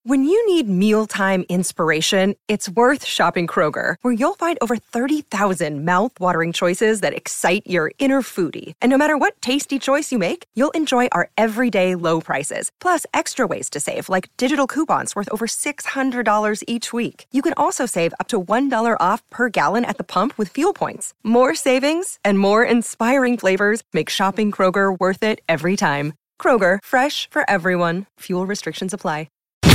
When you need mealtime inspiration, it's worth shopping Kroger, where you'll find over 30,000 mouth-watering choices that excite your inner foodie. And no matter what tasty choice you make, you'll enjoy our everyday low prices, plus extra ways to save, like digital coupons worth over $600 each week. You can also save up to $1 off per gallon at the pump with fuel points. More savings and more inspiring flavors make shopping Kroger worth it every time. Kroger, fresh for everyone. Fuel restrictions apply.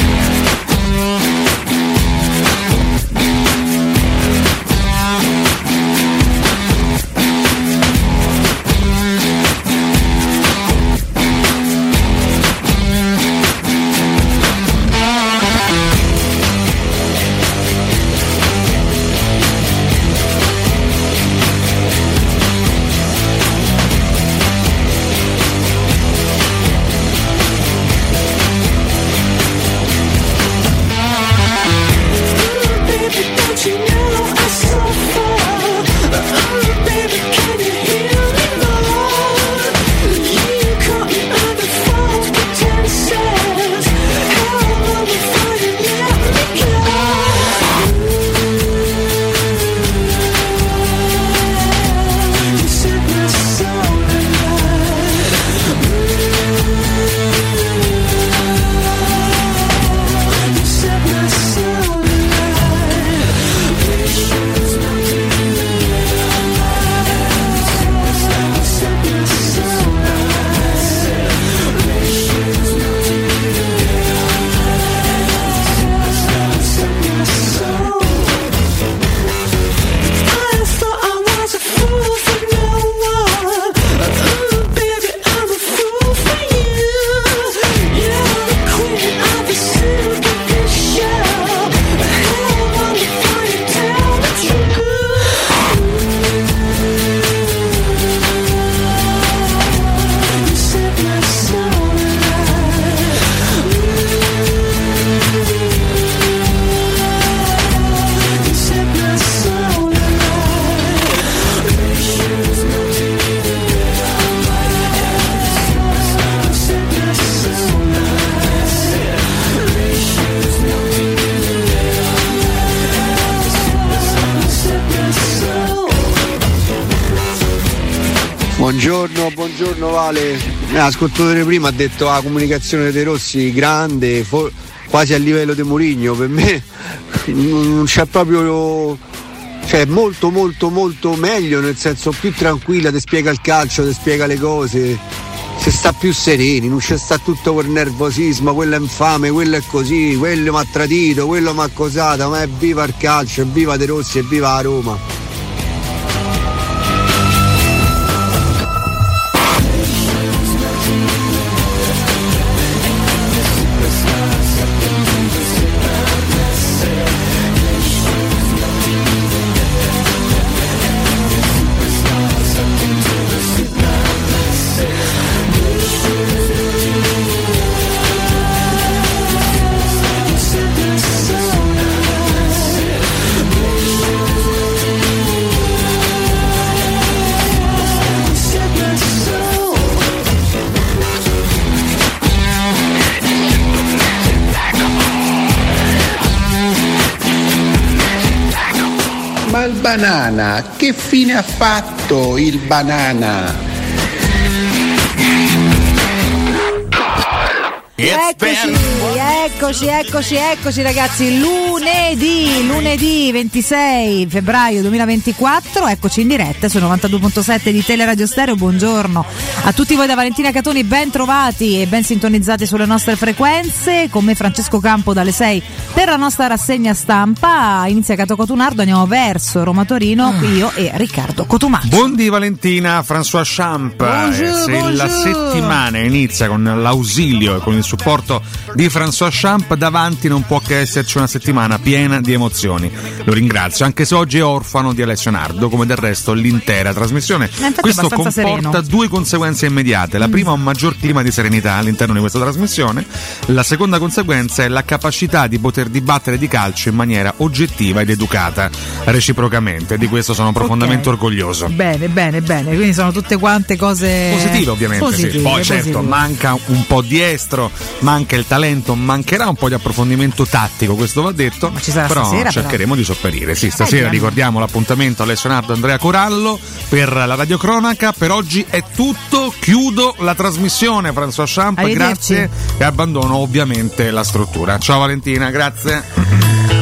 Buongiorno Vale. L'ascoltatore prima ha detto la comunicazione dei Rossi grande, quasi a livello di Mourinho. Per me non c'è proprio, cioè molto meglio, nel senso più tranquilla, ti spiega il calcio, ti spiega le cose, si sta più sereni, non c'è sta tutto quel nervosismo, quello è infame, quello è così, quello mi ha tradito, quello mi ha accusato, ma è viva il calcio, è viva De Rossi, è viva la Roma. Ma il banana, che fine ha fatto il banana? Eccoci ragazzi, lunedì 26 febbraio 2024, eccoci in diretta su 92.7 di Teleradio Stereo. Buongiorno a tutti voi da Valentina Catoni, ben trovati e ben sintonizzati sulle nostre frequenze. Con me Francesco Campo dalle 6 per la nostra rassegna stampa. Inizia Cato Cotunardo, andiamo verso Roma Torino, io e Riccardo Cotumaccio. Buondì Valentina, François Champ. Bonjour. La settimana inizia con l'ausilio e con il supporto di François Champ, davanti non può che esserci una settimana piena di emozioni. Lo ringrazio, anche se oggi è orfano di Alessio Nardo, come del resto l'intera trasmissione. Questo comporta sereno. Due conseguenze immediate. La prima, un maggior clima di serenità all'interno di questa trasmissione. La seconda conseguenza è la capacità di poter dibattere di calcio in maniera oggettiva ed educata reciprocamente. Di questo sono profondamente orgoglioso. Bene, quindi sono tutte quante cose positive, ovviamente. Positive, sì. Poi certo manca un po' di estro manca il talento, mancherà un po' di approfondimento tattico, questo va detto, ma ci sarà però stasera, cercheremo di sopperire. Sì, stasera ricordiamo l'appuntamento Alessio Nardo, Andrea Corallo per la radiocronaca. Per oggi è tutto, chiudo la trasmissione. François Champ, grazie, e abbandono ovviamente la struttura. Ciao Valentina, grazie.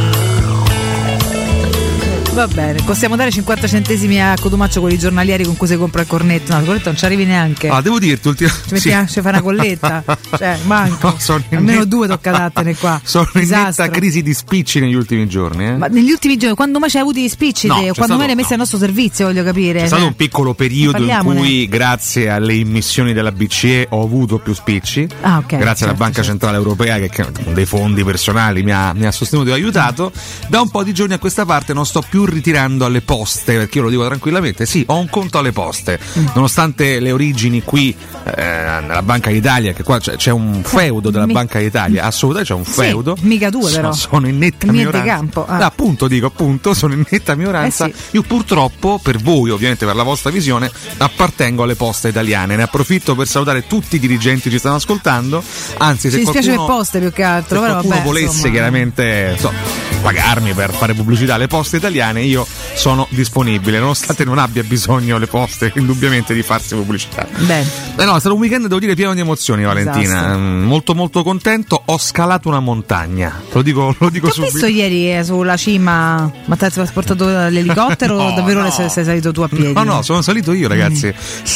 Va bene, possiamo dare 50 centesimi a Cotumaccio con i giornalieri con cui si compra il cornetto? No, il cornetto non ci arrivi neanche. Ah, devo dirti ci fa una colletta, cioè manco. No, almeno due tocca dattene qua. Sono in netta crisi di spicci negli ultimi giorni. Ma negli ultimi giorni, quando mai ci hai avuti gli spicci? O quando mai li hai messi al nostro servizio, voglio capire. C'è stato un piccolo periodo in cui, grazie alle immissioni della BCE, ho avuto più spicci. Ah, okay, grazie alla Banca Centrale Europea che con dei fondi personali mi ha sostenuto e aiutato. Da un po' di giorni a questa parte non sto più ritirando alle poste, perché io lo dico tranquillamente, sì, ho un conto alle poste, nonostante le origini qui nella Banca d'Italia, che qua c'è un feudo della Banca d'Italia, assolutamente c'è un feudo, mica due però sono in netta minoranza, appunto sono in netta minoranza. Io purtroppo, per voi ovviamente, per la vostra visione, appartengo alle poste italiane. Ne approfitto per salutare tutti i dirigenti che ci stanno ascoltando, anzi se ci dispiace le poste più che altro, se però qualcuno volesse chiaramente pagarmi per fare pubblicità alle poste italiane, io sono disponibile, nonostante non abbia bisogno le poste indubbiamente di farsi pubblicità. No, è stato un weekend, devo dire, pieno di emozioni, Valentina. Molto molto contento. Ho scalato una montagna, lo dico subito. Ho visto ieri sulla cima, ma ti hai trasportato l'elicottero o davvero sei salito tu a piedi? No, sono salito io, ragazzi.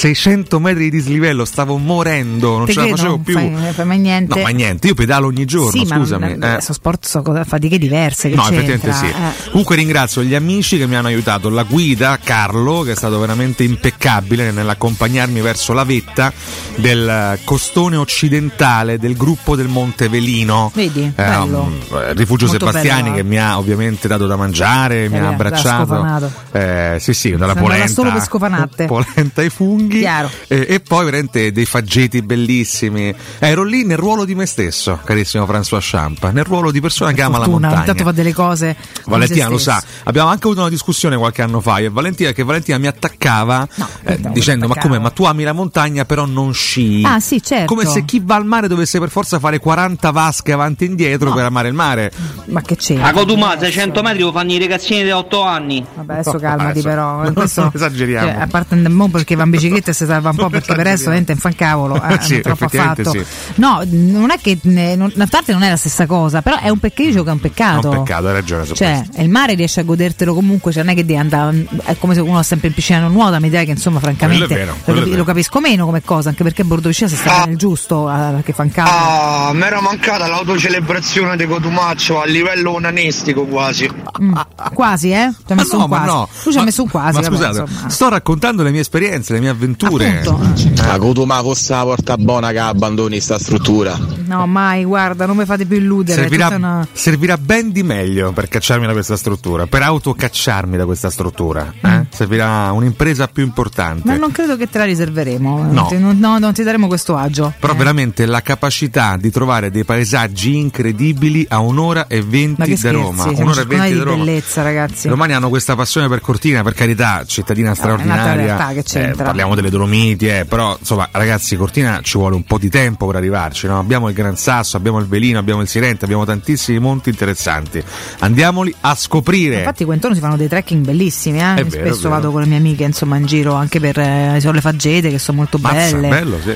600 metri di dislivello, stavo morendo, non ce la facevo più. Fai mai niente. No, ma niente, io pedalo ogni giorno, scusami. Ma sono sport, sono fatiche diverse, che no, c'entra? Effettivamente sì. Comunque ringrazio gli amici che mi hanno aiutato, la guida Carlo, che è stato veramente impeccabile nell'accompagnarmi verso la vetta del costone occidentale del gruppo del Monte Velino. Vedi, bello. Rifugio molto Sebastiani, bello, che mi ha ovviamente dato da mangiare, mi ha abbracciato. Sì, dalla polenta, solo per scofanate. Polenta ai funghi. E poi veramente dei faggeti bellissimi. Ero lì nel ruolo di me stesso, carissimo François Champ, nel ruolo di persona che ama la montagna. Intanto fa delle cose. Valentina lo sa. Abbiamo anche avuto una discussione qualche anno fa, Valentina mi attaccava dicendo: ma come? Ma tu ami la montagna però non scii? Ah sì, certo. Come se chi va al mare dovesse per forza fare 40 vasche avanti e indietro per amare il mare. Ma che c'è? A Cotumà 600 metri lo fanno i ragazzini di 8 anni. Vabbè, adesso calmati però. Questo, esageriamo. A parte perché va in bicicletta e si salva un po', perché per adesso veramente fa un cavolo. Sì, troppo affatto. Sì. No, non è che a parte non è la stessa cosa, però è un peccato, che è un peccato. È un peccato, hai ragione. Cioè, il mare riesce a godertelo comunque, cioè non è che devi andare, è come se uno è sempre in piscina e non nuota, mi direi che insomma francamente lo capisco meno come cosa, anche perché a bordo piscina si sta nel giusto, perché fa un caldo. Mi era mancata l'autocelebrazione di Cotumaccio a livello onanistico quasi. Quasi, Ci ha messo un quasi. Tu ci hai messo un quasi. Ma scusate, sto raccontando le mie esperienze, le mie avventure. La Cotumà fosse la porta buona che abbandoni sta struttura. No, mai, guarda, non mi fate più illudere. Servirà ben di meglio per cacciarmi da questa struttura, per autocacciarmi da questa struttura. Servirà un'impresa più importante. Ma non credo che te la riserveremo. No. Non ti daremo questo agio. Però veramente la capacità di trovare dei paesaggi incredibili a 1:20 da Roma. 1:20 da Roma. Bellezza, ragazzi. Domani hanno questa passione per Cortina, per carità, cittadina straordinaria. Realtà che c'entra. Parliamo delle Dolomiti, però insomma, ragazzi, Cortina ci vuole un po' di tempo per arrivarci, no? Abbiamo il Gran Sasso, abbiamo il Velino, abbiamo il Sirente, abbiamo tantissimi monti interessanti. Andiamoli a scoprire. Infatti qua intorno si fanno dei trekking bellissimi, spesso vado con le mie amiche insomma in giro anche per le faggete che sono molto belle. Bello, sì.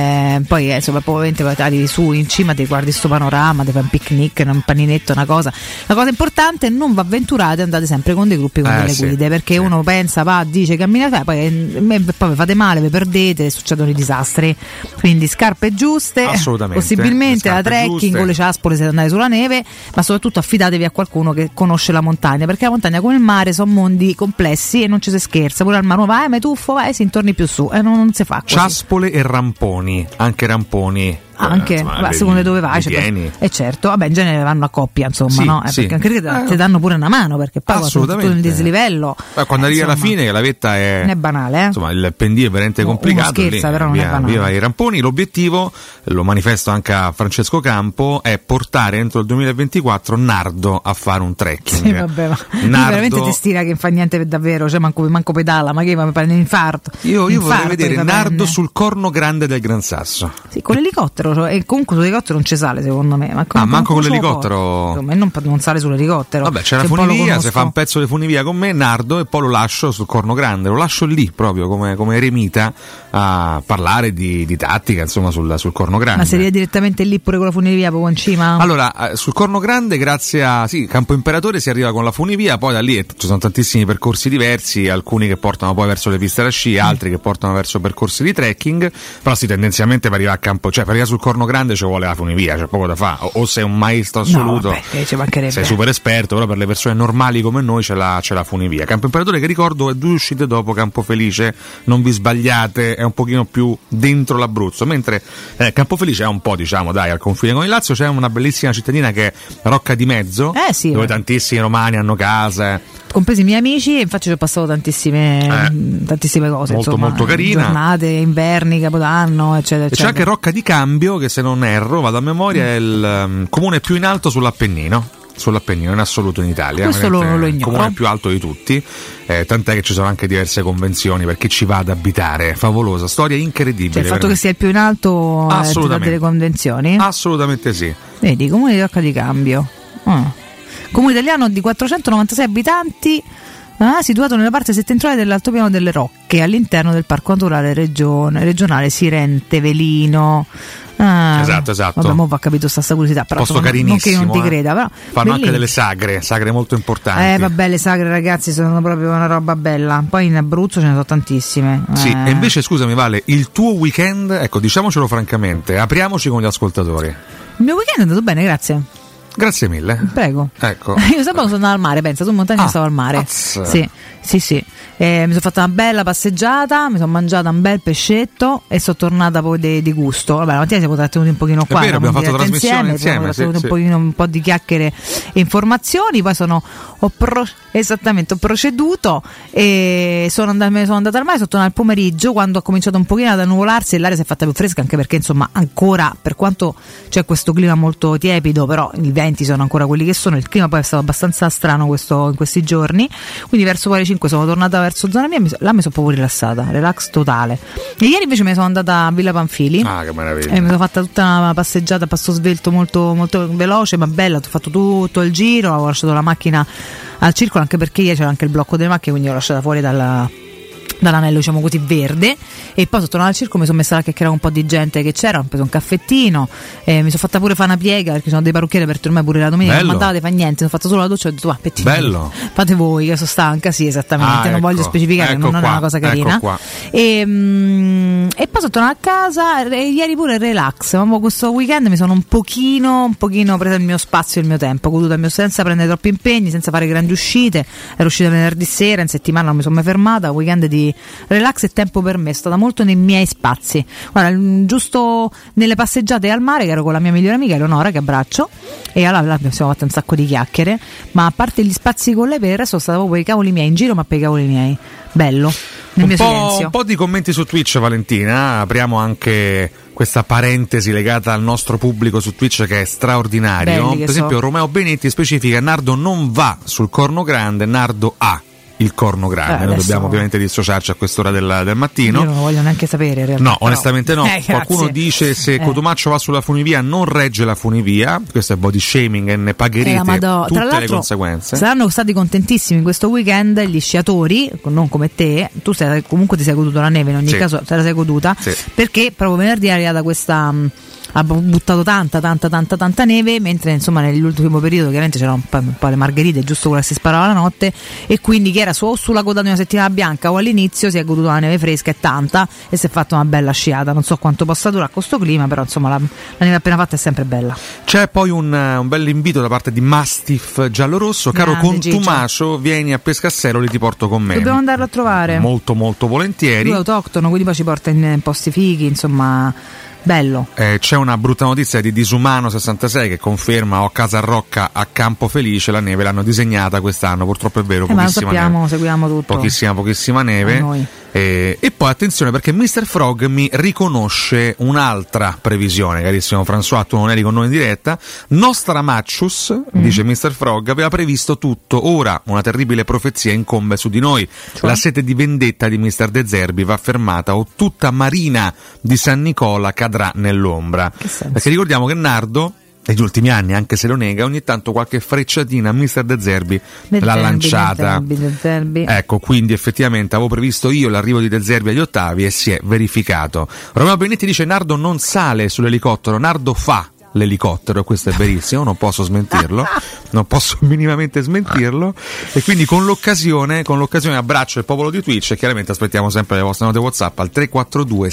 Poi insomma ovviamente arrivi su in cima, ti guardi sto panorama, ti fai un picnic, un paninetto, una cosa. La cosa importante: non vi avventurate, andate sempre con dei gruppi, con delle guide, perché uno pensa, dice cammina, poi vi fate male, vi perdete, succedono i disastri. Quindi scarpe giuste, possibilmente la trekking con le ciaspole se andate sulla neve, ma soprattutto affidatevi a qualcuno che conosce la montagna, perché la montagna come il mare sono mondi complessi e non ci si scherza. Pure al mare vai, ma tuffo, vai, si intorni più su e non si fa così. Ciaspole e ramponi, anche ramponi. Anche insomma, secondo dove vai, certo, vabbè, in genere vanno a coppia, insomma, no? Perché anche ti danno pure una mano, perché poi tutto il dislivello. Quando arrivi alla fine, la vetta è banale, insomma, il pendio è veramente complicato. Uno scherza, però non è banale. Via i ramponi. L'obiettivo, lo manifesto anche a Francesco Campo, è portare entro il 2024 Nardo a fare un trekking. Sì, vabbè, ma Nardo veramente ti stira che non fa niente per davvero, cioè manco pedala, ma che mi prende un infarto. Io vorrei vedere Nardo sul corno grande del Gran Sasso. Sì, con l'elicottero. l'elicottero, e comunque sull'elicottero non ci sale secondo me. Ma manco con l'elicottero? Non sale sull'elicottero. Vabbè, c'è la funivia, se fa un pezzo di funivia con me, Nardo, e poi lo lascio sul Corno Grande, lo lascio lì proprio come eremita a parlare di tattica, insomma, sul Corno Grande. Ma seria direttamente lì pure con la funivia proprio in cima? Allora, sul Corno Grande, grazie a Campo Imperatore, si arriva con la funivia, poi da lì ci sono tantissimi percorsi diversi, alcuni che portano poi verso le piste da sci, altri che portano verso percorsi di trekking, però tendenzialmente per arrivare a Campo, cioè per arrivare sul Corno Grande ci vuole la funivia, c'è poco da fare, o sei un maestro assoluto, ci mancherebbe, sei super esperto, però per le persone normali come noi c'è la funivia. Campo Imperatore, che ricordo, è 2 uscite dopo Campo Felice, non vi sbagliate, è un pochino più dentro l'Abruzzo, mentre Campo Felice è un po', diciamo, al confine con il Lazio. C'è una bellissima cittadina che è Rocca di Mezzo, dove tantissimi romani hanno case, compresi i miei amici, e infatti ci ho passato tantissime cose, molto carina, giornate, inverni, Capodanno, eccetera. E c'è anche Rocca di Cambio, che se non erro, vado a memoria, è il comune più in alto sull'Appennino in assoluto in Italia. Questo lo ignoro. Il comune più alto di tutti, tant'è che ci sono anche diverse convenzioni per chi ci va ad abitare. Favolosa, storia incredibile. Cioè, il fatto che sia il più in alto ha delle convenzioni? Assolutamente sì. Vedi, comune di Rocca di Cambio, comune italiano di 496 abitanti, situato nella parte settentrionale dell'altopiano delle Rocche, all'interno del parco naturale regionale Sirente Velino. Esatto. Vabbè, mo va capito sta curiosità, però posto carinissimo, non che io non ti creda, però fanno anche delle sagre molto importanti. Vabbè, le sagre, ragazzi, sono proprio una roba bella. Poi in Abruzzo ce ne sono tantissime. Sì, e invece scusami Vale, il tuo weekend, ecco, diciamocelo francamente, apriamoci con gli ascoltatori. Il mio weekend è andato bene, grazie. Grazie mille. Prego. Ecco. Io sabato sono andata al mare, pensa, tu in montagna stavo al mare. Sì. Mi sono fatta una bella passeggiata, mi sono mangiata un bel pescetto e sono tornata poi di gusto. Vabbè, la mattina siamo trattenuti un pochino qua, abbiamo fatto trasmissione insieme, un po' di chiacchiere e informazioni. Poi ho proceduto e me ne sono andata al mare, sono tornata al pomeriggio, quando ha cominciato un pochino ad annuvolarsi e l'aria si è fatta più fresca, anche perché insomma ancora, per quanto c'è questo clima molto tiepido, però i venti sono ancora quelli che sono. Il clima poi è stato abbastanza strano in questi giorni, quindi verso poi le 5 sono tornata verso zona mia, là mi sono proprio rilassata, relax totale. E ieri invece me ne sono andata a Villa Panfili, che meraviglia, e mi sono fatta tutta una passeggiata a passo svelto molto, molto veloce ma bella. Ho fatto tutto il giro, ho lasciato la macchina al circolo, anche perché ieri c'era anche il blocco delle macchine, quindi l'ho lasciata fuori dall'anello, diciamo così, verde. E poi sono tornata al circo, mi sono messa là che c'era un po' di gente che c'era, ho preso un caffettino, mi sono fatta pure fare una piega, perché sono dei parrucchieri aperti ormai pure la domenica, non mandate fa niente, mi sono fatta solo la doccia e ho detto pettino, bello, fate voi, io sono stanca, sì, esattamente, non voglio specificare, non è una cosa carina. E poi sono tornata a casa e ieri pure relax, ma questo weekend mi sono un pochino presa il mio spazio e il mio tempo, goduto il mio, senza prendere troppi impegni, senza fare grandi uscite. Ero uscita venerdì sera, in settimana non mi sono mai fermata, weekend di relax e tempo per me, è stata molto nei miei spazi. Guarda, giusto nelle passeggiate al mare, che ero con la mia migliore amica Eleonora, che abbraccio, e allora abbiamo fatto un sacco di chiacchiere, ma a parte gli spazi con lei, per il resto stavo per i cavoli miei, in giro ma per i cavoli miei, bello, nel mio silenzio. Un po' di commenti su Twitch, Valentina, apriamo anche questa parentesi legata al nostro pubblico su Twitch, che è straordinario. Per esempio Romeo Benetti specifica: Nardo non va sul Corno Grande, Nardo ha il Corno Grande. Noi dobbiamo ovviamente dissociarci a quest'ora del mattino. Io non lo voglio neanche sapere in realtà. No, onestamente no. Qualcuno dice: se Cotumaccio va sulla funivia non regge la funivia. Questo è body shaming e ne pagherete tutte le conseguenze. Saranno stati contentissimi in questo weekend gli sciatori, non come te. Tu comunque ti sei goduto la neve, in ogni caso te la sei goduta, perché proprio venerdì è arrivata questa ha buttato tanta neve, mentre insomma nell'ultimo periodo chiaramente c'erano un po' le margherite, giusto quella che si sparava la notte, e quindi chi era sulla coda di una settimana bianca o all'inizio si è goduto la neve fresca e tanta, e si è fatta una bella sciata. Non so quanto possa durare questo clima, però insomma la neve appena fatta è sempre bella. C'è poi un bel invito da parte di Mastiff Giallorosso: caro Contumacio, vieni a Pescasseroli, ti porto con me. Dobbiamo andarlo a trovare molto volentieri. Lui è autoctono, quindi poi ci porta in posti fighi, insomma bello. C'è una brutta notizia di Disumano 66 che conferma: ho casa a Rocca a Campo Felice, la neve l'hanno disegnata quest'anno, purtroppo è vero, ma lo sappiamo, neve. Seguiamo tutto, pochissima neve. E poi attenzione, perché Mr. Frog mi riconosce un'altra previsione, carissimo François, tu non eri con noi in diretta. Nostramachius, dice Mr. Frog, aveva previsto tutto, ora una terribile profezia incombe su di noi, la sete di vendetta di Mr. De Zerbi va fermata o tutta Marina di San Nicola cadrà nell'ombra. Perché ricordiamo che Nardo negli ultimi anni, anche se lo nega, ogni tanto qualche frecciatina a Mr. De Zerbi l'ha lanciata. Ecco, quindi effettivamente avevo previsto io l'arrivo di De Zerbi agli ottavi e si è verificato. Romeo Benetti dice: Nardo non sale sull'elicottero, Nardo fa l'elicottero, questo è verissimo, non posso smentirlo, non posso minimamente smentirlo, e quindi con l'occasione abbraccio il popolo di Twitch e chiaramente aspettiamo sempre le vostre note WhatsApp al 342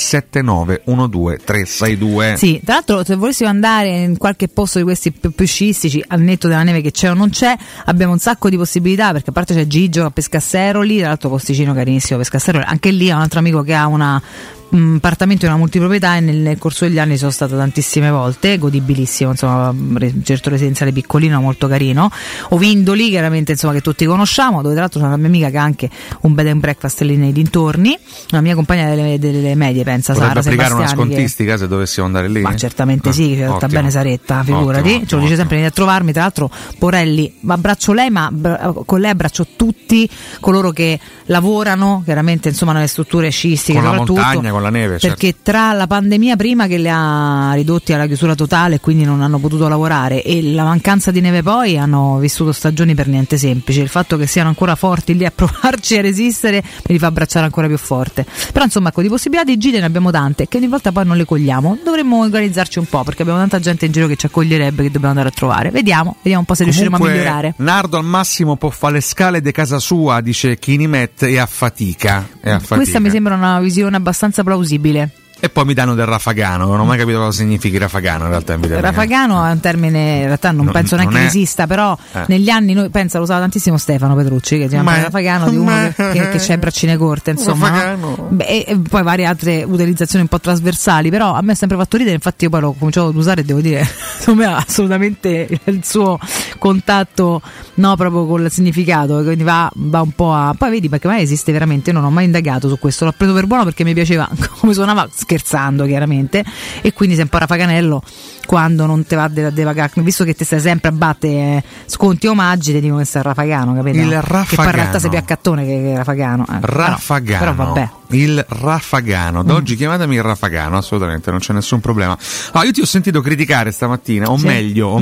7912 362. Sì, tra l'altro se volessimo andare in qualche posto di questi più sciistici, al netto della neve che c'è o non c'è, abbiamo un sacco di possibilità, perché a parte c'è Gigio a Pescasseroli, tra l'altro posticino carissimo Pescasseroli, anche lì ha un altro amico che ha un appartamento in una multiproprietà e nel corso degli anni sono stata tantissime volte, godibilissimo, insomma, certo residenziale piccolino, molto carino. Ovindoli, chiaramente, insomma, che tutti conosciamo, dove tra l'altro c'è una mia amica che ha anche un bed and breakfast lì nei dintorni, una mia compagna delle medie, pensa. Potrebbe Sara applicare una Sebastiani, scontistica se dovessimo andare lì? Ma certamente sì, che sta bene Saretta, figurati, ce lo dice sempre, vieni a trovarmi. Tra l'altro Porelli, abbraccio lei, ma con lei abbraccio tutti coloro che lavorano chiaramente, insomma, nelle strutture sciistiche, con la soprattutto montagna, con la neve, perché certo. Tra la pandemia prima, che le ha ridotti alla chiusura totale e quindi non hanno potuto lavorare, e la mancanza di neve poi, hanno vissuto stagioni per niente semplici. Il fatto che siano ancora forti lì a provarci a resistere me li fa abbracciare ancora più forte. Però insomma, ecco, di possibilità di gite ne abbiamo tante, che ogni volta poi non le cogliamo. Dovremmo organizzarci un po', perché abbiamo tanta gente in giro che ci accoglierebbe, che dobbiamo andare a trovare. Vediamo un po' se riusciremo a migliorare. Nardo al massimo può fare le scale di casa sua, dice Kinimet, e a fatica. Questa mi sembra una visione abbastanza plausibile. E poi mi danno del rafagano, non ho mai capito cosa significhi rafagano in realtà. Rafagano è un termine, in realtà non penso neanche che esista, però negli anni noi, pensa, lo usava tantissimo Stefano Petrucci, che si chiama rafagano, di uno che c'è braccine corte, insomma, no? E poi varie altre utilizzazioni un po' trasversali, però a me è sempre fatto ridere, infatti io poi l'ho cominciato ad usare e devo dire, secondo me ha assolutamente il suo contatto, no, proprio col significato, quindi va un po' a... Poi vedi, perché mai esiste veramente, io non ho mai indagato su questo, l'ho preso per buono perché mi piaceva come suonava, scherzando chiaramente, e quindi sei un po' rafaganello quando non te va de vagare, visto che te stai sempre a battere sconti e omaggi, ti dico che sei rafagano, capito? Il rafagano, che poi in realtà sei più accattone che rafagano. Rafagano, però vabbè. Il rafagano, da oggi chiamatemi il rafagano, assolutamente, non c'è nessun problema. Io ti ho sentito criticare stamattina, o meglio.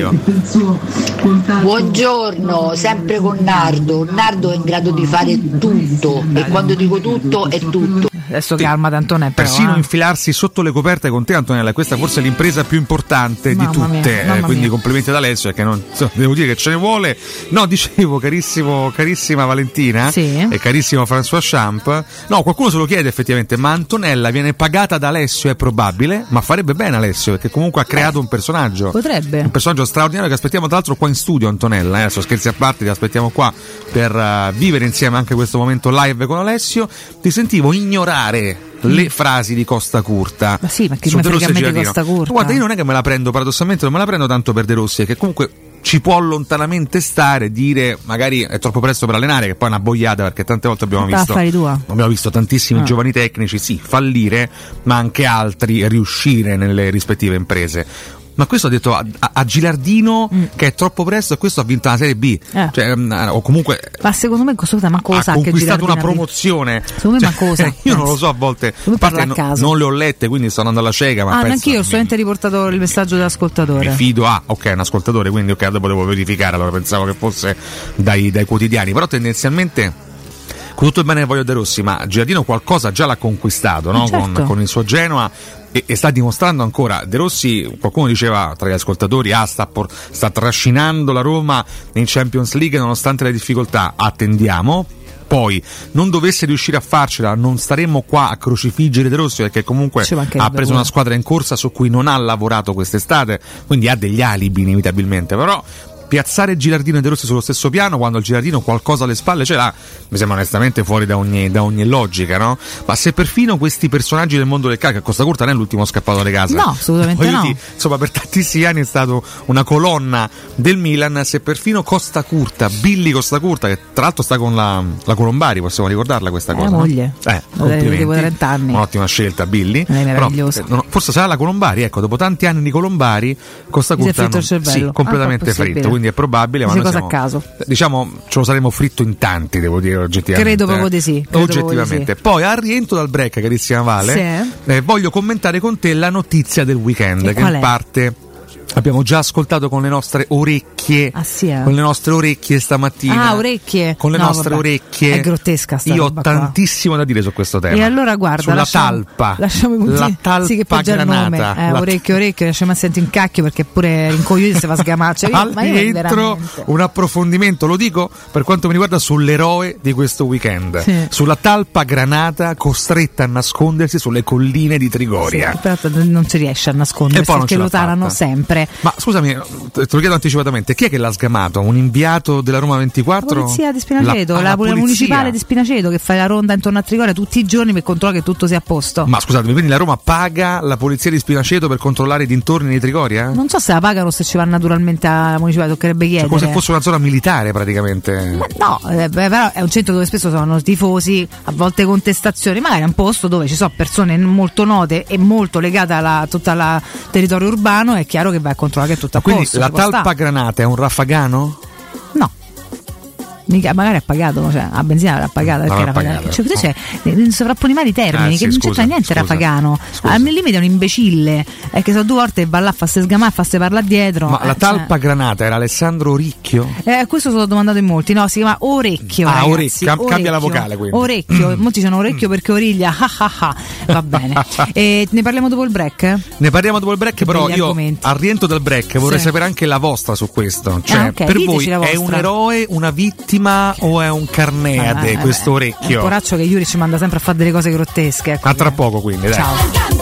Buongiorno, sempre con Nardo è in grado di fare tutto, e quando dico tutto è tutto. Adesso calmati Antonella, persino infilarsi sotto le coperte con te, Antonella, questa forse è l'impresa più importante di tutte, quindi complimenti ad Alessio, perché devo dire che ce ne vuole. No, dicevo, carissima Valentina, sì, e carissimo François Champ, no, qualcuno se lo chiede effettivamente, ma Antonella viene pagata da Alessio? È probabile, ma farebbe bene Alessio, perché comunque ha creato un personaggio, un personaggio straordinario che aspettiamo tra l'altro qua in studio, Antonella, adesso scherzi a parte, ti aspettiamo qua per vivere insieme anche questo momento live con Alessio. Ti sentivo ignorare le frasi di Costa Curta. Ma sì, ma che mi frega a me di Costa Curta? Guarda, io non è che me la prendo, paradossalmente non me la prendo tanto per De Rossi, che comunque ci può lontanamente stare, dire magari è troppo presto per allenare, che poi è una boiata, perché tante volte abbiamo visto tantissimi giovani tecnici fallire, ma anche altri riuscire nelle rispettive imprese. Ma questo ha detto a Gilardino che è troppo presto, e questo ha vinto la Serie B, cioè, o comunque, ma secondo me ha conquistato una promozione, secondo me cosa? Io non lo so, a volte a parte non le ho lette, quindi sto andando alla cieca, ma anch'io ho solamente riportato il messaggio dell'ascoltatore. Mi fido, ok, un ascoltatore, quindi ok, dopo devo verificare, allora pensavo che fosse dai quotidiani, però tendenzialmente, con tutto il bene che voglio De Rossi, ma Gilardino qualcosa già l'ha conquistato, no? Certo. Con il suo Genoa, e sta dimostrando ancora. De Rossi, qualcuno diceva tra gli ascoltatori, sta trascinando la Roma in Champions League nonostante le difficoltà. Attendiamo. Poi non dovesse riuscire a farcela, non staremmo qua a crocifiggere De Rossi, perché comunque ha preso una squadra in corsa su cui non ha lavorato quest'estate, quindi ha degli alibi inevitabilmente, però piazzare Gilardino e De Rossi sullo stesso piano quando il Gilardino qualcosa alle spalle ce l'ha, mi sembra onestamente fuori da ogni logica, no? Ma se perfino questi personaggi del mondo del calcio, Costa Curta non è l'ultimo scappato alle case. No, assolutamente no. Insomma, per tantissimi anni è stato una colonna del Milan, se perfino Costa Curta, Billy Costa Curta, che tra l'altro sta con la Colombari, possiamo ricordarla questa cosa? Moglie. Complimenti. 30 anni. Un'ottima scelta, Billy. Meravigliosa. Però, forse sarà la Colombari, ecco, dopo tanti anni di Colombari, Costa Curta completamente fritto, quindi è probabile, ma noi cosa a caso. Diciamo ce lo saremmo fritto in tanti, devo dire oggettivamente. Credo proprio di sì. Oggettivamente. Poi al rientro dal break, carissima Vale, voglio commentare con te la notizia del weekend, che in parte abbiamo già ascoltato con le nostre orecchie. Con le nostre orecchie stamattina. Orecchie. Con le nostre orecchie. È grottesca sta Io ho roba tantissimo da dire su questo tema. E allora guarda, talpa. Lasciamo la talpa granata. Orecchio, lasciamo a sentire un cacchio perché pure rincoglionito si fa sgamaccia. Al rientro un approfondimento, lo dico per quanto mi riguarda, sull'eroe di questo weekend. Sì. Sulla talpa granata costretta a nascondersi sulle colline di Trigoria. Sì, però non si riesce a nascondersi perché lo tarano sempre. Ma scusami, te lo chiedo anticipatamente, chi è che l'ha sgamato? Un inviato della Roma 24? La polizia di Spinaceto, la municipale di Spinaceto, che fa la ronda intorno a Trigoria tutti i giorni per controllare che tutto sia a posto. Ma scusatemi, quindi la Roma paga la polizia di Spinaceto per controllare i dintorni di Trigoria? Non so se la pagano o se ci va naturalmente alla municipale, toccherebbe chiedere. Come se fosse una zona militare praticamente. Ma no, però è un centro dove spesso sono tifosi, a volte contestazioni, magari è un posto dove ci sono persone molto note e molto legate a tutto il territorio urbano, è chiaro che va a controllare che è tutto a quindi posto. La talpa granata è un raffagano? No. Magari ha pagato, cioè a benzina l'ha pagata perché era pagato. Cioè, c'è un sovrapponimento di termini che non c'entra niente rafagano. Al limite è un imbecille, è che sono 2 volte balla a farsi sgamare, a farsi parlare dietro. Ma la talpa granata era Alessandro Oricchio? Questo sono domandato in molti. No, si chiama Orecchio. Orecchio, cambia la vocale quindi. Orecchio, molti dicono Orecchio perché Origlia. Va bene. Ne parliamo dopo il break? Ne parliamo dopo il break, però io al rientro del break vorrei sapere anche la vostra su questo. Cioè, per voi è un eroe, una vittima o è un carneade questo Orecchio? È un poraccio che Yuri ci manda sempre a fare delle cose grottesche. A tra poco quindi, dai. Ciao.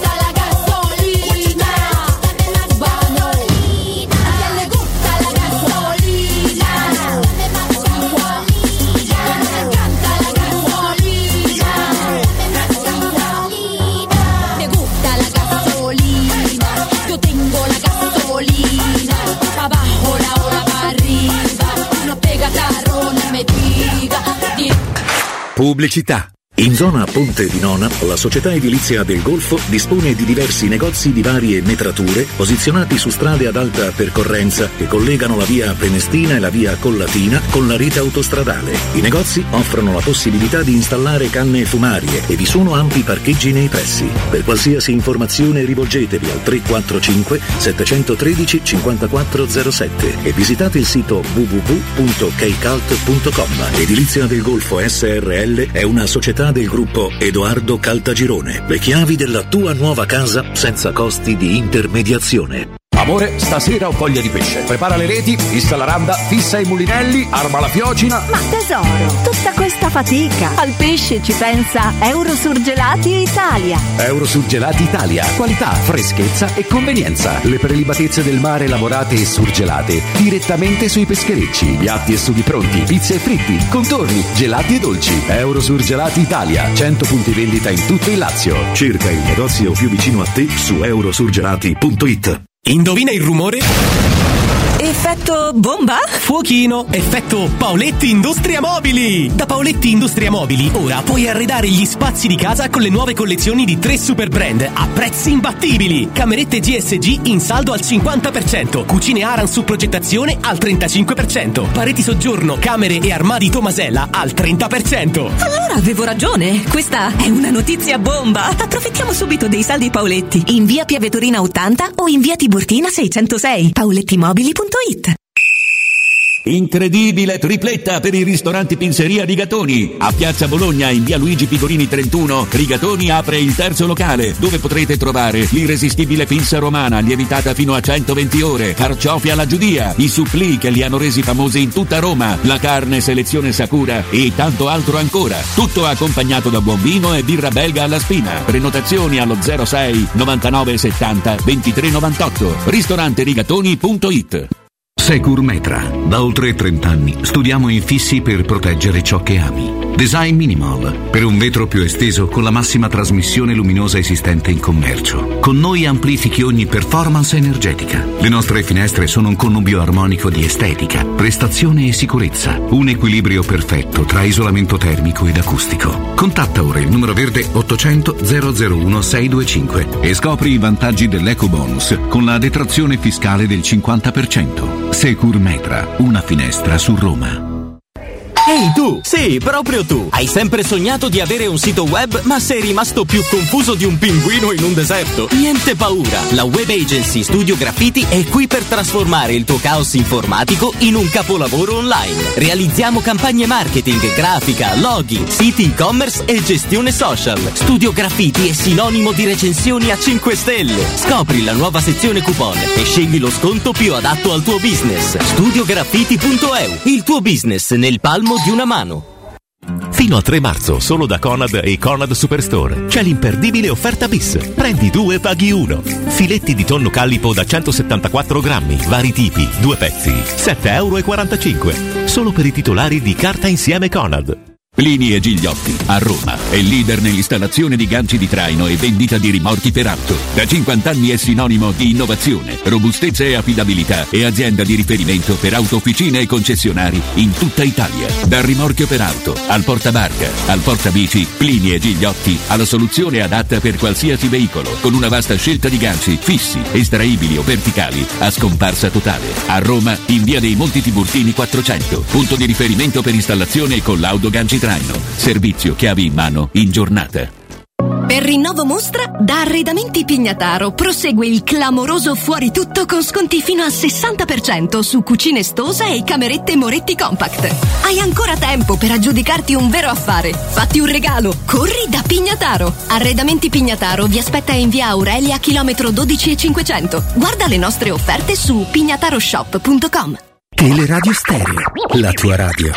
Pubblicità. In zona Ponte di Nona, la società edilizia del Golfo dispone di diversi negozi di varie metrature posizionati su strade ad alta percorrenza che collegano la via Prenestina e la via Collatina con la rete autostradale. I negozi offrono la possibilità di installare canne fumarie e vi sono ampi parcheggi nei pressi. Per qualsiasi informazione rivolgetevi al 345 713 5407 e visitate il sito www.keicalt.com. Edilizia del Golfo SRL è una società del gruppo Edoardo Caltagirone. Le chiavi della tua nuova casa senza costi di intermediazione. Amore, stasera ho voglia di pesce. Prepara le reti, fissa la randa, fissa i mulinelli, arma la fiocina. Ma tesoro, tutta questa fatica. Al pesce ci pensa Eurosurgelati Italia. Eurosurgelati Italia. Qualità, freschezza e convenienza. Le prelibatezze del mare lavorate e surgelate direttamente sui pescherecci. Piatti e sughi pronti, pizze e fritti, contorni, gelati e dolci. Eurosurgelati Italia. 100 punti vendita in tutto il Lazio. Cerca il negozio più vicino a te su eurosurgelati.it. Indovina il rumore? Effetto bomba? Fuochino. Effetto Paoletti Industria Mobili. Da Paoletti Industria Mobili ora puoi arredare gli spazi di casa con le nuove collezioni di 3 super brand a prezzi imbattibili. Camerette GSG in saldo al 50%. Cucine Aran su progettazione al 35%. Pareti soggiorno, camere e armadi Tomasella al 30%. Allora avevo ragione. Questa è una notizia bomba. Approfittiamo subito dei saldi Paoletti. In via Piave Torina 80 o in via Tiburtina 606. paolettimobili.it. Incredibile tripletta per i ristoranti Pizzeria Rigatoni. A Piazza Bologna, in via Luigi Pigorini 31, Rigatoni apre il terzo locale, dove potrete trovare l'irresistibile pizza romana lievitata fino a 120 ore, carciofi alla giudia, i supplì che li hanno resi famosi in tutta Roma, la carne selezione Sakura e tanto altro ancora. Tutto accompagnato da buon vino e birra belga alla spina. Prenotazioni allo 06 99 70 23 98. Ristoranterigatoni.it. Securmetra. Da oltre 30 anni studiamo infissi per proteggere ciò che ami. Design Minimal, per un vetro più esteso con la massima trasmissione luminosa esistente in commercio. Con noi amplifichi ogni performance energetica. Le nostre finestre sono un connubio armonico di estetica, prestazione e sicurezza. Un equilibrio perfetto tra isolamento termico ed acustico. Contatta ora il numero verde 800 001 625 e scopri i vantaggi dell'EcoBonus con la detrazione fiscale del 50%. Securmetra, una finestra su Roma. Ehi tu! Sì, proprio tu! Hai sempre sognato di avere un sito web, ma sei rimasto più confuso di un pinguino in un deserto? Niente paura! La web agency Studio Graffiti è qui per trasformare il tuo caos informatico in un capolavoro online. Realizziamo campagne marketing, grafica, login, siti e-commerce e gestione social. Studio Graffiti è sinonimo di recensioni a 5 stelle. Scopri la nuova sezione coupon e scegli lo sconto più adatto al tuo business. Studiograffiti.eu, il tuo business nel palmo di una mano. Fino al 3 marzo, solo da Conad e Conad Superstore, c'è l'imperdibile offerta bis. Prendi 2 e paghi 1. Filetti di tonno callipo da 174 grammi, vari tipi, 2 pezzi, €7,45. Solo per i titolari di Carta Insieme Conad. Plini e Gigliotti, a Roma, è leader nell'installazione di ganci di traino e vendita di rimorchi per auto. Da 50 anni è sinonimo di innovazione, robustezza e affidabilità e azienda di riferimento per autofficine e concessionari in tutta Italia. Dal rimorchio per auto, al portabarca, al portabici, Plini e Gigliotti ha la soluzione adatta per qualsiasi veicolo, con una vasta scelta di ganci fissi, estraibili o verticali, a scomparsa totale. A Roma, in via dei Monti Tiburtini 400, punto di riferimento per installazione e collaudo ganci traino. Servizio chiavi in mano in giornata. Per rinnovo mostra, da Arredamenti Pignataro prosegue il clamoroso fuori tutto con sconti fino al 60% su cucine Stosa e camerette Moretti Compact. Hai ancora tempo per aggiudicarti un vero affare. Fatti un regalo, corri da Pignataro. Arredamenti Pignataro vi aspetta in via Aurelia, chilometro 12,500. Guarda le nostre offerte su pignataroshop.com. Teleradio Stereo, la tua radio.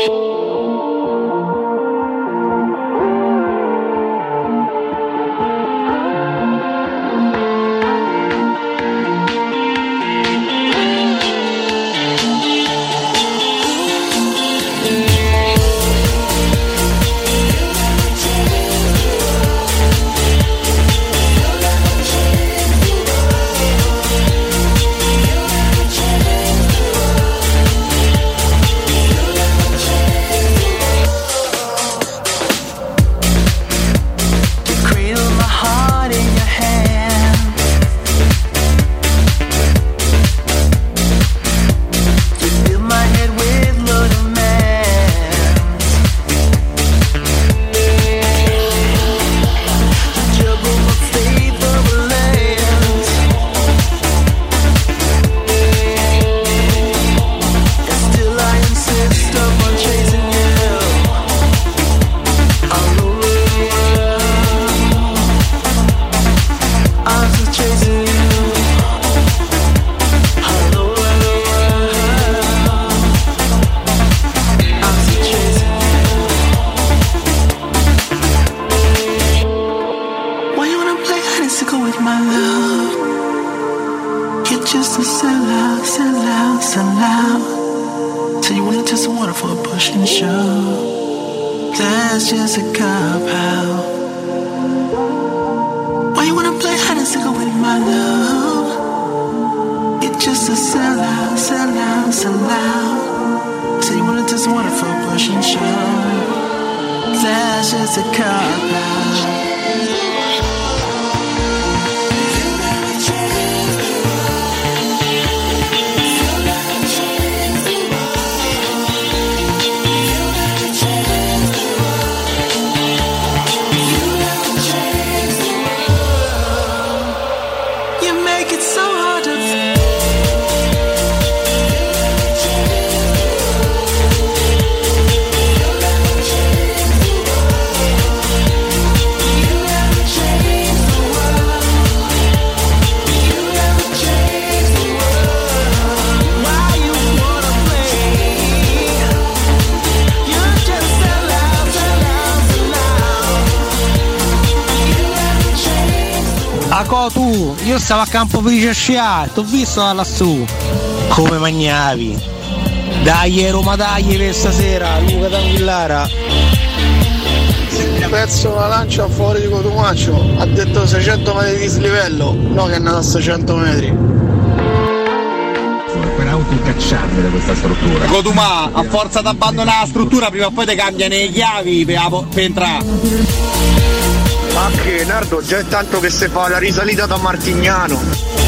Tu, io stavo a Campo Felice a sciare, t'ho visto da lassù come magnavi. Dai Roma, dai per stasera, Luca D'Anguillara. Pezzo una lancia fuori di Cotumaccio, ha detto 600 metri di dislivello, no che è andato a 600 metri. Per autocacciarmi questa struttura. Cotumà, a forza di abbandonare la struttura prima o poi ti cambiano le chiavi per entrare. Ma che Nardo, già è tanto che si fa la risalita da Martignano.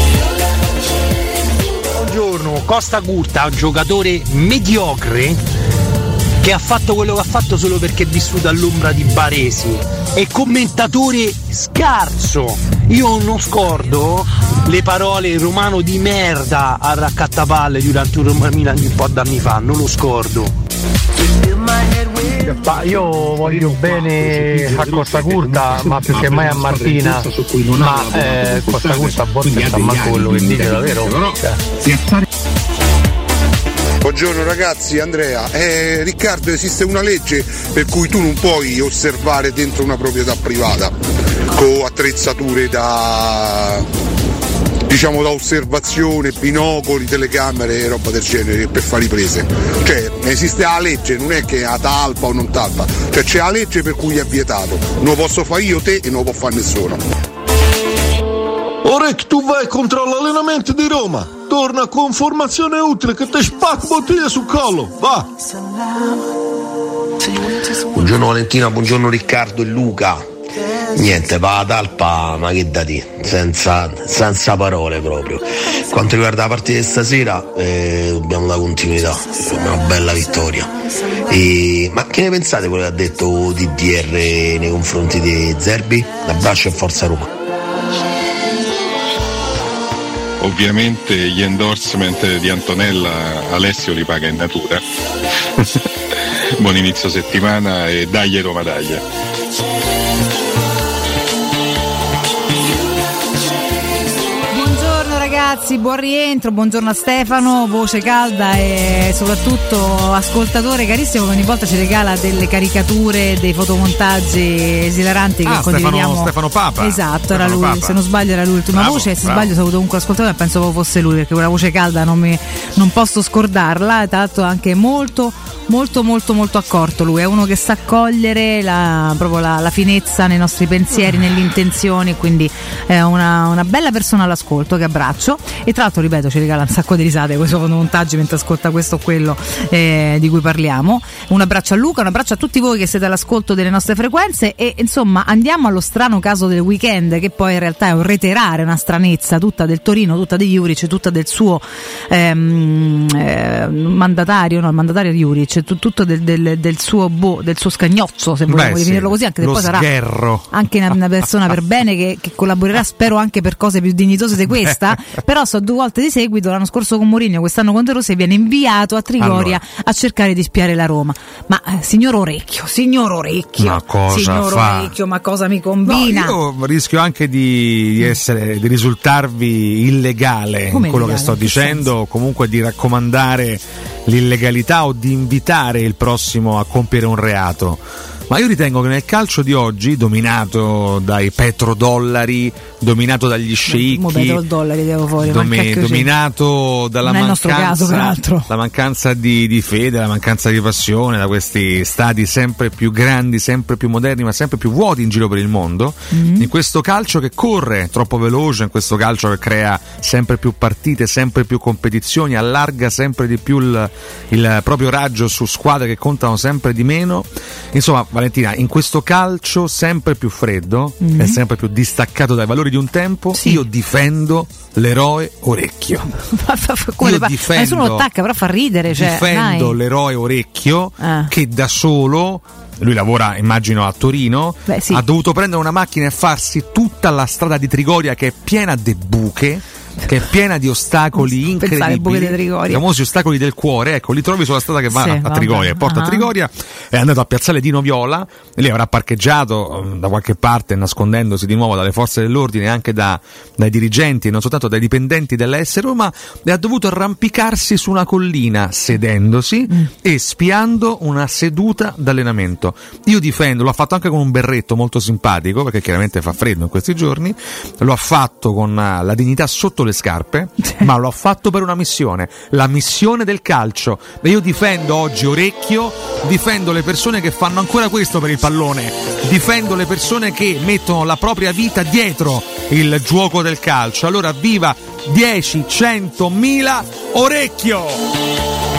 Buongiorno, Costa Curta, un giocatore mediocre che ha fatto quello che ha fatto solo perché è vissuto all'ombra di Baresi, e commentatore scarso. Io non scordo le parole romano di merda a raccattapalle durante un Roma Milan di un po' d'anni fa, non lo scordo. Io voglio bene a Costa Curta, ma più che mai a Martina, ma Costa Curta a volte sta manco quello che dice davvero. Buongiorno ragazzi, Andrea. Riccardo, esiste una legge per cui tu non puoi osservare dentro una proprietà privata con attrezzature da osservazione, binocoli, telecamere e roba del genere per fare riprese. Cioè esiste la legge, non è che a talpa o non talpa, cioè c'è la legge per cui è vietato. Non lo posso fare io, te, e non lo può fare nessuno. Ora che tu vai contro l'allenamento di Roma, torna con formazione utile che ti spacca bottiglie sul collo, va! Buongiorno Valentina, buongiorno Riccardo e Luca. Niente, va a talpa, ma che da dire, senza parole proprio. Quanto riguarda la partita di stasera, dobbiamo dare continuità, una bella vittoria. Ma che ne pensate quello che ha detto DDR nei confronti di Zerbi? Un abbraccio e forza Roma. Ovviamente gli endorsement di Antonella Alessio li paga in natura. Buon inizio settimana e dai Roma, dai. Ragazzi, buon rientro, buongiorno a Stefano, voce calda e soprattutto ascoltatore carissimo che ogni volta ci regala delle caricature, dei fotomontaggi esilaranti che condividiamo. Stefano Papa. Esatto, era lui, Papa. Se non sbaglio era l'ultima voce, se sbaglio saluto comunque ascoltatore, penso che fosse lui, perché quella voce calda non posso scordarla, e tra l'altro anche molto accorto lui, è uno che sa cogliere proprio la finezza nei nostri pensieri, nelle intenzioni, quindi è una bella persona all'ascolto, che abbraccio. E tra l'altro, ripeto, ci regala un sacco di risate con i suoi montaggi mentre ascolta questo o quello di cui parliamo. Un abbraccio a Luca, un abbraccio a tutti voi che siete all'ascolto delle nostre frequenze, e insomma andiamo allo strano caso del weekend, che poi in realtà è un reiterare, una stranezza tutta del Torino, tutta di Juric, tutta del suo mandatario, no, il mandatario di Juric, tutto del suo scagnozzo, se vogliamo definirlo così, anche se poi sgherro. Sarà anche una persona per bene che collaborerà, spero, anche per cose più dignitose di questa. Però so 2 volte di seguito, l'anno scorso con Mourinho, quest'anno con De Rossi, viene inviato a Trigoria a cercare di spiare la Roma. Ma signor Orecchio, ma cosa fa? Orecchio, ma cosa mi combina? No, io rischio anche di risultarvi illegale in quello che sto dicendo, comunque di raccomandare l'illegalità o di invitare il prossimo a compiere un reato. Ma io ritengo che nel calcio di oggi, dominato dai petrodollari, dominato dagli sceicchi, dominato dalla mancanza di fede, la mancanza di passione, da questi stadi sempre più grandi, sempre più moderni, ma sempre più vuoti in giro per il mondo, in questo calcio che corre troppo veloce, in questo calcio che crea sempre più partite, sempre più competizioni, allarga sempre di più il proprio raggio su squadre che contano sempre di meno. Insomma, Valentina, in questo calcio sempre più freddo e sempre più distaccato dai valori di un tempo, io difendo l'eroe Orecchio. Nessuno lo attacca, però fa ridere. Difendo l'eroe Orecchio che da solo, lui lavora immagino a Torino, ha dovuto prendere una macchina e farsi tutta la strada di Trigoria, che è piena di buche, che è piena di ostacoli incredibili, i famosi ostacoli del cuore, ecco, li trovi sulla strada che va a Trigoria, porta a Trigoria. È andato a piazzale Dino Viola e lì avrà parcheggiato da qualche parte, nascondendosi di nuovo dalle forze dell'ordine e anche dai dirigenti e non soltanto dai dipendenti dell'AS Roma, e ha dovuto arrampicarsi su una collina sedendosi e spiando una seduta d'allenamento. Io difendo, lo ha fatto anche con un berretto molto simpatico, perché chiaramente fa freddo in questi giorni, lo ha fatto con la dignità sotto le scarpe, ma lo ha fatto per una missione, la missione del calcio. E io difendo oggi Orecchio, difendo le persone che fanno ancora questo per il pallone, difendo le persone che mettono la propria vita dietro il gioco del calcio. Allora viva 10, 100, 1000 Orecchio!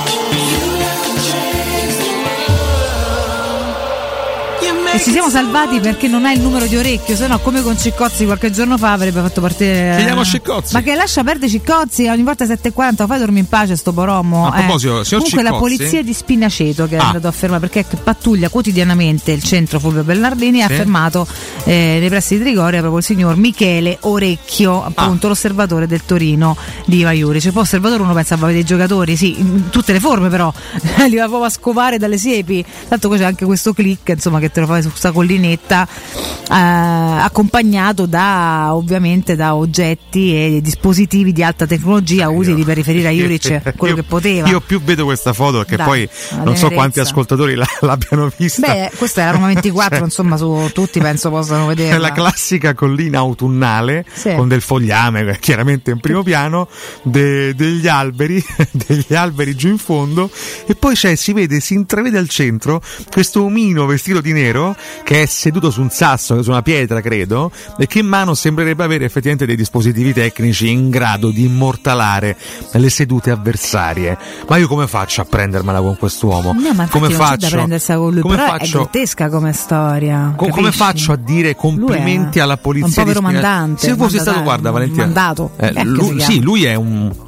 E ci siamo salvati perché non ha il numero di Orecchio, se no come con Ciccozzi qualche giorno fa avrebbe fatto partire. Chiediamo Ciccozzi. Ma che lascia perdere Ciccozzi ogni volta 7:40, fai dormire in pace sto Borommo. A proposito, signor comunque Ciccozzi, la polizia di Spinaceto che è andato a fermare, perché pattuglia quotidianamente il centro Fulvio Bernardini, ha fermato nei pressi di Trigoria proprio il signor Michele Orecchio, appunto l'osservatore del Torino di Ivan Juric. Poi osservatore uno pensa a vedere i giocatori, sì, in tutte le forme, però li va proprio a scovare dalle siepi. Tanto poi c'è anche questo click, insomma, che te lo fai su questa collinetta, accompagnato ovviamente da oggetti e dispositivi di alta tecnologia utili per riferire a Juric quello che poteva. Io più vedo questa foto perché poi non so quanti ascoltatori l'abbiano vista. Beh, questa è la Roma 24, insomma, su tutti penso possano vederla. È la classica collina autunnale con del fogliame chiaramente in primo piano, degli alberi giù in fondo, e poi si intravede al centro questo omino vestito di nero che è seduto su un sasso, su una pietra credo, e che in mano sembrerebbe avere effettivamente dei dispositivi tecnici in grado di immortalare le sedute avversarie. Ma io come faccio a prendermela con quest'uomo? No, ma come non faccio? C'è da prendersela con lui, come però faccio? È grottesca come storia. Come faccio a dire complimenti alla polizia? Un povero mandante. Se io fossi stato, guarda Valentina, mandato. Lui è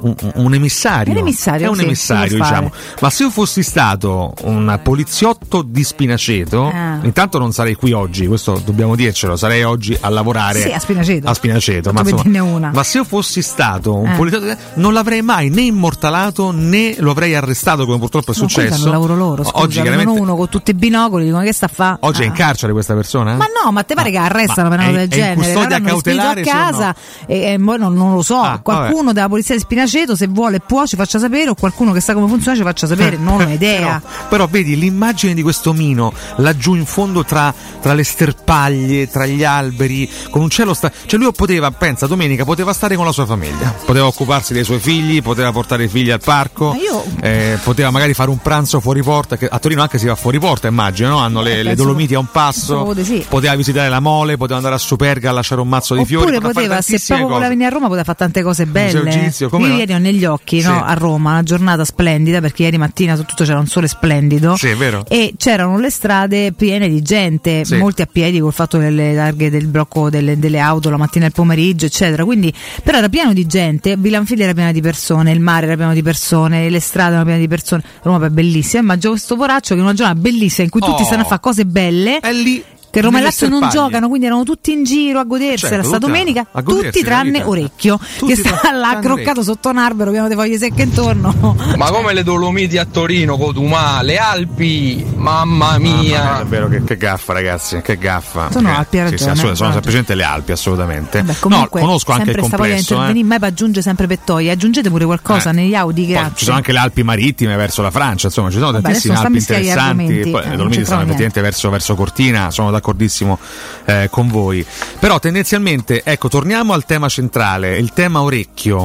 un emissario. È un emissario, diciamo. Ma se io fossi stato un poliziotto di Spinaceto, intanto non sarei qui oggi, questo dobbiamo dircelo, sarei oggi a lavorare a Spinaceto, ma se io fossi stato un poliziotto non l'avrei mai né immortalato né lo avrei arrestato, come purtroppo è successo. Fanno lavoro loro, scusa, oggi chiaramente uno con tutti i binocoli, dicono che sta a fa? Oggi è in carcere questa persona? Ma no, ma te pare che arrestano per una del genere? In custodia cautelare a casa e non lo so, qualcuno della polizia di Spinaceto, se vuole può, ci faccia sapere, o qualcuno che sa come funziona ci faccia sapere, non ho idea. Però vedi l'immagine di questo omino laggiù in fondo tra le sterpaglie, tra gli alberi, con un cielo cioè lui pensa, domenica poteva stare con la sua famiglia, poteva occuparsi dei suoi figli, poteva portare i figli al parco, poteva magari fare un pranzo fuori porta, che a Torino anche si va fuori porta, immagino, no? Hanno le Dolomiti a un passo, poteva visitare la Mole, poteva andare a Superga a lasciare un mazzo di fiori, poteva, se proprio voleva venire a Roma, poteva fare tante cose belle. Io ieri ho negli occhi, no? A Roma, una giornata splendida, perché ieri mattina soprattutto c'era un sole splendido, è vero, e c'erano le strade piene di gente, molti a piedi col fatto delle targhe del blocco delle auto la mattina e il pomeriggio, eccetera. Quindi però era pieno di gente, Vilanfili era piena di persone, il mare era pieno di persone, le strade erano piene di persone. Roma è bellissima, immagino questo poraccio che in una giornata bellissima in cui tutti stanno a fare cose belle, è lì che Roma e Lazio non giocano, quindi erano tutti in giro a godersela sta domenica, tutti tranne Orecchio, che sta là accroccato sotto un albero pieno di foglie secche intorno. Ma come le Dolomiti a Torino, Cotumà, le Alpi, mamma mia. È vero, che gaffa, ragazzi, che gaffa. Sono Alpi, ha ragione. Sono semplicemente le Alpi, assolutamente. Beh, comunque, no, conosco anche il complesso. Mai per aggiungere sempre Pettoia, aggiungete pure qualcosa negli Audi, grazie. Ci sono anche le Alpi marittime verso la Francia, insomma, ci sono tantissime Alpi interessanti. Poi le Dolomiti sono effettivamente verso Cortina, sono d'accordissimo con voi. Però tendenzialmente, ecco, torniamo al tema centrale, il tema Orecchio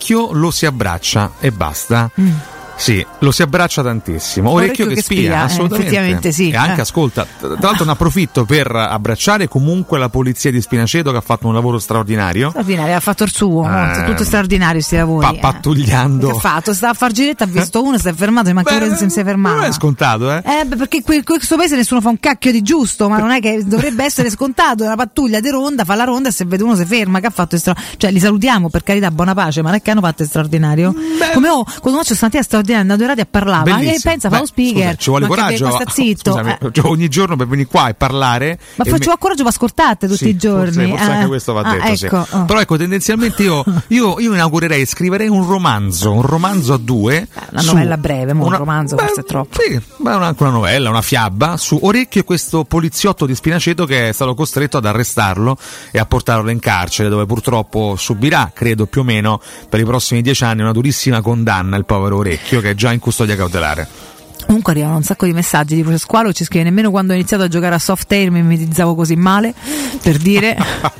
lo si abbraccia e basta. Sì, lo si abbraccia tantissimo. Orecchio che spia, assolutamente. Effettivamente sì. E anche ascolta. Tra l'altro ne approfitto per abbracciare comunque la polizia di Spinaceto, che ha fatto un lavoro straordinario. Ha fatto il suo, tutto straordinario questi lavori. Pattugliando. Che ha fatto? Stava a far giretta, ha visto uno, si è fermato, mi manca pure se si è fermato. Non è scontato, perché in questo paese nessuno fa un cacchio di giusto, ma non è che dovrebbe essere scontato. Una pattuglia di ronda fa la ronda e se vede uno si ferma. Che ha fatto cioè li salutiamo, per carità, buona pace, ma non è che hanno fatto straordinario. Come quando faccio stamattina straordinaria, andando a parlava e pensa, fa lo speaker, ci vuole coraggio, sta zitto. Ogni giorno per venire qua e parlare, ma ci vuole coraggio per ascoltare tutti i giorni, forse anche questo va detto, ecco. Però ecco, tendenzialmente io inaugurerei, scriverei un romanzo a due, una novella breve, un romanzo forse è troppo, anche una novella, una fiaba su Orecchio e questo poliziotto di Spinaceto che è stato costretto ad arrestarlo e a portarlo in carcere, dove purtroppo subirà, credo più o meno per i prossimi 10 anni, una durissima condanna, il povero Orecchio, che è già in custodia cautelare. Comunque arrivano un sacco di messaggi di Squalo, ci scrive: nemmeno quando ho iniziato a giocare a soft air mi mimetizzavo così male, per dire.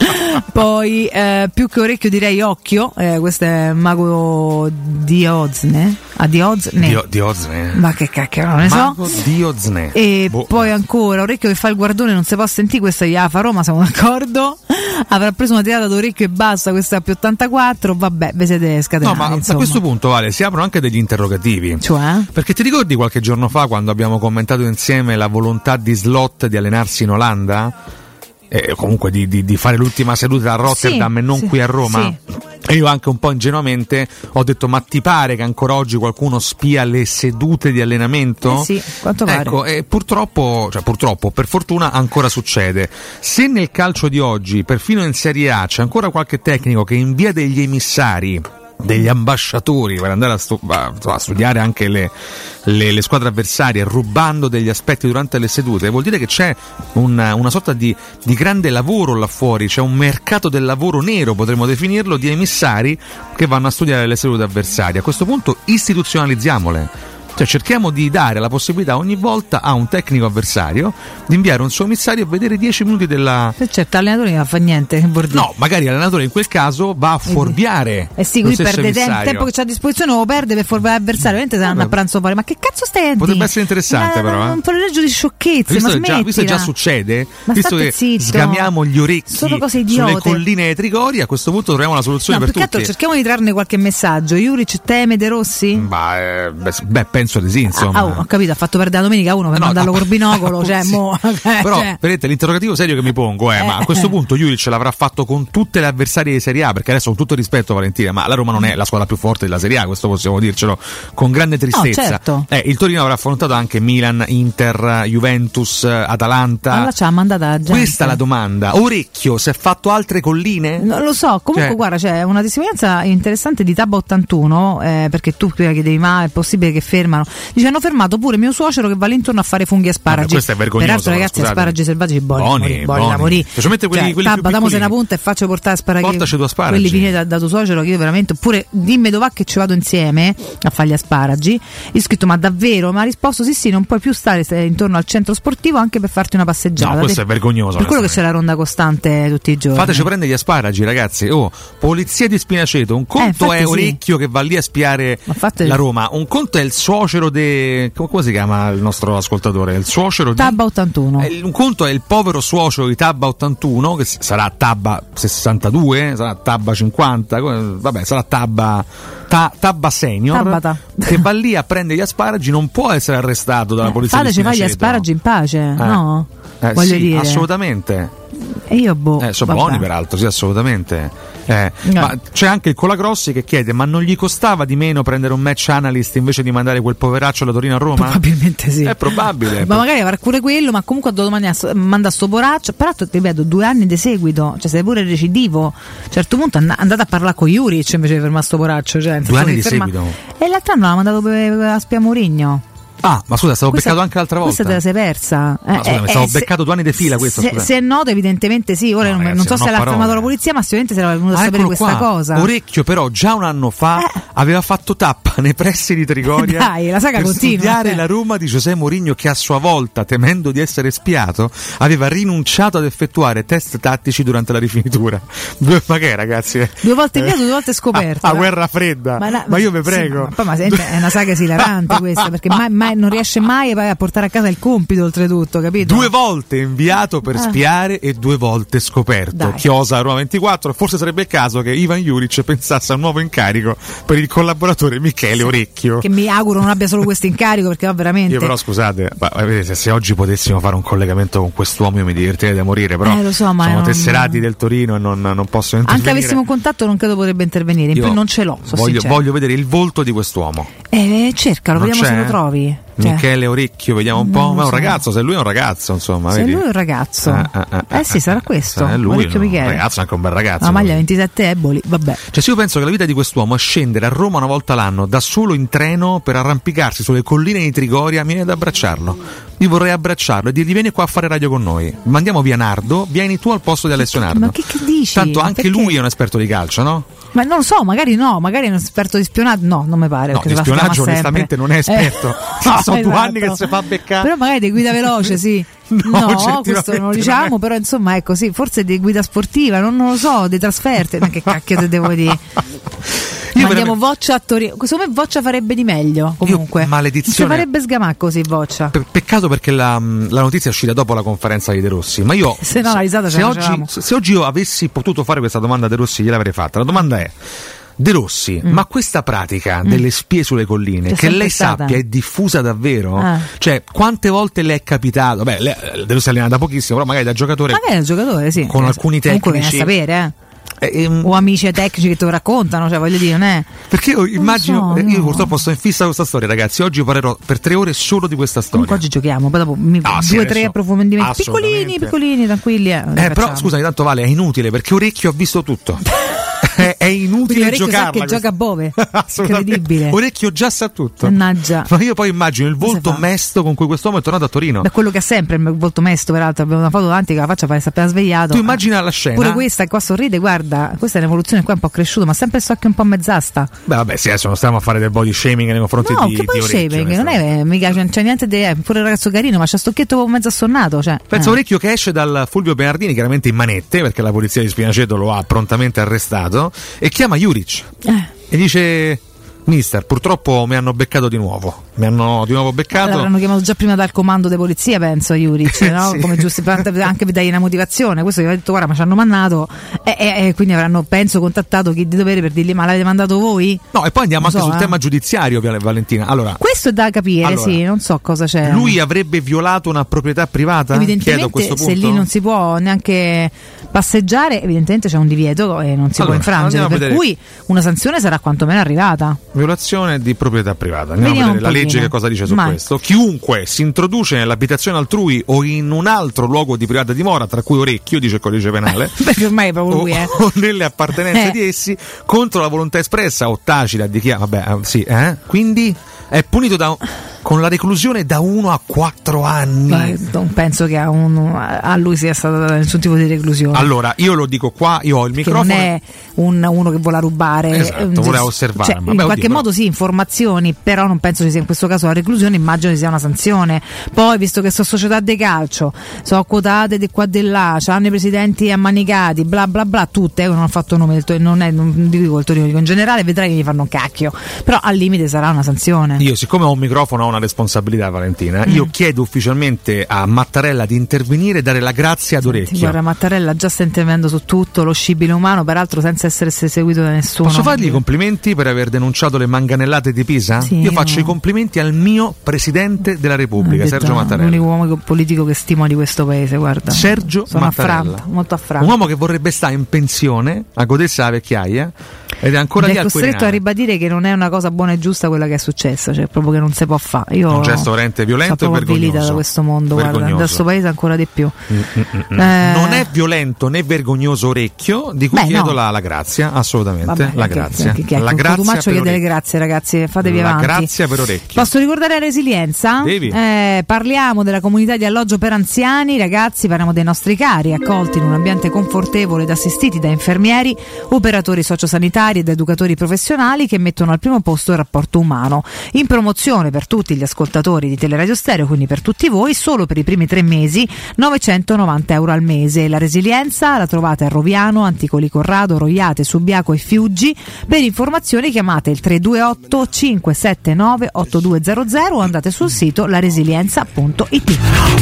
Poi più che orecchio direi occhio, questo è Mago Diozne. Diozne. Ma che cacchio, non ne so. Mago Diozne. E poi ancora orecchio che fa il guardone, non si può sentire, questa è Iafa Roma, siamo d'accordo. Avrà preso una tirata d'orecchio e basta, questa è più 84, vabbè, vi siete scatenati. No, ma insomma. a questo punto, Vale, si aprono anche degli interrogativi. Cioè? Perché ti ricordi qualche giorno fa quando abbiamo commentato insieme la volontà di Slot di allenarsi in Olanda? Comunque di fare l'ultima seduta a Rotterdam e non qui a Roma? Sì. E io anche un po' ingenuamente ho detto: ma ti pare che ancora oggi qualcuno spia le sedute di allenamento? Sì, quanto pare. Ecco, e purtroppo, per fortuna ancora succede. Se nel calcio di oggi, perfino in Serie A, c'è ancora qualche tecnico che invia degli emissari, degli ambasciatori per andare a studiare anche le squadre avversarie, rubando degli aspetti durante le sedute, vuol dire che c'è una sorta di grande lavoro là fuori, c'è un mercato del lavoro nero, potremmo definirlo, di emissari che vanno a studiare le sedute avversarie. A questo punto istituzionalizziamole. Cioè cerchiamo di dare la possibilità ogni volta a un tecnico avversario di inviare un suo emissario a vedere 10 minuti della... Certo, l'allenatore non fa niente. No, magari l'allenatore in quel caso va a fuorviare. Sì, qui perde tempo che c'ha a disposizione, lo perde per fuorviare l'avversario. Ovviamente saranno a pranzo fuori. Ma che cazzo stai a dire? Potrebbe essere interessante, però. Un poreggio di sciocchezze. Visto che già succede, visto che sgamiamo gli orecchi sulle colline di Trigoria, a questo punto troviamo una soluzione per tutti. Altro, cerchiamo di trarne qualche messaggio. Juric teme De Rossi? Beh, penso di sì, insomma. Ho capito, ha fatto perdere la domenica uno per mandarlo col binocolo, cioè, sì. Però vedete, l'interrogativo serio che mi pongo è: ma a questo punto Juric l'avrà fatto con tutte le avversarie di Serie A? Perché adesso, con tutto il rispetto, Valentina, ma la Roma non è la squadra più forte della Serie A, questo possiamo dircelo con grande tristezza. Certo. Il Torino avrà affrontato anche Milan, Inter, Juventus, Atalanta. Allora ci ha mandata la gente. Questa è la domanda. Orecchio, si è fatto altre colline? Non lo so, comunque guarda, c'è una testimonianza interessante di Tabba 81, perché tu prima chiedevi: ma è possibile che fermano? Dice: hanno fermato pure mio suocero che va lì intorno a fare funghi e asparagi. Questo è vergognoso. Peraltro, ragazzi, asparagi selvatici buoni da morire. Specialmente quelli Tabba, damose una punta e faccio portare asparagi. Portaci due asparagi. Quelli finiti da tuo suocero, che io veramente, oppure dimmi dove va che ci vado insieme a fare gli asparagi. Io ho scritto: ma davvero? Ma ha risposto: sì, non puoi più stare intorno al centro sportivo anche per farti una passeggiata. No, questo è vergognoso. Per quello che c'è la ronda costante tutti i giorni. Fateci prendere gli asparagi, ragazzi. Polizia di Spinaceto, un conto è Orecchio che va lì a spiare la Roma, un conto è il suocero come si chiama il nostro ascoltatore? Il suocero Tabba 81. Un conto è il povero suocero di Tabba 81, che sarà Tabba 62, sarà Tabba 50, vabbè, sarà Tabba senior, Tabata, che va lì a prendere gli asparagi, non può essere arrestato dalla polizia di Spinaceto. Fateci fare gli asparagi in pace, no? Voglio dire. Assolutamente. E io sono buoni peraltro, sì, assolutamente. Ma c'è anche il Colagrossi che chiede: ma non gli costava di meno prendere un match analyst invece di mandare quel poveraccio alla Torino a Roma? Probabilmente sì. È probabile. Ma magari avrà pure quello, ma comunque domani manda sto poraccio. Peraltro ti ripeto, 2 anni di seguito, cioè sei pure recidivo. A un certo punto andate a parlare con Juric invece di fermare sto poraccio. 2 anni di seguito. E l'altro anno l'ha mandato a Spia Mourinho. Ah, ma scusa, stavo beccato anche l'altra volta. Questa te la sei persa. Ma scusa, stavo beccato 2 anni di fila questo. Se è noto, evidentemente sì. Ora ragazzi, non so se l'ha fermato la polizia, ma sicuramente se l'ha venuto a sapere questa cosa. Orecchio, però, già un anno fa aveva fatto tappa nei pressi di Trigoria. Dai, la saga per continua. Studiare la Roma di José Mourinho, che a sua volta, temendo di essere spiato, aveva rinunciato ad effettuare test tattici durante la rifinitura. Ma che, ragazzi? 2 volte inviato, 2 volte scoperto. A guerra fredda. Ma io vi prego. Sì, ma è una saga esilarante questa, perché mai non riesce mai a portare a casa il compito, oltretutto, capito? 2 volte inviato per spiare e 2 volte scoperto. Dai. Chiosa Roma 24. Forse sarebbe il caso che Ivan Juric pensasse a un nuovo incarico per il collaboratore Michele Orecchio, che mi auguro non abbia solo questo incarico, perché va veramente. Io però scusate, se oggi potessimo fare un collegamento con quest'uomo io mi divertirei da morire, però lo so, ma sono tesserati del Torino e non posso intervenire. Anche avessimo un contatto non credo potrebbe intervenire, in più non ce l'ho, voglio vedere il volto di quest'uomo. Cercalo, vediamo se lo trovi. Michele Orecchio, vediamo un po'. Ma è un ragazzo, se lui è un ragazzo, insomma. Se vedi? lui è un ragazzo. sì, sarà questo. Lui Orecchio Michele. Un ragazzo, anche un bel ragazzo. La maglia 27 eboli, vabbè. Cioè, se io penso che la vita di quest'uomo è scendere a Roma una volta l'anno da solo in treno per arrampicarsi sulle colline di Trigoria, mi viene ad abbracciarlo. Io vorrei abbracciarlo e dirgli: vieni qua a fare radio con noi. Mandiamo via Nardo, vieni tu al posto di Alessio Nardo. Ma che dici? Tanto anche lui è un esperto di calcio, no? Ma non lo so, magari no, magari è un esperto di spionaggio. No, non mi pare. No, di spionaggio onestamente non è esperto. sono 2 anni che si fa beccare. Però magari di guida veloce, sì. No, questo non lo diciamo, però insomma è così, forse di guida sportiva, non lo so, di trasferte, ma che cacchio te devo dire? Mandiamo Voccia a Torino. Secondo me Voccia farebbe di meglio. Comunque, maledizione. Si farebbe sgamà così Voccia. Peccato perché la notizia è uscita dopo la conferenza di De Rossi. Ma io, se no, la risata se oggi io avessi potuto fare questa domanda a De Rossi, gliel'avrei fatta. La domanda è: De Rossi, ma questa pratica delle spie sulle colline, che lei sappia, è diffusa davvero? Cioè, quante volte le è capitato? Beh, De Rossi allena da pochissimo, però magari da giocatore. Magari da giocatore, sì. Con alcuni tecnici. Comunque viene a sapere, o amici tecnici che te lo raccontano, cioè voglio dire, non è. Perché io immagino, io purtroppo sto in fissa con questa storia, ragazzi. Oggi parlerò per 3 ore solo di questa storia. Comunque oggi giochiamo, poi dopo 2 o 3 approfondimenti piccolini, tranquilli. Però scusami, tanto Vale, è inutile perché Orecchio ha visto tutto. È inutile giocarla. Che gioca a Bove. Incredibile. Orecchio già sa tutto. Mannaggia. Ma io poi immagino il volto mesto con cui quest'uomo è tornato a Torino. Da quello che ha sempre il volto mesto, peraltro abbiamo una foto davanti che la faccia pare appena svegliato. Tu immagina la scena. Pure questa qua sorride, guarda, questa è un'evoluzione qua un po' cresciuta, ma sempre sto occhio un po' mezzasta. Beh vabbè, sì, adesso non stiamo a fare del body shaming nei confronti di che poi Orecchio. Shaming, non è mica c'è niente di pure il ragazzo carino, ma c'ha sto occhietto mezzo assonnato, cioè. Pensa Orecchio che esce dal Fulvio Bernardini, chiaramente in manette, perché la polizia di Spinaceto lo ha prontamente arrestato, e chiama Juric e dice: mister, purtroppo mi hanno beccato di nuovo. Mi hanno di nuovo beccato. L'hanno chiamato già prima dal comando di polizia, penso, Juric, no? Sì. Come giustificante anche per dargli una motivazione. Questo gli aveva detto: guarda, ma ci hanno mandato, e quindi avranno, penso, contattato chi di dovere per dirgli: ma l'avete mandato voi? No, e poi andiamo anche sul tema giudiziario, Valentina. Allora, questo è da capire, sì, non so cosa c'è. Lui avrebbe violato una proprietà privata? Evidentemente, chiedo a questo punto. Se lì non si può neanche passeggiare, evidentemente c'è un divieto e non si può infrangere, per cui una sanzione sarà quantomeno arrivata. Violazione di proprietà privata. Andiamo a vedere la legge che cosa dice su questo. Chiunque si introduce nell'abitazione altrui o in un altro luogo di privata dimora, tra cui Orecchio, dice il codice penale, perché ormai è proprio lui, o nelle appartenenze di essi, contro la volontà espressa o tacita di chi ha, quindi è punito con la reclusione da 1 a 4 anni. Non penso che a lui sia stata nessun tipo di reclusione. Allora, io lo dico qua, io ho il microfono. Che non è uno che vuole rubare. Esatto, voleva osservare. Cioè, in qualche modo sì, informazioni, però non penso ci sia in questo caso la reclusione, immagino ci sia una sanzione. Poi, visto che sono società di calcio, sono quotate di qua e di là, hanno i presidenti ammanicati, bla bla bla, tutte, non ho fatto nome, non dico il Torino, dico in generale, vedrai che gli fanno un cacchio. Però al limite sarà una sanzione. Io, siccome ho un microfono, ho una responsabilità, Valentina. Io chiedo ufficialmente a Mattarella di intervenire e dare la grazia ad Orecchio. Guarda, Mattarella già sta intervenendo su tutto lo scibile umano, peraltro senza essere seguito da nessuno. Posso fargli i complimenti per aver denunciato le manganellate di Pisa? Sì, io faccio i complimenti al mio Presidente della Repubblica, Sergio Mattarella. L'unico uomo politico che stimo di questo paese, guarda. Sergio Mattarella. Molto affranto. Un uomo che vorrebbe stare in pensione a godersi la vecchiaia ed è ancora lì al Quirinale. È costretto a ribadire che non è una cosa buona e giusta quella che è successa, cioè proprio che non si può fare. Io un gesto veramente violento e vergognoso da questo mondo, guarda, da questo paese ancora di più. Non è violento né vergognoso Orecchio, di cui chiedo la grazia, assolutamente. Vabbè, la grazia. La grazia. Cotumaccio chiede le grazie, ragazzi, fatevi avanti. La grazia per Orecchio. Posso ricordare la resilienza? Devi. Parliamo della comunità di alloggio per anziani, ragazzi, parliamo dei nostri cari accolti in un ambiente confortevole ed assistiti da infermieri, operatori sociosanitari ed educatori professionali che mettono al primo posto il rapporto umano. In promozione per tutti gli ascoltatori di Teleradio Stereo, quindi per tutti voi, solo per i primi 3 mesi 990 euro al mese. La resilienza la trovate a Roviano, Anticoli Corrado, Roiate, Subiaco e Fiuggi. Per informazioni chiamate il 328 579 8200 o andate sul sito laresilienza.it.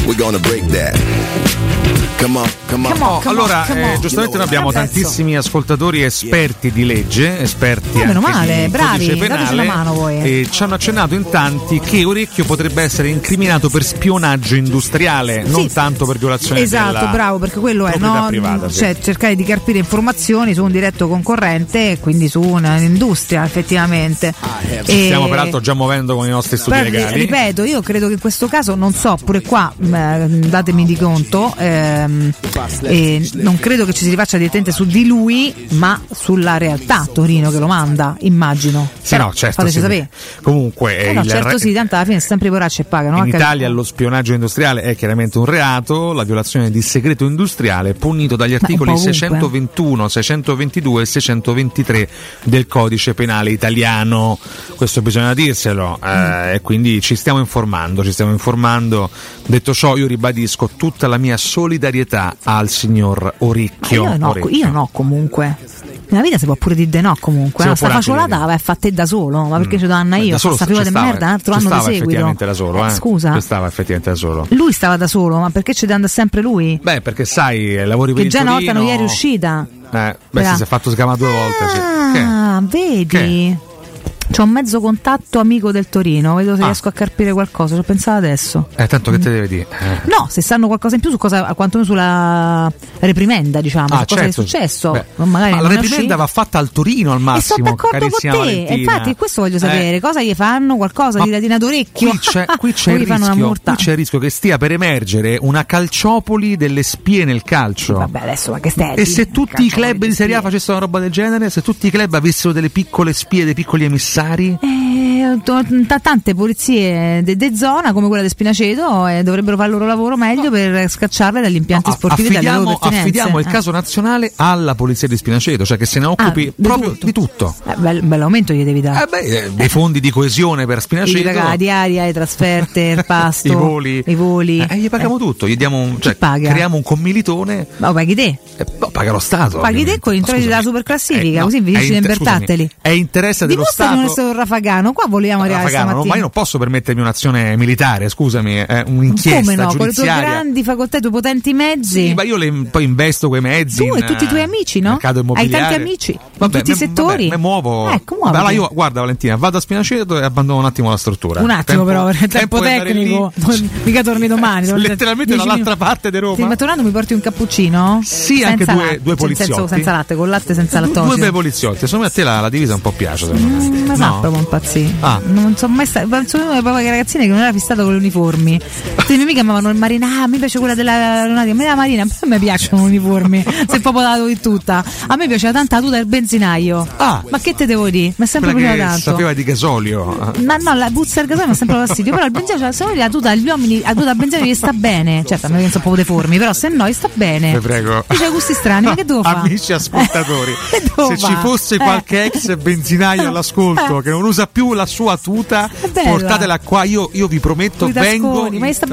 Allora, giustamente noi abbiamo tantissimi ascoltatori esperti di legge, esperti meno anche male, di bravi, codice penale, dateci la mano voi. E ci hanno accennato in tanti che Orecchio potrebbe essere incriminato per spionaggio industriale, non tanto per violazione della bravo, perché quello è, no? Privata, cioè cercare di carpire informazioni su un diretto concorrente e quindi su un'industria effettivamente. Stiamo peraltro già muovendo con i nostri studi legali. Ripeto, io credo che in questo caso, non so, pure qua datemi di conto, non credo che ci si rifaccia direttamente su di lui, ma sulla realtà Torino che lo manda, immagino. Sì, no, certo. Fateci sapere. Comunque, no, certo sì, tanto alla fine sempre i poracci e pagano. In Italia lo spionaggio industriale è chiaramente un reato, la violazione di segreto industriale è punito dagli articoli 621, 622 e 623 del codice penale italiano. Questo bisogna dirselo, e quindi ci stiamo informando. Detto ciò, io ribadisco tutta la mia solidarietà al signor Orecchio. Io no, comunque. Nella vita si può pure dire no comunque. Sta facciolata va fatta da solo, ma perché ci do Anna io? Sta figura di merda, un altro anno di seguito. Effettivamente da solo, Scusa. Stava effettivamente da solo. Lui stava da solo, ma perché ci deve andare sempre lui? Beh, perché sai, lavori per che già una volta non gli è riuscita. Si è fatto scamare 2 volte, sì. Vedi? Che? C'ho un mezzo contatto amico del Torino, vedo se riesco a carpire qualcosa, ci ho pensato adesso. Tanto che te deve dire? No, se sanno qualcosa in più su cosa, quantomeno sulla reprimenda, diciamo, su cosa è successo. Magari la reprimenda va fatta al Torino al massimo. E sono d'accordo con te, Valentina. Infatti questo voglio sapere, cosa gli fanno, qualcosa di latina d'orecchio? Qui c'è il rischio che stia per emergere una calciopoli delle spie nel calcio. Vabbè, adesso ma che stai? E se tutti i club di Serie A facessero una roba del genere, se tutti i club avessero delle piccole spie, dei piccoli emissari, tante polizie de zona come quella di Spinaceto dovrebbero fare il loro lavoro meglio per scacciarle dagli impianti sportivi dalle loro pertinenze. Affidiamo il caso nazionale alla polizia di Spinaceto, cioè che se ne occupi proprio di tutto. Bell'aumento gli devi dare. Dei fondi di coesione per Spinaceto, la diaria, le trasferte, il pasto, i voli. Gli paghiamo tutto, gli diamo creiamo un commilitone. Ma paghi te? Paga lo Stato. Paghi te con l'introito della superclassifica, così invece di imbertateli. È interesse dello Stato. Non è stato rafagano, qua volevamo arrivare stamattina. Ma io non posso permettermi un'azione militare, scusami, è un'inchiesta come no, giudiziaria. con le tue grandi facoltà, i tuoi potenti mezzi. Sì, ma io poi investo quei mezzi. Tu e tutti i tuoi amici, no? Hai tanti amici in tutti i settori. Mi muovo. Allora io, guarda Valentina, vado a Spinaceto e abbandono un attimo la struttura. Un attimo però, tempo tecnico. Mica torni domani. Letteralmente dall'altra parte di Roma. Ma tornando mi porti un cappuccino? Sì, senza anche due poliziotti. Senza latte, con latte senza lattosio. Due poliziotti. Secondo me a te la divisa un po' piace, secondo me. Ma no, proprio impazzì. Non so mai penso proprio che ragazzine che non era fissata con le uniformi. Le mie amiche amavano il marina, a me piace quella dell'aeronautica, a me la marina, a me piacciono le uniformi. Se proprio la dato di tutta. A me piaceva tanto la tuta del benzinaio. Ma che te devo dire? Mi è sempre piaciuta tanto. Sapeva di gasolio. Ma no, la puzza del gasolio mi è sempre fastidio. Però il benzinaio, se la tuta agli uomini, la tuta del benzinaio gli sta bene. Certo, a me penso un po' deformi, però se no gli sta bene. Ti prego. C'è gusti strani, ma che devo fare? Amici ascoltatori, se ci fosse qualche ex benzinaio all'ascolto che non usa più la sua tuta, portatela qua, io vi prometto, vengo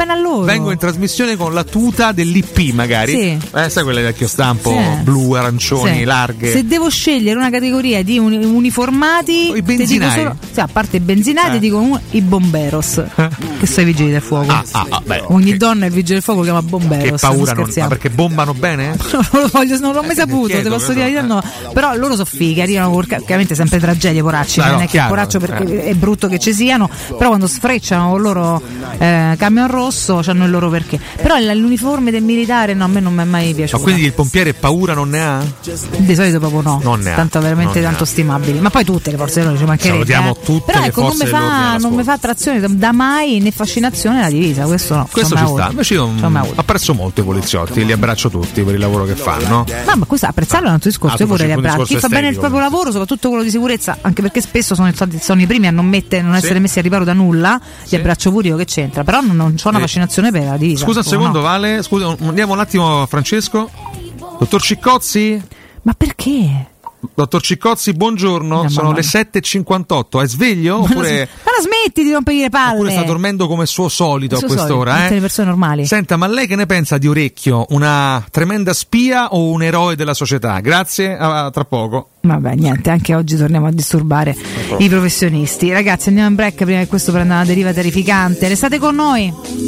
in trasmissione con la tuta dell'IP magari, sai quelle vecchio stampo blu, arancioni, larghe. Se devo scegliere una categoria di uniformati, i benzinai, a parte i benzinai dico i bomberos, che sei vigili del fuoco. Ogni donna è il vigile del fuoco, chiama bomberos. Che paura, ma perché bombano bene? Non l'ho mai saputo, te posso dire no. Però loro sono fighi, arrivano chiaramente sempre tragedie, poracci, non è che poraccio perché è brutto che ci siano, però quando sfrecciano con il loro camion rosso hanno il loro perché. Però l'uniforme del militare no, a me non mi è mai piaciuto. Ma quindi il pompiere paura non ne ha? Di solito proprio no. Non ne ha. Tanto veramente tanto stimabili. Ma poi tutte le forze dell'ordine ci mancherebbe. Salutiamo tutte però le ecco, forze dell'ordine. Non mi fa attrazione da mai né fascinazione la divisa, questo no. Questo ci sta. Invece io apprezzo molto i poliziotti, li abbraccio tutti per il lavoro che fanno. No, ma questo apprezzarlo è un altro discorso. Io vorrei abbracciare chi fa bene il proprio lavoro, soprattutto quello di sicurezza, anche perché spesso sono i primi a non essere messi a riparo da nulla. Li abbraccio pure io, che c'entra, però non c'ho una fascinazione per la divisa. Scusa un secondo, Vale, scusa, andiamo un attimo, Francesco. Dottor Ciccozzi? Ma perché? Dottor Ciccozzi, buongiorno, sono le 7:58, è sveglio? Oppure... Ma la smetti di rompere le palle? Oppure sta dormendo come suo solito a quest'ora? Tutte le persone normali. Senta, ma lei che ne pensa di Orecchio? Una tremenda spia o un eroe della società? Grazie, tra poco. Vabbè, niente, anche oggi torniamo a disturbare i professionisti. Ragazzi, andiamo in break prima che questo prenda una deriva terrificante. Restate con noi.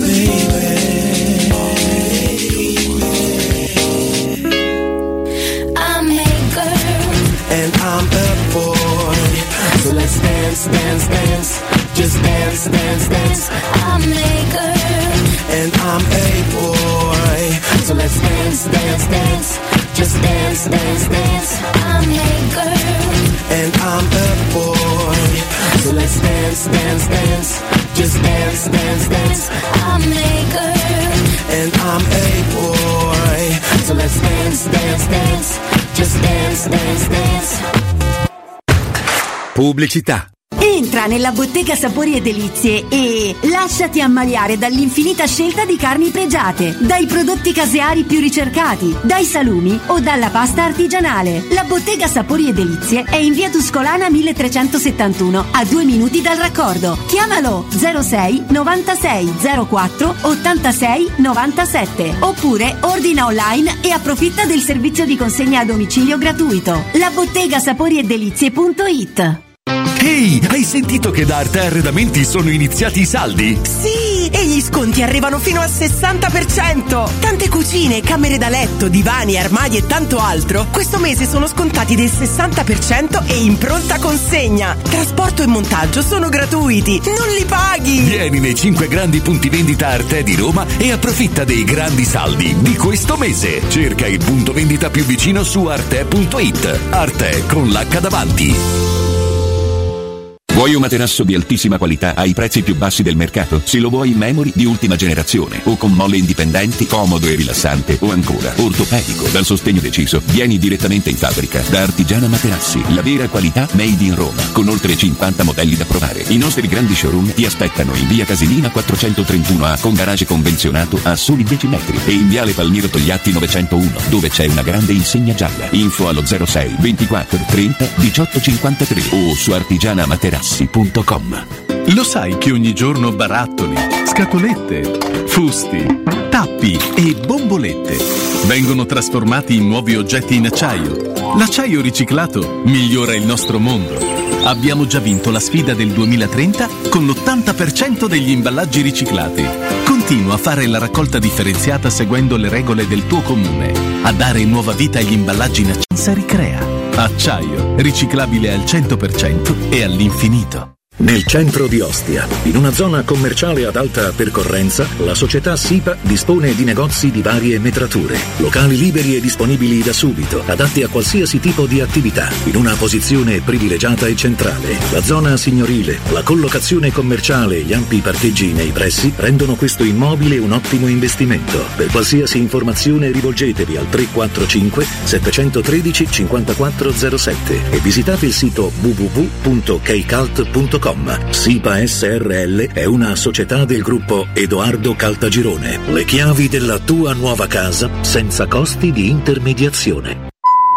And I'm a boy, so let's dance, dance, dance. Just dance, dance, dance. I'm a girl, and I'm a boy, so let's dance, dance, dance. Just dance, dance, dance. I'm a girl, and I'm a boy, so let's dance, dance, dance. Just dance, dance, dance. I'm a girl, and I'm a boy. So let's dance, dance, dance. Just dance, dance, dance. Pubblicità. Entra nella Bottega Sapori e Delizie e lasciati ammaliare dall'infinita scelta di carni pregiate, dai prodotti caseari più ricercati, dai salumi o dalla pasta artigianale. La Bottega Sapori e Delizie è in via Tuscolana 1371, a 2 minuti dal raccordo. Chiamalo 06 96 04 86 97 oppure ordina online e approfitta del servizio di consegna a domicilio gratuito. La Bottega Sapori e Delizie.it. Ehi, hai sentito che da Arte Arredamenti sono iniziati i saldi? Sì, e gli sconti arrivano fino al 60%. Tante cucine, camere da letto, divani, armadi e tanto altro questo mese sono scontati del 60% e in pronta consegna. Trasporto e montaggio sono gratuiti, non li paghi. Vieni nei 5 grandi punti vendita Arte di Roma e approfitta dei grandi saldi di questo mese. Cerca il punto vendita più vicino su arte.it. Arte con l'H davanti. Vuoi un materasso di altissima qualità ai prezzi più bassi del mercato? Se lo vuoi in memory di ultima generazione o con molle indipendenti, comodo e rilassante o ancora ortopedico dal sostegno deciso, vieni direttamente in fabbrica da Artigiana Materassi, la vera qualità made in Roma, con oltre 50 modelli da provare. I nostri grandi showroom ti aspettano in via Casilina 431A con garage convenzionato a soli 10 metri e in viale Palmiro Togliatti 901 dove c'è una grande insegna gialla. Info allo 06 24 30 18 53 o su artigianamaterassi.com. Lo sai che ogni giorno barattoli, scatolette, fusti, tappi e bombolette vengono trasformati in nuovi oggetti in acciaio? L'acciaio riciclato migliora il nostro mondo. Abbiamo già vinto la sfida del 2030 con l'80% degli imballaggi riciclati. Continua a fare la raccolta differenziata seguendo le regole del tuo comune. A dare nuova vita agli imballaggi in acciaio Ricrea. Acciaio, riciclabile al 100% e all'infinito. Nel centro di Ostia, in una zona commerciale ad alta percorrenza, la società SIPA dispone di negozi di varie metrature, locali liberi e disponibili da subito, adatti a qualsiasi tipo di attività, in una posizione privilegiata e centrale. La zona signorile, la collocazione commerciale e gli ampi parcheggi nei pressi rendono questo immobile un ottimo investimento. Per qualsiasi informazione rivolgetevi al 345 713 5407 e visitate il sito www.keicalt.com. SIPA SRL è una società del gruppo Edoardo Caltagirone. Le chiavi della tua nuova casa senza costi di intermediazione.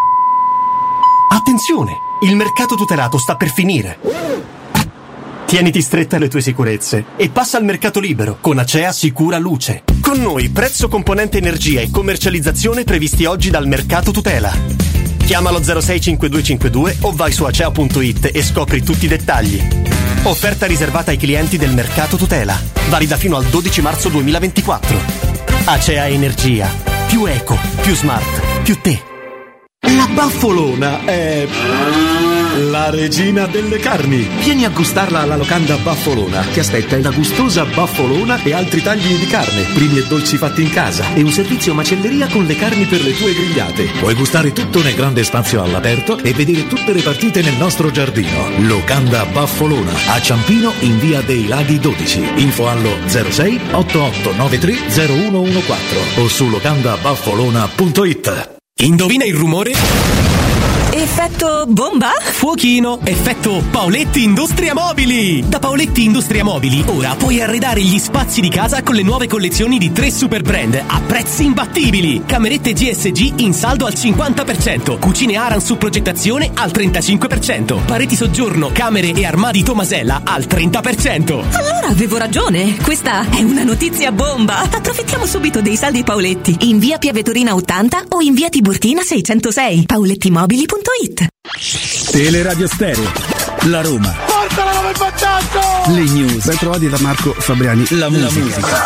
Attenzione! Il mercato tutelato sta per finire. Tieniti stretta alle tue sicurezze e passa al mercato libero con Acea Sicura Luce. Con noi prezzo, componente energia e commercializzazione previsti oggi dal mercato tutela. Chiamalo 065252 o vai su acea.it e scopri tutti i dettagli. Offerta riservata ai clienti del mercato tutela. Valida fino al 12 marzo 2024. Acea Energia. Più eco, più smart, più te. La Baffolona è la regina delle carni. Vieni a gustarla alla locanda Baffolona. Ti aspetta una gustosa baffolona e altri tagli di carne, primi e dolci fatti in casa e un servizio macelleria con le carni per le tue grigliate. Puoi gustare tutto nel grande spazio all'aperto e vedere tutte le partite nel nostro giardino. Locanda Baffolona a Ciampino in via dei Laghi 12. Info allo 06 8893 0114 o su locandabaffolona.it. Indovina il rumore? Effetto bomba? Fuochino! Effetto Paoletti Industria Mobili! Da Paoletti Industria Mobili ora puoi arredare gli spazi di casa con le nuove collezioni di 3 super brand a prezzi imbattibili. Camerette GSG in saldo al 50%, cucine Aran su progettazione al 35%, pareti soggiorno, camere e armadi Tomasella al 30%. Allora avevo ragione, questa è una notizia bomba. Approfittiamo subito dei saldi Paoletti in via Piavetorina 80 o in via Tiburtina 606. paolettimobili.it. Teleradio Stereo, la Roma. Portala come vantaggio! Le news. Ben trovati da Marco Fabriani. La musica.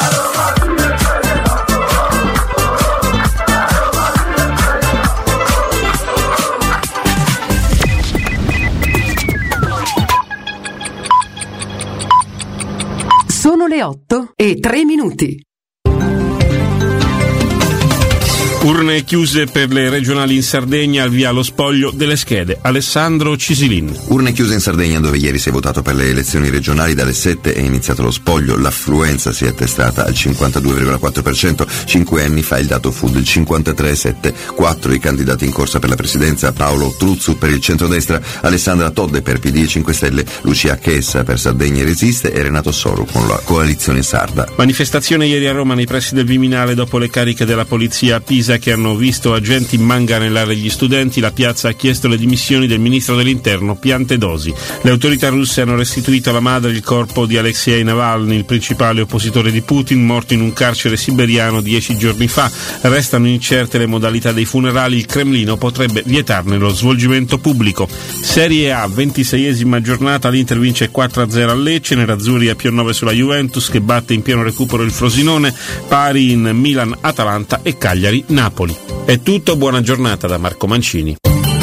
Sono le 8:03. Urne chiuse per le regionali in Sardegna, al via lo spoglio delle schede. Alessandro Cisilin. Urne chiuse in Sardegna, dove ieri si è votato per le elezioni regionali. Dalle 7 è iniziato lo spoglio, l'affluenza si è attestata al 52,4%, 5 anni fa il dato fu del 53,7%. 4 i candidati in corsa per la presidenza: Paolo Truzzu per il centrodestra, Alessandra Todde per PD e 5 Stelle, Lucia Chessa per Sardegna Resiste e Renato Soru con la coalizione sarda. Manifestazione ieri a Roma nei pressi del Viminale dopo le cariche della polizia a Pisa che hanno visto agenti manganellare gli studenti. La piazza ha chiesto le dimissioni del ministro dell'interno Piantedosi. Le autorità russe hanno restituito alla madre il corpo di Alexei Navalny, il principale oppositore di Putin, morto in un carcere siberiano 10 giorni fa. Restano incerte le modalità dei funerali, il Cremlino potrebbe vietarne lo svolgimento pubblico. Serie A, 26esima giornata, l'Inter vince 4-0 a Lecce, nerazzurri a +9 sulla Juventus che batte in pieno recupero il Frosinone, pari in Milan, Atalanta e Cagliari Napoli. È tutto, buona giornata da Marco Mancini.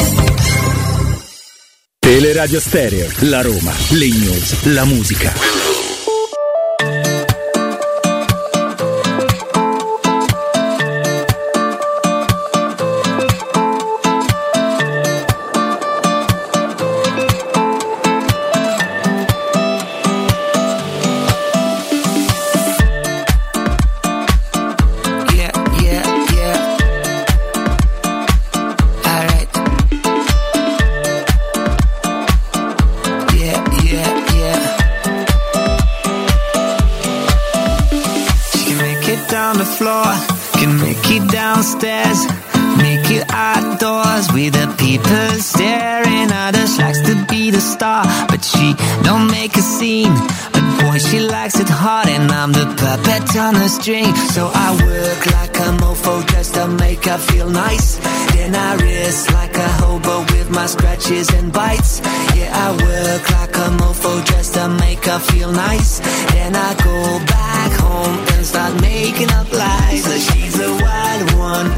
Teleradio Stereo, la Roma, le news, la musica. So I work like a mofo just to make her feel nice. Then I rest like a hobo with my scratches and bites. Yeah, I work like a mofo just to make her feel nice. Then I go back home and start making up lies. So she's a wild one.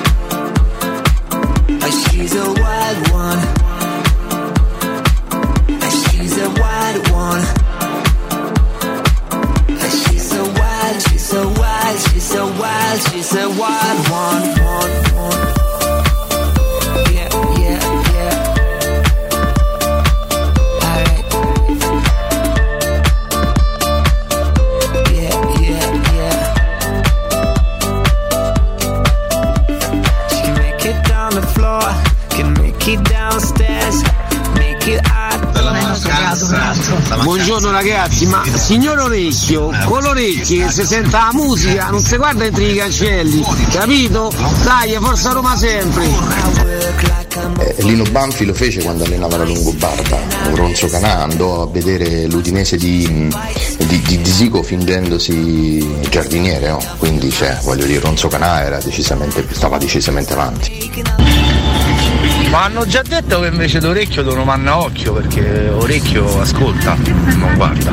She's a wild one. She's a wild one. She's a wild, she's a wild, she's a wild, she's a wild one. Yeah, yeah, yeah. Alright. Yeah, yeah, yeah. She can make it down the floor, can make it downstairs, make it out. Buongiorno ragazzi, ma signor Orecchio, con l'orecchio che si sente la musica non si guarda entro i cancelli, capito? Dai, forza Roma sempre! Lino Banfi lo fece quando allenava la Longobarda, Ronzo Canà andò a vedere l'Udinese di Sico fingendosi giardiniere, no? Quindi voglio dire, Ronzo Canà stava decisamente avanti. Ma hanno già detto che invece d'Orecchio devono manna occhio, perché Orecchio ascolta, non guarda.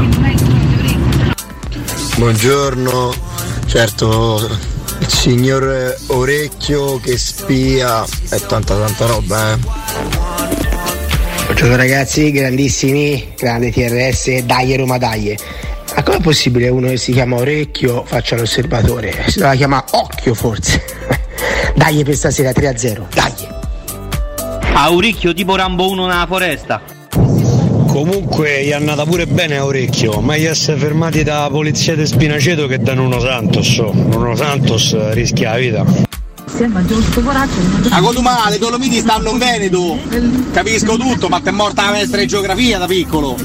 Buongiorno, certo il signor Orecchio che spia è tanta roba, Buongiorno ragazzi, grandissimi, grande TRS, dai Roma dai. Ma com'è possibile uno che si chiama Orecchio faccia l'osservatore? Si doveva chiamare Occhio forse. Dai per stasera 3-0, dai. A Orecchio tipo Rambo 1 nella foresta. Comunque gli è andata pure bene a Orecchio, meglio essere fermati da polizia di Spinaceto che da Nuno Santos. Nuno Santos rischia la vita. A Cotumale, i Dolomiti stanno in Veneto, capisco tutto, ma t'è morta la maestra di geografia da piccolo.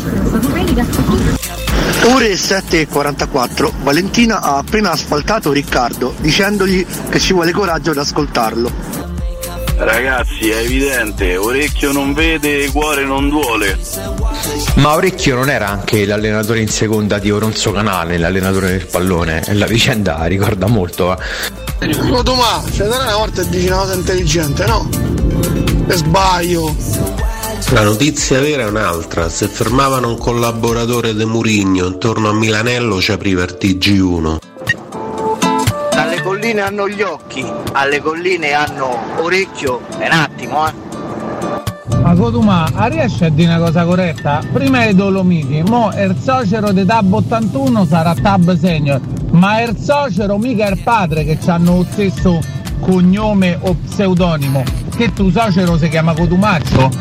Ore 7:44, Valentina ha appena asfaltato Riccardo dicendogli che ci vuole coraggio ad ascoltarlo. Ragazzi, è evidente, Orecchio non vede, cuore non duole. Ma Orecchio non era anche l'allenatore in seconda di Oronzo Canale, l'allenatore del pallone, e la vicenda ricorda molto. Tomà, c'è una volta dici una cosa intelligente, no? E sbaglio. La notizia vera è un'altra, se fermavano un collaboratore de Murigno intorno a Milanello ci apriva il TG1. Dalle colline hanno gli occhi, alle colline hanno Orecchio, è un attimo, Ma Cotumà, riesci a dire una cosa corretta? Prima i Dolomiti, mo il socero di Tab 81 sarà Tab Senior, ma il socero mica è il padre che c'hanno lo stesso cognome o pseudonimo, che tuo suocero si chiama Cotumaccio?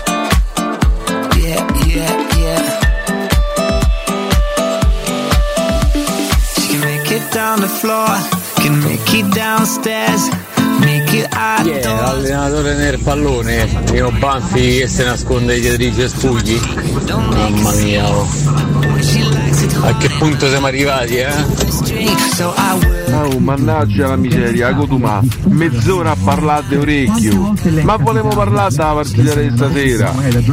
Yeah. She can make it down the floor, can make it downstairs, make it out. L'allenatore nel pallone, Nino Banfi che si nasconde dietro i cespugli. Mamma mia, a che punto siamo arrivati, Oh, mannaggia la miseria, Cotumà, mezz'ora a parlare di Orecchio, ma volevo parlare della partita di stasera.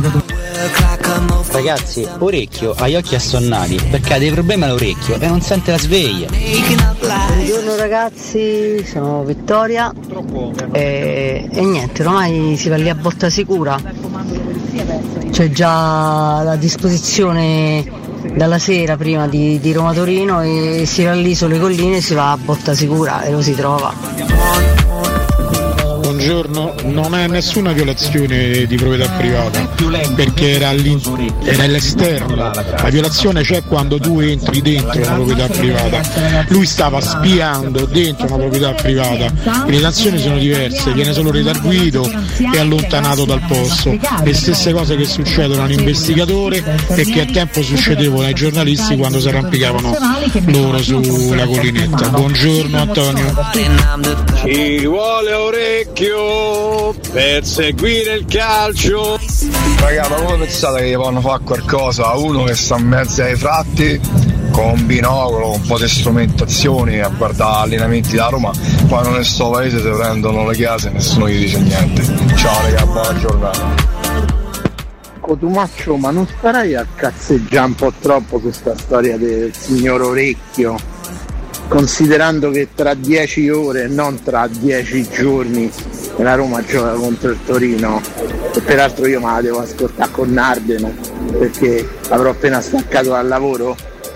Ragazzi, Orecchio ha gli occhi assonnati perché ha dei problemi all'orecchio e non sente la sveglia. Buongiorno ragazzi, sono Vittoria e niente, ormai si va lì a botta sicura, c'è già la disposizione dalla sera prima di Roma Torino e si va lì sulle colline, si va a botta sicura e lo si trova. Buongiorno, non è nessuna violazione di proprietà privata perché era all'esterno. La violazione c'è quando tu entri dentro una proprietà privata. Lui stava spiando dentro una proprietà privata. Le sanzioni sono diverse, viene solo redarguito e allontanato dal posto. Le stesse cose che succedono all'investigatore e che a tempo succedevano ai giornalisti quando si arrampicavano loro sulla collinetta. Buongiorno Antonio. Ci vuole Orecchio per seguire il calcio. Raga, ma come pensate che gli vanno fare qualcosa a uno che sta in mezzo ai fratti con un binocolo, un po' di strumentazioni a guardare allenamenti da Roma, quando nel sto paese si prendono le case e nessuno gli dice niente. Ciao raga, buona giornata. Cotumaccio, ma non starai a cazzeggiare un po' troppo su sta storia del signor Orecchio, considerando che tra 10 ore, non tra 10 giorni, la Roma gioca contro il Torino, e peraltro io me la devo ascoltare con Nardeno perché avrò appena staccato dal lavoro.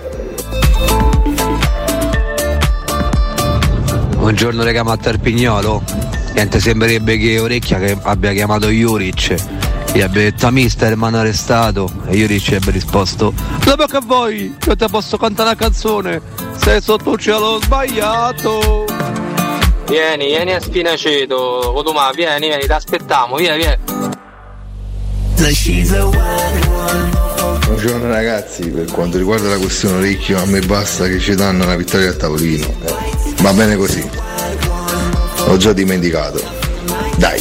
Buongiorno raga, Matta Arpignolo. Niente, sembrerebbe che Orecchia che abbia chiamato Juric, gli abbia detto mister mi hanno arrestato e Juric abbia risposto la bocca a voi, io ti posso cantare una canzone, sei sotto un cielo sbagliato. Vieni a Spinaceto, Cotumà, vieni, ti aspettiamo, vieni. Buongiorno ragazzi, per quanto riguarda la questione Orecchio, a me basta che ci danno una vittoria al tavolino, va bene così, ho già dimenticato, dai.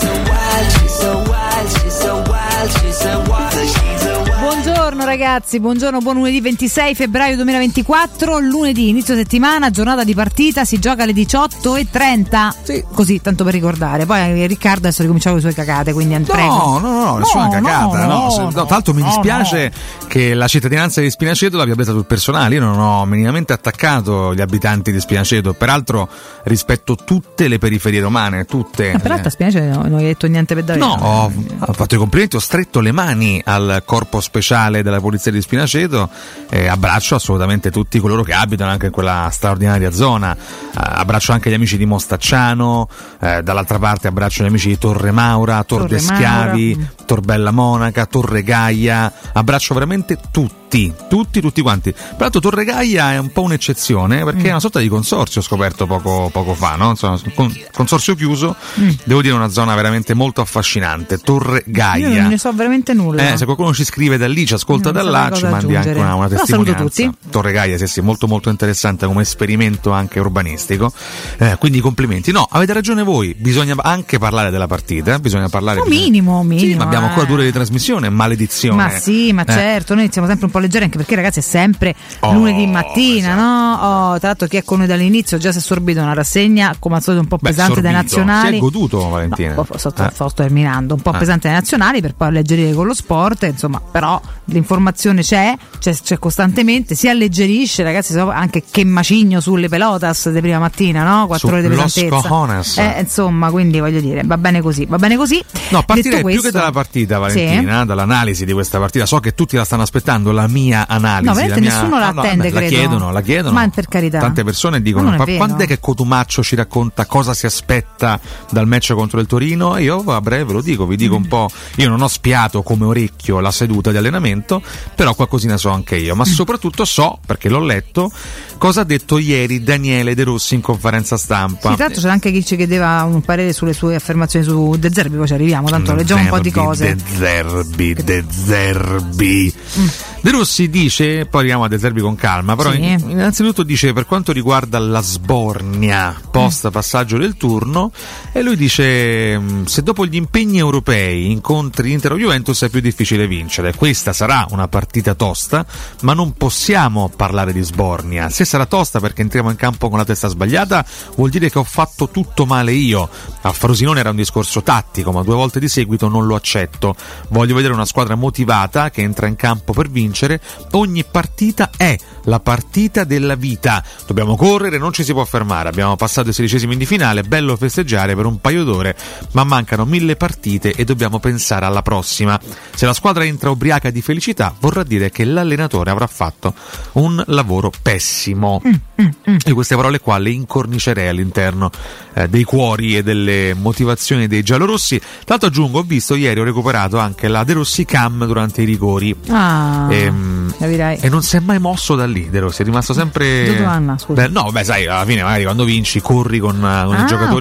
Buongiorno ragazzi, buongiorno, buon lunedì 26 febbraio 2024, lunedì, inizio settimana, giornata di partita, si gioca alle 18:30, sì. Così, tanto per ricordare. Poi Riccardo adesso ricominciava le sue cacate, quindi prego. No, nessuna cacata, no. Tra l'altro mi dispiace che la cittadinanza di Spinaceto l'abbia presa sul personale, io non ho minimamente attaccato gli abitanti di Spinaceto, peraltro rispetto tutte le periferie romane, tutte. Peraltro a Spinaceto non hai detto niente per davvero. No, ho fatto i complimenti, ho stretto le mani al corpo speciale della polizia di Spinaceto, abbraccio assolutamente tutti coloro che abitano anche in quella straordinaria zona, abbraccio anche gli amici di Mostacciano, dall'altra parte abbraccio gli amici di Torre Maura, Tor de Schiavi, Tor Bella Monaca, Torre Gaia, abbraccio veramente tutti quanti. Peraltro Torre Gaia è un po' un'eccezione perché è una sorta di consorzio, ho scoperto poco fa, no? Insomma, consorzio chiuso, devo dire una zona veramente molto affascinante, Torre Gaia. Io non ne so veramente nulla. Se qualcuno ci scrive da lì, ci ascolta da là, ci mandi anche una testimonianza. Torre Gaia, sì, molto molto interessante come esperimento anche urbanistico, quindi complimenti. No, avete ragione voi, bisogna anche parlare della partita, bisogna parlare minimo. Sì, ma abbiamo ancora 2 ore di trasmissione, maledizione. Ma sì, ma certo, noi iniziamo sempre un po' leggeri, anche perché ragazzi è sempre lunedì mattina, esatto. No? Tra l'altro chi è con noi dall'inizio già si è assorbito una rassegna come al solito un po' pesante dai nazionali. Si è goduto, Valentina? No, sto terminando, un po' pesante dai nazionali per poi alleggerire con lo sport, insomma, però l'informazione c'è costantemente, si alleggerisce, ragazzi, anche che macigno sulle pelotas di prima mattina, no? 4 ore di pesantezza. Insomma, quindi voglio dire, va bene così. No, partirei più che dalla partita, Valentina, dall'analisi di questa partita. So che tutti la stanno aspettando, la mia analisi. No, veramente nessuno la attende, credo. La chiedono. Ma per carità. Tante persone dicono: ma quando è che Cotumaccio ci racconta cosa si aspetta dal match contro il Torino? E io a breve ve lo dico, vi dico un po'. Io non ho spiato come Orecchio la seduta di allenamento, però qualcosina so anche io, ma soprattutto so, perché l'ho letto, cosa ha detto ieri Daniele De Rossi in conferenza stampa. Sì, tra l'altro c'era anche chi ci chiedeva un parere sulle sue affermazioni su De Zerbi, poi ci arriviamo, tanto leggiamo un po' di cose. De Zerbi. De Rossi dice, poi arriviamo a De Zerbi con calma, però sì. Innanzitutto dice per quanto riguarda la sbornia post passaggio del turno, e lui dice: se dopo gli impegni europei incontri Inter o Juventus è più difficile vincere, questa sarà una partita tosta, ma non possiamo parlare di sbornia. Se sarà tosta perché entriamo in campo con la testa sbagliata, vuol dire che ho fatto tutto male io. A Frosinone era un discorso tattico, ma 2 volte di seguito non lo accetto. Voglio vedere una squadra motivata che entra in campo per vincere. Ogni partita è la partita della vita, dobbiamo correre, non ci si può fermare. Abbiamo passato i 16esimi di finale, bello festeggiare per un paio d'ore, ma mancano 1000 partite e dobbiamo pensare alla prossima. Se la squadra entra ubriaca di felicità, vorrà dire che l'allenatore avrà fatto un lavoro pessimo. E queste parole qua le incornicerei all'interno dei cuori e delle motivazioni dei giallorossi. Tra l'altro aggiungo, ho visto ieri, ho recuperato anche la De Rossi Cam durante i rigori. E non si è mai mosso da lì De Rossi, è rimasto sempre sai, alla fine magari quando vinci corri con i giocatori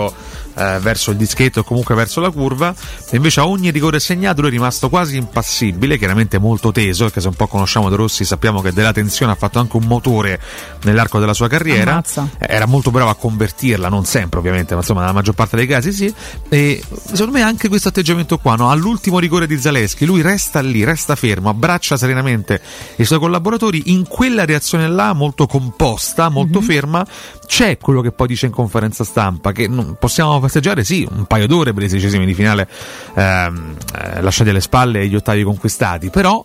verso il dischetto o comunque verso la curva, e invece a ogni rigore segnato lui è rimasto quasi impassibile, chiaramente molto teso, perché se un po' conosciamo De Rossi sappiamo che della tensione ha fatto anche un motore nell'arco della sua carriera. Era molto bravo a convertirla, non sempre ovviamente, ma insomma nella maggior parte dei casi sì. E secondo me anche questo atteggiamento qua, no? All'ultimo rigore di Zaleschi lui resta lì, resta fermo, abbraccia serenamente i suoi collaboratori, in quella reazione là molto composta, molto ferma. C'è quello che poi dice in conferenza stampa, che non possiamo festeggiare un paio d'ore per i 16esimi di finale lasciati alle spalle gli ottavi conquistati, però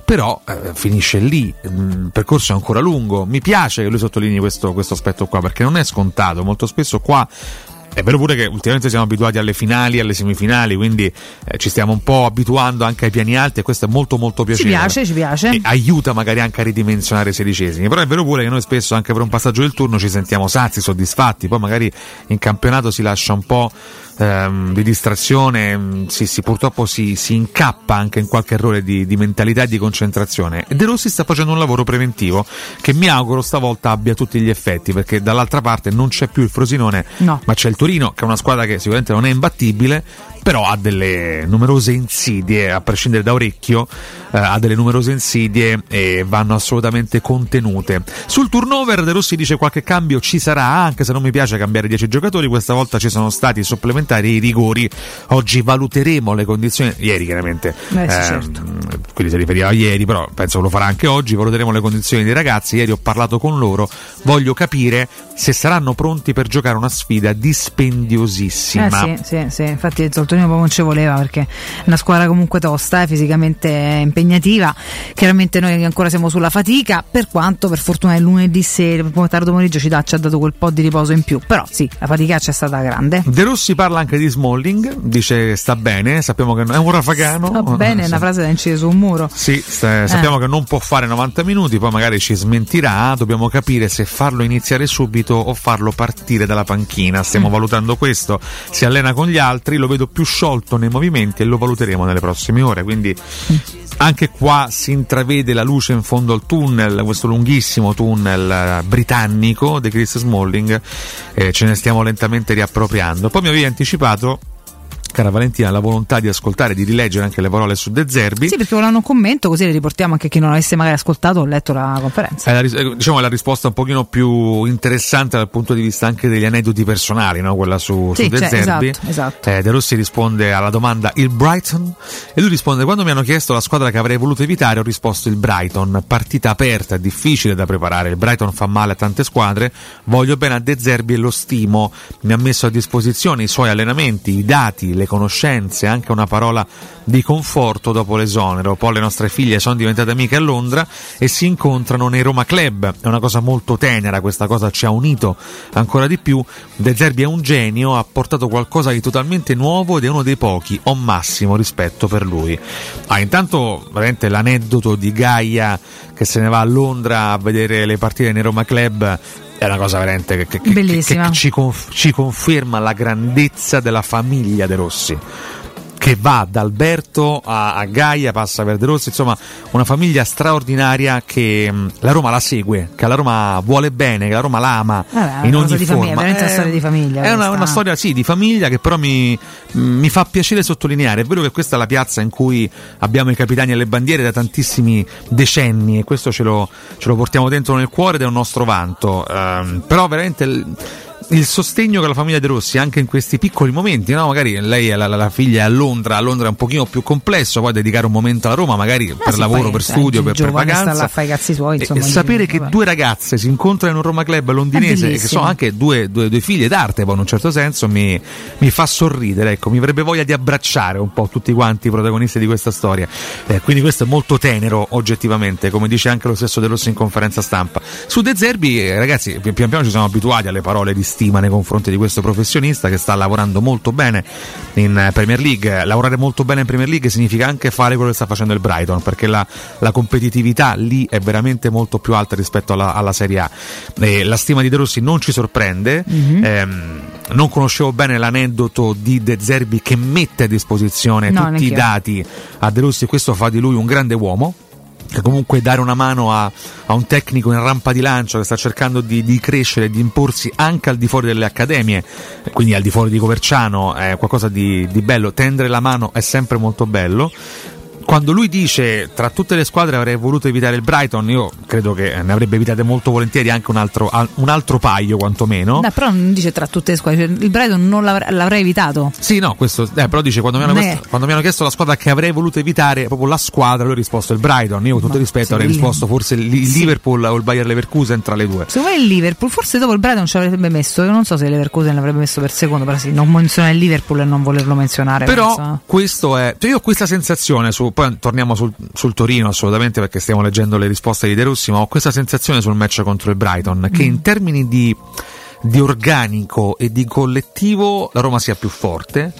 finisce lì, il percorso è ancora lungo. Mi piace che lui sottolinei questo aspetto qua, perché non è scontato. Molto spesso qua è vero pure che ultimamente siamo abituati alle finali, alle semifinali, quindi ci stiamo un po' abituando anche ai piani alti, e questo è molto molto piacevole. Ci piace. E aiuta magari anche a ridimensionare i 16esimi. Però è vero pure che noi spesso anche per un passaggio del turno ci sentiamo sazi, soddisfatti, poi magari in campionato si lascia un po' di distrazione, purtroppo si incappa anche in qualche errore di mentalità e di concentrazione. E De Rossi sta facendo un lavoro preventivo che mi auguro stavolta abbia tutti gli effetti, perché dall'altra parte non c'è più il Frosinone, ma c'è il Torino, che è una squadra che sicuramente non è imbattibile, però ha delle numerose insidie, a prescindere da Orecchio, ha delle numerose insidie e vanno assolutamente contenute. Sul turnover De Rossi dice qualche cambio ci sarà, anche se non mi piace cambiare 10 giocatori, questa volta ci sono stati supplementari i rigori. Oggi valuteremo le condizioni, ieri chiaramente, certo. Quindi si riferiva a ieri, però penso che lo farà anche oggi, valuteremo le condizioni dei ragazzi. Ieri ho parlato con loro, voglio capire se saranno pronti per giocare una sfida dispendiosissima. Sì, infatti il Torino proprio non ci voleva, perché è una squadra comunque tosta, fisicamente impegnativa. Chiaramente noi ancora siamo sulla fatica, per quanto per fortuna il lunedì sera, tardo pomeriggio ci ha dato quel po' di riposo in più, però sì, la fatica c'è stata grande. De Rossi parla anche di Smalling, dice sta bene, sappiamo che è un rafagano. Sta bene, è una frase da incise su un muro. Sappiamo che non può fare 90 minuti, poi magari ci smentirà, dobbiamo capire se farlo iniziare subito o farlo partire dalla panchina. Stiamo valutando questo, si allena con gli altri, lo vedo più sciolto nei movimenti e lo valuteremo nelle prossime ore, quindi anche qua si intravede la luce in fondo al tunnel, questo lunghissimo tunnel britannico di Chris Smalling, ce ne stiamo lentamente riappropriando. Poi mi avevi anticipato, cara Valentina, la volontà di ascoltare, di rileggere anche le parole su De Zerbi. Sì, perché volevano un commento, così le riportiamo anche a chi non avesse magari ascoltato o letto la conferenza. Diciamo la risposta un pochino più interessante dal punto di vista anche degli aneddoti personali, no? Quella su De Zerbi. Esatto. De Rossi risponde alla domanda il Brighton, e lui risponde: quando mi hanno chiesto la squadra che avrei voluto evitare ho risposto il Brighton, partita aperta, difficile da preparare, il Brighton fa male a tante squadre, voglio bene a De Zerbi e lo stimo, mi ha messo a disposizione i suoi allenamenti, i dati, le conoscenze, anche una parola di conforto dopo l'esonero. Poi le nostre figlie sono diventate amiche a Londra e si incontrano nei Roma Club, è una cosa molto tenera, questa cosa ci ha unito ancora di più. De Zerbi è un genio, ha portato qualcosa di totalmente nuovo ed è uno dei pochi, ho massimo rispetto per lui. Intanto veramente l'aneddoto di Gaia che se ne va a Londra a vedere le partite nei Roma Club è una cosa veramente che ci conferma la grandezza della famiglia De Rossi, che va da Alberto a Gaia, passa per De Rossi, insomma una famiglia straordinaria che la Roma la segue, che la Roma vuole bene, che la Roma la ama in ogni forma. È veramente una storia di famiglia. È una storia sì di famiglia che però mi fa piacere sottolineare. È vero che questa è la piazza in cui abbiamo i capitani e le bandiere da tantissimi decenni e questo ce lo portiamo dentro nel cuore ed è un nostro vanto, però veramente il sostegno che la famiglia De Rossi anche in questi piccoli momenti, no? Magari lei la figlia è a Londra è un pochino più complesso, poi dedicare un momento alla Roma magari per lavoro, per studio, per vacanza, sta a fare i cazzi suoi, insomma, e sapere che due ragazze si incontrano in un Roma Club londinese che sono anche due figlie d'arte poi in un certo senso mi fa sorridere, ecco, mi avrebbe voglia di abbracciare un po' tutti quanti i protagonisti di questa storia, quindi questo è molto tenero oggettivamente, come dice anche lo stesso De Rossi in conferenza stampa. Su De Zerbi ragazzi pian piano ci siamo abituati alle parole di stima nei confronti di questo professionista che sta lavorando molto bene in Premier League. Lavorare molto bene in Premier League significa anche fare quello che sta facendo il Brighton, perché la competitività lì è veramente molto più alta rispetto alla Serie A. La stima di De Rossi non ci sorprende. Non conoscevo bene l'aneddoto di De Zerbi che mette a disposizione tutti i dati a De Rossi e questo fa di lui un grande uomo, che comunque dare una mano a un tecnico in rampa di lancio che sta cercando di crescere e di imporsi anche al di fuori delle accademie, quindi al di fuori di Coverciano, è qualcosa di bello. Tendere la mano è sempre molto bello. Quando lui dice tra tutte le squadre avrei voluto evitare il Brighton, io credo che ne avrebbe evitate molto volentieri anche un altro paio quantomeno. No, però non dice tra tutte le squadre, cioè, il Brighton non l'avrei evitato. Sì, no, questo però dice quando mi hanno chiesto la squadra che avrei voluto evitare, proprio la squadra, lui ha risposto il Brighton. Io con tutto rispetto avrei risposto forse il Liverpool o il Bayer Leverkusen tra le due. Secondo me il Liverpool, forse dopo il Brighton ci avrebbe messo, io non so se il Leverkusen l'avrebbe messo per secondo, però sì, non menziona il Liverpool e non volerlo menzionare. Però penso. Questo è, cioè io ho questa sensazione poi torniamo sul Torino assolutamente perché stiamo leggendo le risposte di De Rossi, ma ho questa sensazione sul match contro il Brighton che in termini di organico e di collettivo la Roma sia più forte.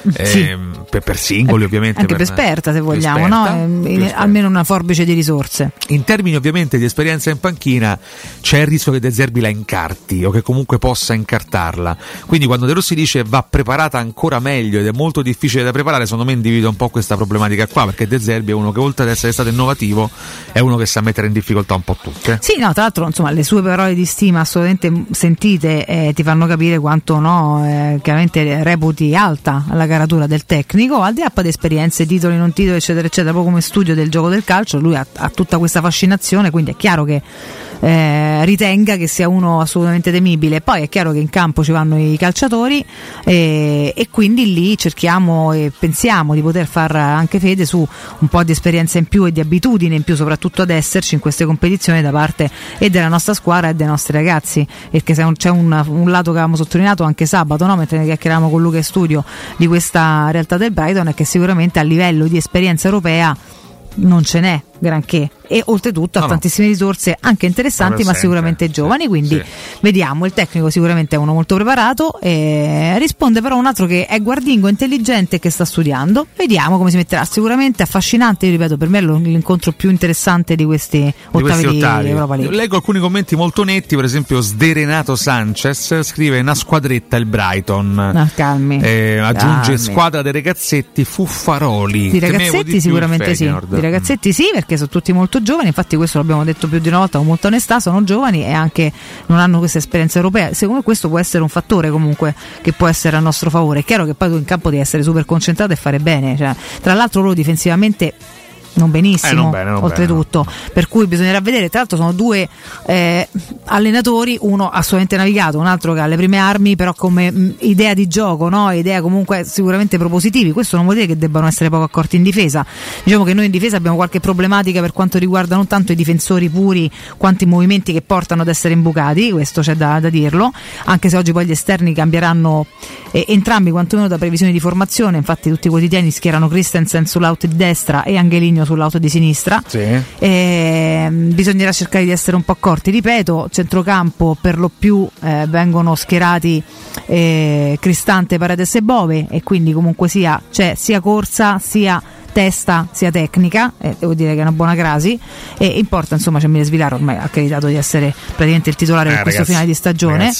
Per singoli ovviamente anche per esperta se vogliamo, no? Almeno una forbice di risorse. In termini ovviamente di esperienza in panchina c'è il rischio che De Zerbi la incarti o che comunque possa incartarla, quindi quando De Rossi dice va preparata ancora meglio ed è molto difficile da preparare, secondo me individua un po' questa problematica qua, perché De Zerbi è uno che oltre ad essere stato innovativo è uno che sa mettere in difficoltà un po' tutte. Sì, no, tra l'altro insomma le sue parole di stima assolutamente sentite ti fanno capire quanto chiaramente reputi alta la caratura del tecnico, al di là di esperienze, titoli, non titoli, eccetera eccetera, proprio come studio del gioco del calcio lui ha tutta questa fascinazione, quindi è chiaro che ritenga che sia uno assolutamente temibile. Poi è chiaro che in campo ci vanno i calciatori e quindi lì cerchiamo e pensiamo di poter far anche fede su un po' di esperienza in più e di abitudine in più, soprattutto ad esserci in queste competizioni da parte e della nostra squadra e dei nostri ragazzi, perché c'è un lato che avevamo sottolineato anche sabato, no? Mentre chiacchieravamo con Luca in studio di questa realtà del Brighton, è che sicuramente a livello di esperienza europea non ce n'è granché e oltretutto ha tantissime risorse anche interessanti ma sicuramente giovani, quindi vediamo. Il tecnico sicuramente è uno molto preparato e risponde però un altro che è guardingo, intelligente e che sta studiando. Vediamo come si metterà, sicuramente affascinante, io ripeto, per me è l'incontro più interessante di questi ottavi di Europa League. Leggo alcuni commenti molto netti, per esempio Sderenato Sanchez scrive una squadretta il Brighton, calmi, aggiunge squadra dei ragazzetti fuffaroli, di ragazzetti sicuramente sì, di ragazzetti sì, perché sono tutti molto giovani, infatti questo l'abbiamo detto più di una volta con molta onestà, sono giovani e anche non hanno questa esperienza europea. Secondo me questo può essere un fattore comunque che può essere a nostro favore. È chiaro che poi tu in campo devi essere super concentrato e fare bene, cioè, tra l'altro loro difensivamente non benissimo, non bene, oltretutto, per cui bisognerà vedere. Tra l'altro sono due allenatori, uno assolutamente navigato, un altro che ha le prime armi, però come idea di gioco, no? Idea comunque sicuramente propositivi. Questo non vuol dire che debbano essere poco accorti in difesa. Diciamo che noi in difesa abbiamo qualche problematica per quanto riguarda non tanto i difensori puri quanto i movimenti che portano ad essere imbucati, questo c'è da dirlo, anche se oggi poi gli esterni cambieranno entrambi quantomeno da previsioni di formazione. Infatti tutti i quotidiani schierano Christensen sull'auto di destra e Angeligno sull'auto di sinistra. Bisognerà cercare di essere un po' accorti, ripeto, centrocampo per lo più vengono schierati Cristante, Paredes e Bove, e quindi comunque sia c'è sia corsa sia testa sia tecnica, devo dire che è una buona crasi, e importa, insomma, c'è Miles Villar, ormai ha accreditato di essere praticamente il titolare per questo finale di stagione.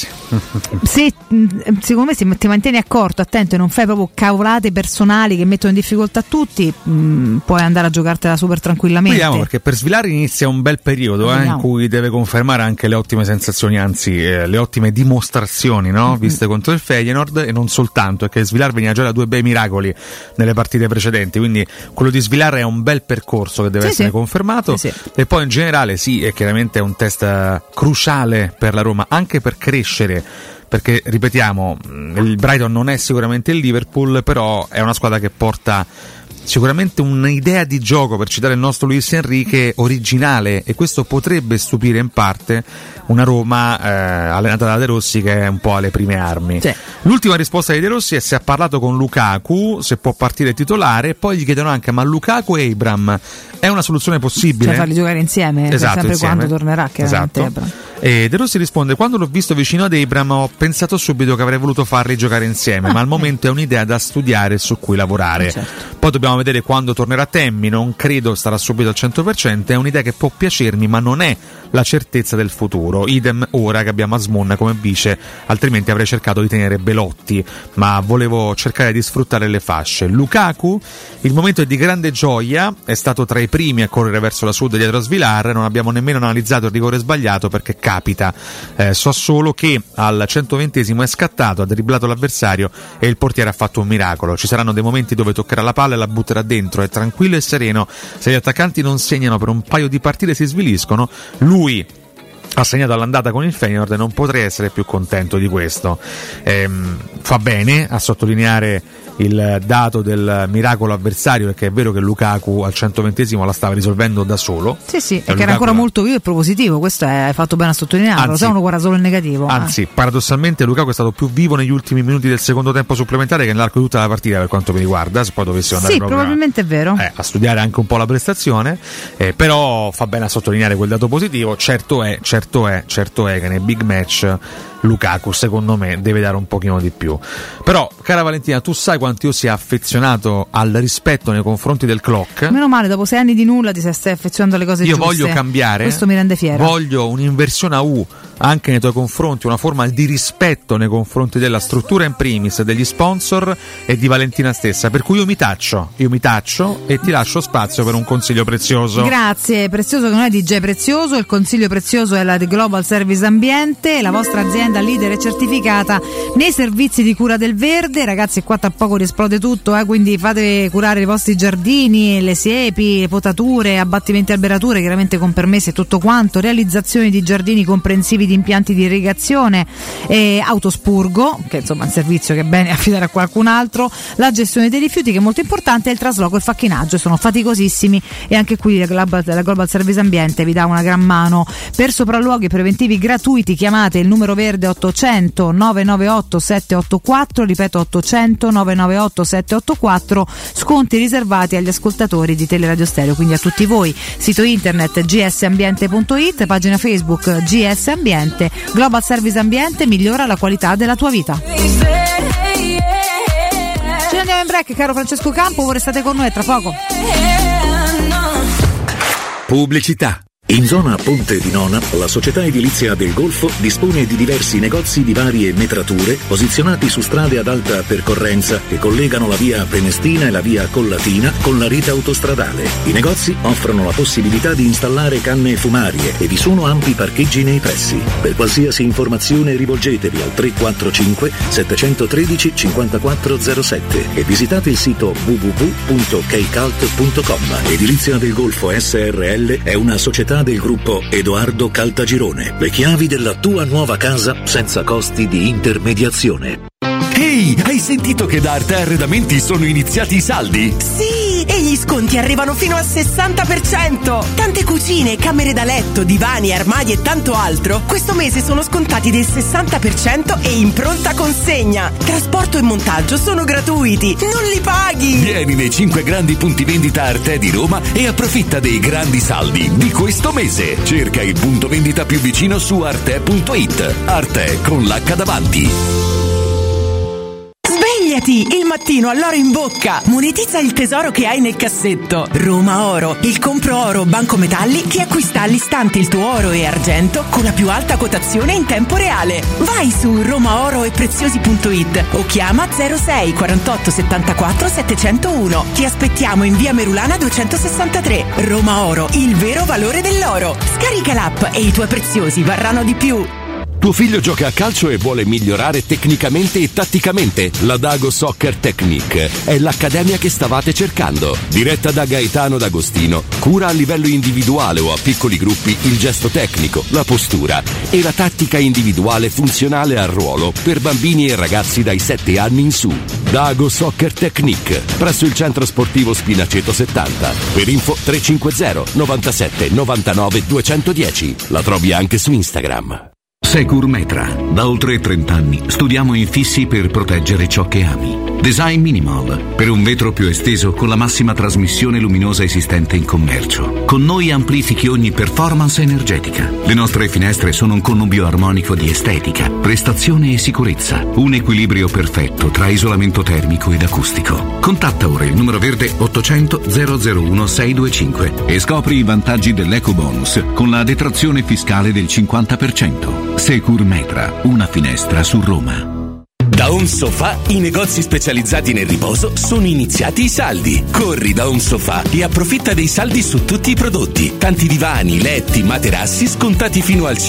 Se secondo me ti mantieni accorto, attento e non fai proprio cavolate personali che mettono in difficoltà tutti, puoi andare a giocartela super tranquillamente. Vediamo, perché per Svilar inizia un bel periodo in cui deve confermare anche le ottime sensazioni, anzi le ottime dimostrazioni, no? Viste contro il Feyenoord, e non soltanto, perché Svilar veniva già da 2 bei miracoli nelle partite precedenti, quindi quello di Svilar è un bel percorso che deve essere confermato. E poi in generale è chiaramente un test cruciale per la Roma, anche per crescere, perché ripetiamo, il Brighton non è sicuramente il Liverpool, però è una squadra che porta sicuramente un'idea di gioco, per citare il nostro Luis Enrique, originale, e questo potrebbe stupire in parte una Roma allenata da De Rossi, che è un po' alle prime armi. L'ultima risposta di De Rossi è se ha parlato con Lukaku, se può partire titolare. Poi gli chiedono anche: ma Lukaku e Abraham è una soluzione possibile? Cioè farli giocare insieme, sempre insieme, quando tornerà chiaramente. Esatto. E De Rossi risponde: quando l'ho visto vicino ad Abraham ho pensato subito che avrei voluto farli giocare insieme, ma al momento è un'idea da studiare e su cui lavorare. Poi dobbiamo vedere quando tornerà Tammy, non credo starà subito al 100%, è un'idea che può piacermi, ma non è la certezza del futuro. Idem ora che abbiamo Asmun come vice, altrimenti avrei cercato di tenere Belotti, ma volevo cercare di sfruttare le fasce. Lukaku, il momento è di grande gioia, è stato tra i primi a correre verso la sud dietro a Svilar, non abbiamo nemmeno analizzato il rigore sbagliato perché capita, so solo che al 120esimo è scattato, ha dribblato l'avversario e il portiere ha fatto un miracolo. Ci saranno dei momenti dove toccherà la palla e la butterà dentro, è tranquillo e sereno. Se gli attaccanti non segnano per un paio di partite si sviliscono. Lui ha segnato all'andata con il Feyenoord e non potrei essere più contento di questo. Fa bene a sottolineare il dato del miracolo avversario, perché è vero che Lukaku al 120esimo la stava risolvendo da solo. Sì, e che era ancora molto vivo e propositivo, questo è fatto bene a sottolinearlo, se uno guarda solo il negativo. Anzi, paradossalmente Lukaku è stato più vivo negli ultimi minuti del secondo tempo supplementare che nell'arco di tutta la partita, per quanto mi riguarda, se poi dovessimo andare probabilmente è vero. A studiare anche un po' la prestazione, però fa bene a sottolineare quel dato positivo. Certo è che nei big match Lukaku, secondo me, deve dare un pochino di più. Però, cara Valentina, tu sai quanto io sia affezionato al rispetto nei confronti del clock. Meno male, dopo 6 anni di nulla ti stai affezionando alle cose giuste. Io voglio cambiare. Questo mi rende fiera. Voglio un'inversione a U anche nei tuoi confronti, una forma di rispetto nei confronti della struttura in primis, degli sponsor e di Valentina stessa. Per cui io mi taccio e ti lascio spazio per un consiglio prezioso. Grazie, Prezioso, che non è DJ Prezioso. Il consiglio prezioso è la The Global Service Ambiente, la vostra azienda leader e certificata nei servizi di cura del verde. Ragazzi, qua tra poco esplode tutto, quindi fate curare i vostri giardini, le siepi, le potature, abbattimenti e alberature, chiaramente con permessi e tutto quanto, realizzazione di giardini comprensivi di impianti di irrigazione, autospurgo, che insomma è un servizio che è bene affidare a qualcun altro, la gestione dei rifiuti, che è molto importante, il trasloco e il facchinaggio, sono faticosissimi, e anche qui la Global Service Ambiente vi dà una gran mano. Per sopralluoghi preventivi gratuiti chiamate il numero verde 800 998 784, ripeto 800 998 784, sconti riservati agli ascoltatori di Teleradio Stereo, quindi a tutti voi. Sito internet gsambiente.it, pagina Facebook GS Ambiente. Global Service Ambiente migliora la qualità della tua vita. Ce ne andiamo in break, caro Francesco Campo, voi restate con noi tra poco. Pubblicità. In zona Ponte di Nona, la società edilizia del Golfo dispone di diversi negozi di varie metrature posizionati su strade ad alta percorrenza che collegano la via Prenestina e la via Collatina con la rete autostradale. I negozi offrono la possibilità di installare canne fumarie e vi sono ampi parcheggi nei pressi. Per qualsiasi informazione rivolgetevi al 345 713 5407 e visitate il sito www.keicalt.com. Edilizia del Golfo SRL è una società del gruppo Edoardo Caltagirone. Le chiavi della tua nuova casa senza costi di intermediazione. Ehi, hai sentito che da Arte Arredamenti sono iniziati i saldi? Sì, e gli sconti arrivano fino al 60%. Tante cucine, camere da letto, divani, armadi e tanto altro questo mese sono scontati del 60% e in pronta consegna. Trasporto e montaggio sono gratuiti, non li paghi. Vieni nei 5 grandi punti vendita Arte di Roma e approfitta dei grandi saldi di questo mese. Cerca il punto vendita più vicino su arte.it. Arte con l'H davanti. Svegliati il mattino all'oro in bocca. Monetizza il tesoro che hai nel cassetto. Roma Oro, il compro oro banco metalli che acquista all'istante il tuo oro e argento con la più alta quotazione in tempo reale. Vai su romaoroepreziosi.it o chiama 06 48 74 701. Ti aspettiamo in via Merulana 263. Roma Oro, il vero valore dell'oro. Scarica l'app e i tuoi preziosi varranno di più. Tuo figlio gioca a calcio e vuole migliorare tecnicamente e tatticamente? La Dago Soccer Technique è l'accademia che stavate cercando. Diretta da Gaetano D'Agostino, cura a livello individuale o a piccoli gruppi il gesto tecnico, la postura e la tattica individuale funzionale al ruolo per bambini e ragazzi dai 7 anni in su. Dago Soccer Technique, presso il centro sportivo Spinaceto 70. Per info 350 97 99 210. La trovi anche su Instagram. Securmetra. Da oltre 30 anni studiamo infissi per proteggere ciò che ami. Design Minimal, per un vetro più esteso con la massima trasmissione luminosa esistente in commercio. Con noi amplifichi ogni performance energetica. Le nostre finestre sono un connubio armonico di estetica, prestazione e sicurezza. Un equilibrio perfetto tra isolamento termico ed acustico. Contatta ora il numero verde 800 001 625 e scopri i vantaggi dell'EcoBonus con la detrazione fiscale del 50%. Securmetra, una finestra su Roma. Da Home Sofa, i negozi specializzati nel riposo sono iniziati i saldi. Corri da Home Sofa e approfitta dei saldi su tutti i prodotti. Tanti divani, letti, materassi scontati fino al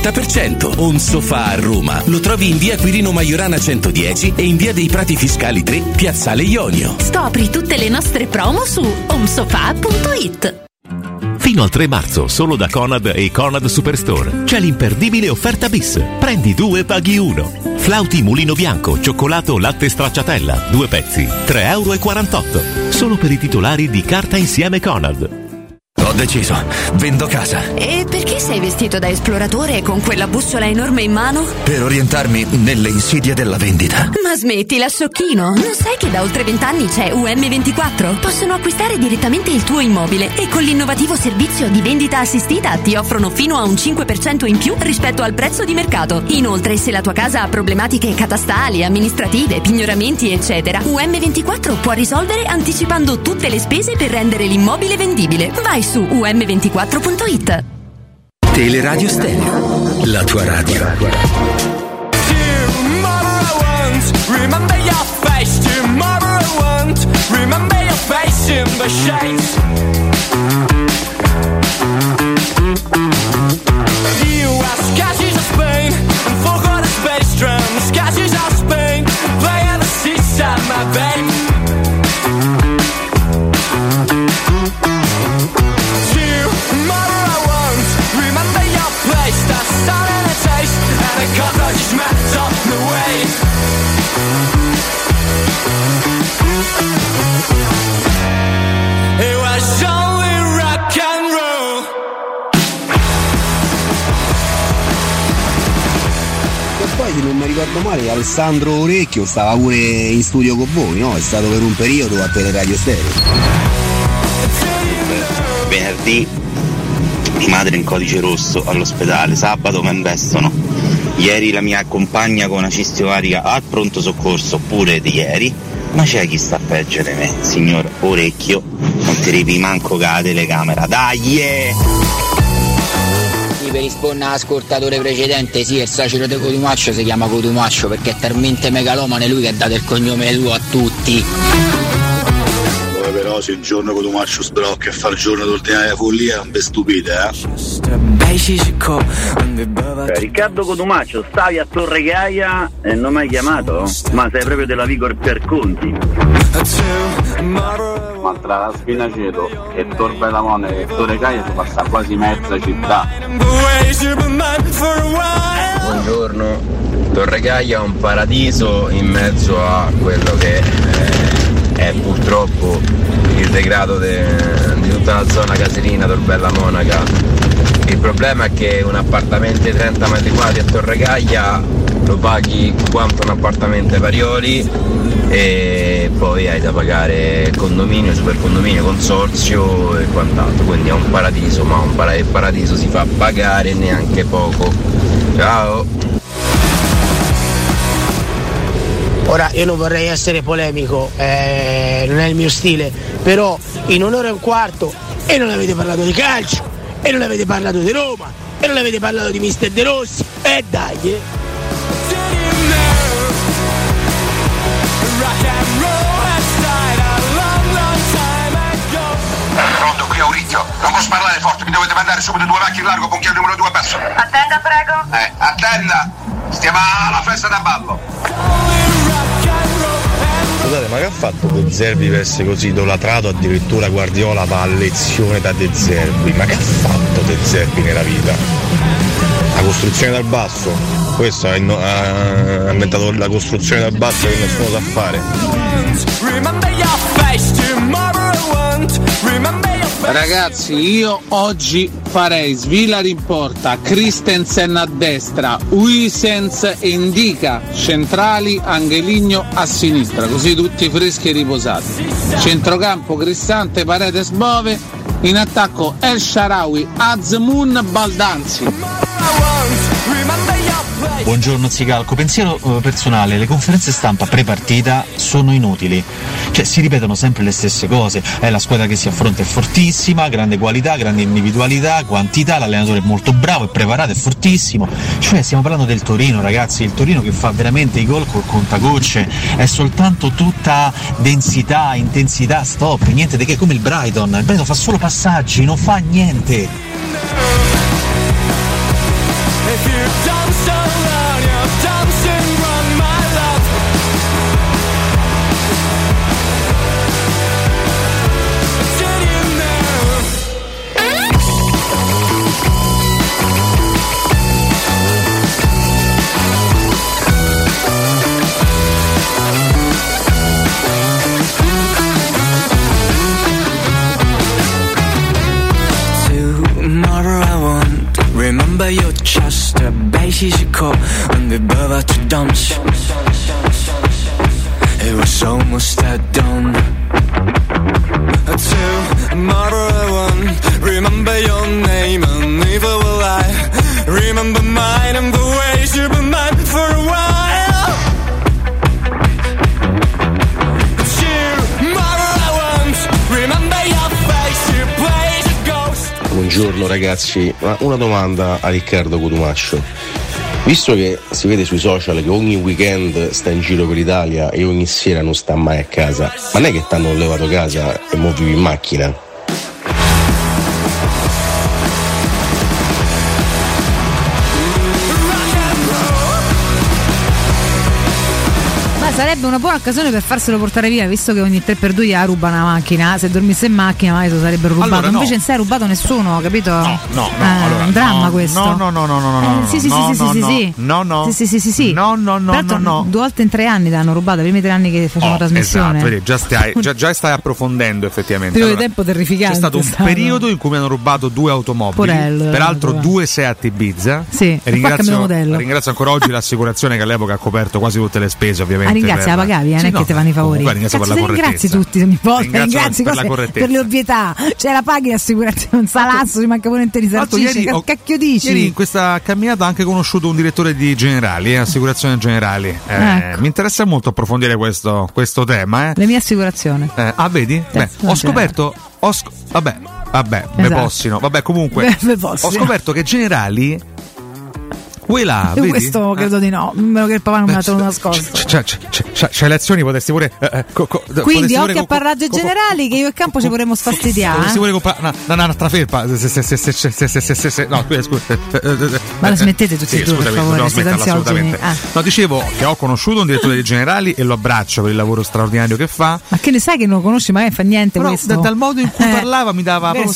50%. Home Sofa a Roma. Lo trovi in via Quirino Maiorana 110 e in via dei Prati Fiscali 3, Piazzale Ionio. Scopri tutte le nostre promo su homesofa.it. Fino al 3 marzo, solo da Conad e Conad Superstore, c'è l'imperdibile offerta bis. Prendi 2 paghi 1. Flauti Mulino Bianco, cioccolato latte stracciatella, 2 pezzi, €3,48. Solo per i titolari di Carta Insieme Conad. Ho deciso, vendo casa. E perché sei vestito da esploratore con quella bussola enorme in mano? Per orientarmi nelle insidie della vendita. Ma smettila, sciocchino! Non sai che da oltre 20 anni c'è UM24? Possono acquistare direttamente il tuo immobile e con l'innovativo servizio di vendita assistita ti offrono fino a un 5% in più rispetto al prezzo di mercato. Inoltre, se la tua casa ha problematiche catastali, amministrative, pignoramenti, eccetera, UM24 può risolvere anticipando tutte le spese per rendere l'immobile vendibile. Vai su um24.it. Teleradio Stereo, la tua radio. Remember your face, tomorrow I won't. Remember your face in the shades. You are sketches of Spain and forgot a space drum. Sketches of Spain, play at the seaside, my babe. Tomorrow I won't. Remember your place, the sun and the taste, and the color just smacked off the way. It was only rock and roll. E poi, se non mi ricordo male, Alessandro Orecchio stava pure in studio con voi, no? È stato per un periodo a Teleradio Stereo. Venerdì mi madre in codice rosso all'ospedale, sabato mi investono. Ieri la mia compagna con una cisti ovarica al pronto soccorso pure di ieri. Ma c'è chi sta peggio di me, signor Orecchio, non ti ripi manco con la telecamera, dai! per rispondere all'ascoltatore precedente, sì, il sacero di Cotumaccio si chiama Cotumaccio perché è talmente megalomane lui che ha dato il cognome suo a tutti. Poi però se il giorno Cotumaccio sbrocca e fa il giorno d'ordinaria follia non vi stupite, Riccardo Cotumaccio, stavi a Torre Gaia e non mi hai chiamato? Ma sei proprio della Vigor per conti. Ma tra la Spinaceto e Tor Bellamone e Torre Gaia si passa quasi mezza città. Buongiorno, Torre Gaia è un paradiso in mezzo a quello che è purtroppo il degrado di tutta la zona caserina Tor Bella Monaca. Il problema è che un appartamento di 30 metri quadri a Torre Gaia lo paghi quanto un appartamento a Parioli e poi hai da pagare condominio, supercondominio, consorzio e quant'altro, quindi è un paradiso, ma il paradiso si fa pagare neanche poco. Ciao! Ora io non vorrei essere polemico, non è il mio stile, però in un'ora e un quarto e non avete parlato di calcio, e non avete parlato di Roma, e non avete parlato di Mister De Rossi, e dai Pronto, qui Auricchio, non posso parlare forte, mi dovete mandare subito 2 macchine in largo con chi è il numero 2 basso. Attenda, prego. Attenda, stiamo alla festa da ballo. Scusate, ma che ha fatto De Zerbi per essere così idolatrato? Addirittura Guardiola va a lezione da De Zerbi. Ma che ha fatto De Zerbi nella vita? La costruzione dal basso? Questo ha inventato la costruzione dal basso che nessuno sa fare. Ragazzi, io oggi farei Svilari in porta, Christensen a destra, Huijsens e Indica centrali, Angeligno a sinistra, così tutti freschi e riposati. Centrocampo Cristante, Paredes, Bove, in attacco El Shaarawy, Azmoun, Baldanzi. Buongiorno Zicalco, pensiero personale, le conferenze stampa pre-partita sono inutili, cioè si ripetono sempre le stesse cose, la squadra che si affronta è fortissima, grande qualità, grande individualità, quantità, l'allenatore è molto bravo, è preparato, è fortissimo, cioè stiamo parlando del Torino ragazzi, il Torino che fa veramente i gol col contagocce, è soltanto tutta densità, intensità, stop, niente di che, come il Brighton fa solo passaggi, non fa niente. Remember your chest, a beige coat, and we were to dance. It was almost done. Tomorrow one, remember your name, and neither will I. Remember mine and the ways you've been mine for a while. Tomorrow one, remember your face, you played a ghost. Buongiorno ragazzi, ma una domanda a Riccardo Cotumaccio. Visto che si vede sui social che ogni weekend sta in giro per l'Italia e ogni sera non sta mai a casa, ma non è che t'hanno levato casa e mo vivi in macchina? Sarebbe una buona occasione per farselo portare via, visto che ogni 3x2 gli ruba una macchina. Se dormisse in macchina magari lo sarebbero rubato. Allora, no. Invece non si è rubato nessuno, capito? No. Allora, un dramma questo. No. Sì. No. Sì. No. 2 volte in 3 anni l'hanno rubato, i primi 3 anni che facevamo trasmissione. Esatto, già stai approfondendo effettivamente. Periodo di tempo terrificante. C'è stato un periodo in cui mi hanno rubato 2 automobili. Peraltro 2 Seat Ibiza. Sì. E ringrazio ancora oggi l'assicurazione che all'epoca ha coperto quasi tutte le spese, ovviamente. Ringrazia, la pagavi, non è che ti fanno i favori. Ringrazi tutti ogni volta, ringrazi per le ovvietà. Cioè la paghi l'assicurazione, un salasso, ci manca pure un risarcisce. Che cacchio dici? Ieri in questa camminata ho anche conosciuto un direttore di Generali, assicurazioni generali. Ecco. Mi interessa molto approfondire questo tema. La mia assicurazione. Vedi? Ho scoperto. Vabbè, Esatto. Possino. Vabbè, comunque ho scoperto che Generali là, Io vedi? questo credo di no, meno che il papà non me l'ha tenuto nascosto. C'è le azioni, potresti pure Quindi occhio a parraggi generali che io e Campo ci vorremmo sfastidiare. Potresti pure comprare un'altra felpa. No, scusa. Ma la smettete tutti e due, per favore, no, siete assolutamente. No, dicevo che ho conosciuto un direttore dei Generali e lo abbraccio per il lavoro straordinario che fa. Ma che ne sai che non lo conosci, magari fa niente. Però questo. dal modo in cui parlava mi dava proprio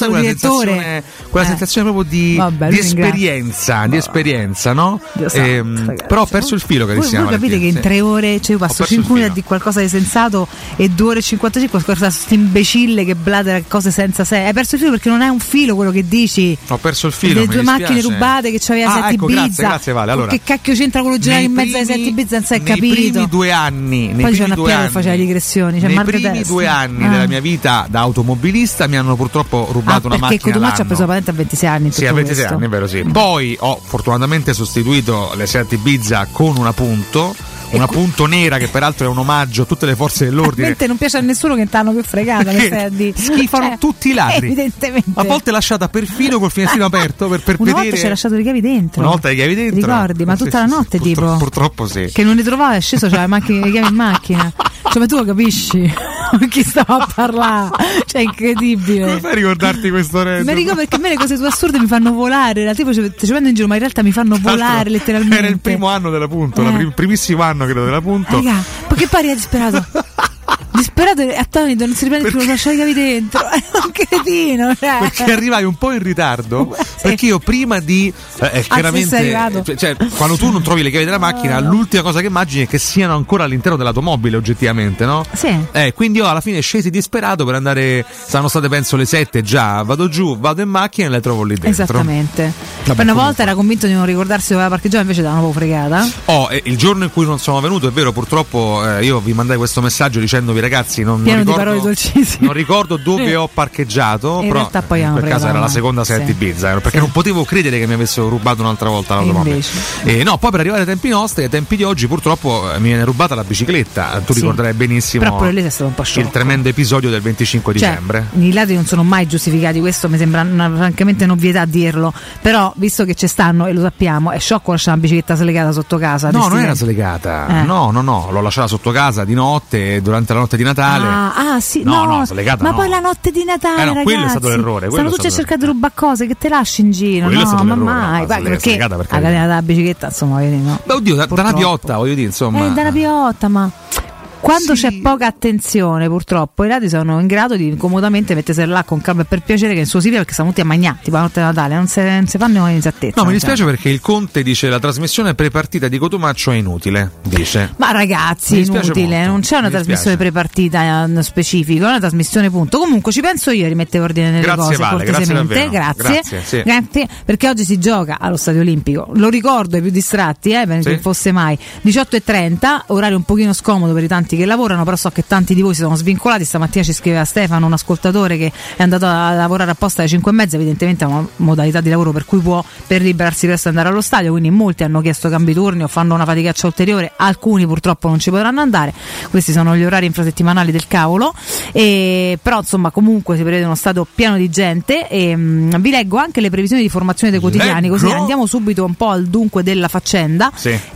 quella sensazione proprio di esperienza, no? Però ho perso il filo, carissima. Voi capite che in 3 ore, cioè io passo 5 minuti a dire qualcosa di sensato e 2 ore e 55 questo imbecille che bladera cose senza senso. Hai perso il filo perché non è un filo quello che dici. Ho perso il filo. Le tue macchine rubate che c'aveva 7 Ibiza. Grazie Vale. Allora, che cacchio c'entra quello generale in mezzo ai 7 Ibiza? Non si è capito. Nei primi 2 anni. Poi c'è una piega che faceva digressioni. Nei primi 2 anni della mia vita da automobilista mi hanno purtroppo rubato una macchina. Perché Cotumaccio ha preso patente a 26 anni. Sì, a 26 anni, è vero, sì. Poi ho fortunatamente sostituito le 7 Ibiza con una punto nera che peraltro è un omaggio a tutte le forze dell'ordine. Ovviamente non piace a nessuno che t'hanno più fregato, schifano tutti i ladri. Evidentemente. A volte lasciata perfino col finestrino aperto per una vedere. Una volta ci hai lasciato le chiavi dentro. Una volta le chiavi dentro. Ricordi, ma tutta la notte tipo. Purtroppo sì. Che non le trovava, è sceso, c'aveva le chiavi in macchina. Cioè, ma tu lo capisci? Chi stava a parlare? Cioè, incredibile. Come fai a ricordarti questo resto? Mi ricordo perché a me le cose tue assurde mi fanno volare. La tipo ci prendo in giro, ma in realtà mi fanno volare letteralmente. Era il primo anno della Punto, il primissimo anno credo della Punto. Raga, perché pari è disperato? Disperato e attonito, non si riprende più, lo lasciavi le chiavi dentro. È un cretino. Perché arrivai un po' in ritardo. Perché io prima di chiaramente, cioè, quando tu non trovi le chiavi della macchina, l'ultima cosa che immagini è che siano ancora all'interno dell'automobile, oggettivamente, no? Sì. Quindi io alla fine scesi disperato per andare. Saranno state penso le 7 già. Vado giù, vado in macchina e le trovo lì dentro. Esattamente. Vabbè, una volta era convinto di non ricordarsi dove parcheggiare, invece l'hanno proprio fregata. Il giorno in cui non sono venuto, è vero, purtroppo io vi mandai questo messaggio dicendovi ragazzi non ricordo dove ho parcheggiato, però in quel caso era la seconda 7 Ibiza, perché non potevo credere che mi avessero rubato un'altra volta l'automobile. No, poi per arrivare ai tempi nostri, ai tempi di oggi purtroppo mi viene rubata la bicicletta. Tu ricorderai benissimo. Però pure lì è stato un po' sciocco. Il tremendo episodio del 25 dicembre. I ladri non sono mai giustificati, questo mi sembra francamente un'ovvietà a dirlo, però visto che ci stanno e lo sappiamo, è sciocco lasciare una bicicletta slegata sotto casa. No, non era slegata. No, l'ho lasciata sotto casa di notte durante la notte di Natale. Sì, no, slegata, ma poi la notte di Natale, ragazzi, quello è stato l'errore. Stanno tutti a cercare di rubare cose che te lasci in giro. No, ma mai. Perché la catena della bicicletta, insomma, vedi, no? Beh, oddio, da una piotta, voglio dire, insomma. Da una piotta, ma quando c'è poca attenzione, purtroppo i ladri sono in grado di comodamente mettersela là con calma e per piacere, che in suo perché siamo tutti a magnà, tipo la notte di Natale, non si fanno inesattezza. No, mi dispiace perché il Conte dice la trasmissione prepartita di Cotumaccio è inutile, dice. Ma ragazzi, inutile, molto. Non c'è una trasmissione prepartita specifica, è una trasmissione punto. Comunque ci penso io a rimettere ordine nelle cose, cortesemente. Grazie, perché oggi si gioca allo Stadio Olimpico. Lo ricordo ai più distratti, perché fosse mai 18:30, orario un pochino scomodo per i tanti che lavorano, però so che tanti di voi si sono svincolati. Stamattina ci scriveva Stefano, un ascoltatore, che è andato a lavorare apposta alle 5:30, evidentemente è una modalità di lavoro per cui può per liberarsi presto andare allo stadio, quindi molti hanno chiesto cambi turni o fanno una faticaccia ulteriore, alcuni purtroppo non ci potranno andare, questi sono gli orari infrasettimanali del cavolo, però insomma comunque si prevede uno stadio pieno di gente. Vi leggo anche le previsioni di formazione dei quotidiani, così andiamo subito un po' al dunque della faccenda.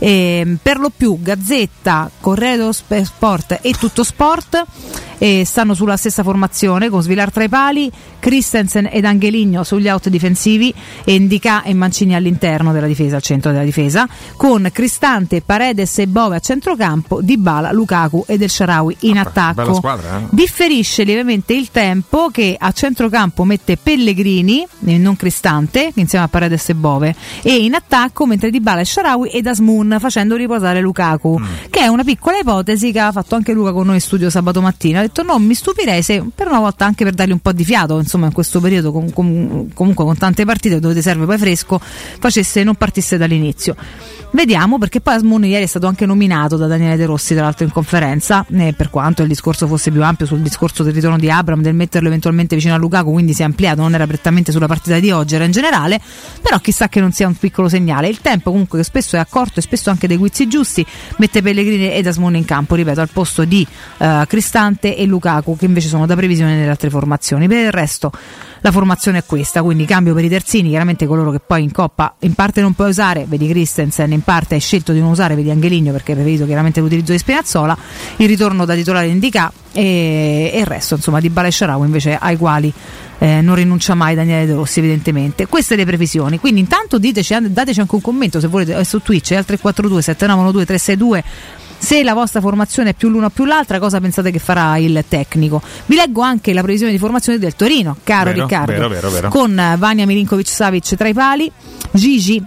Per lo più Gazzetta, Corredo Sport e Tutto Sport stanno sulla stessa formazione, con Svilar tra i pali, Christensen ed Angeligno sugli out difensivi e Ndicà e Mancini all'interno della difesa, al centro della difesa, con Cristante, Paredes e Bove a centrocampo, Dybala, Lukaku ed El Shaarawy in attacco. Bella squadra, Differisce lievemente il tempo, che a centrocampo mette Pellegrini, non Cristante, insieme a Paredes e Bove, e in attacco mentre Dybala e Shaarawy ed Asmoon, facendo riposare Lukaku, che è una piccola ipotesi che ha fatto anche Luca con noi in studio sabato mattina. Ha detto non mi stupirei se per una volta, anche per dargli un po' di fiato, insomma in questo periodo comunque con tante partite dove ti serve poi fresco, non partisse dall'inizio. Vediamo, perché poi Asmoon ieri è stato anche nominato da Daniele De Rossi, tra l'altro in conferenza, per quanto il discorso fosse più ampio sul discorso del ritorno di Abraham, del metterlo eventualmente vicino a Lukaku, quindi si è ampliato, non era prettamente sulla partita di oggi, era in generale, però chissà che non sia un piccolo segnale. Il tempo comunque, che spesso è accorto e spesso anche dei guizzi giusti, mette Pellegrini ed Asmoon in campo, ripeto, al posto di Cristante e Lukaku, che invece sono da previsione nelle altre formazioni. Per il resto la formazione è questa, quindi cambio per i terzini, chiaramente coloro che poi in Coppa in parte non puoi usare, vedi Christensen, in parte hai scelto di non usare, vedi Angeligno perché hai preferito chiaramente l'utilizzo di Spinazzola, il ritorno da titolare in Ndicà e il resto insomma di Bala e Shaarawy invece ai quali non rinuncia mai Daniele De Rossi evidentemente. Queste le previsioni, quindi intanto dateci anche un commento se volete su Twitch al 342 7912 362 se la vostra formazione è più l'una o più l'altra, cosa pensate che farà il tecnico. Vi leggo anche la previsione di formazione del Torino, caro Riccardo, vero. con Vania, Milinkovic-Savic tra i pali, Gigi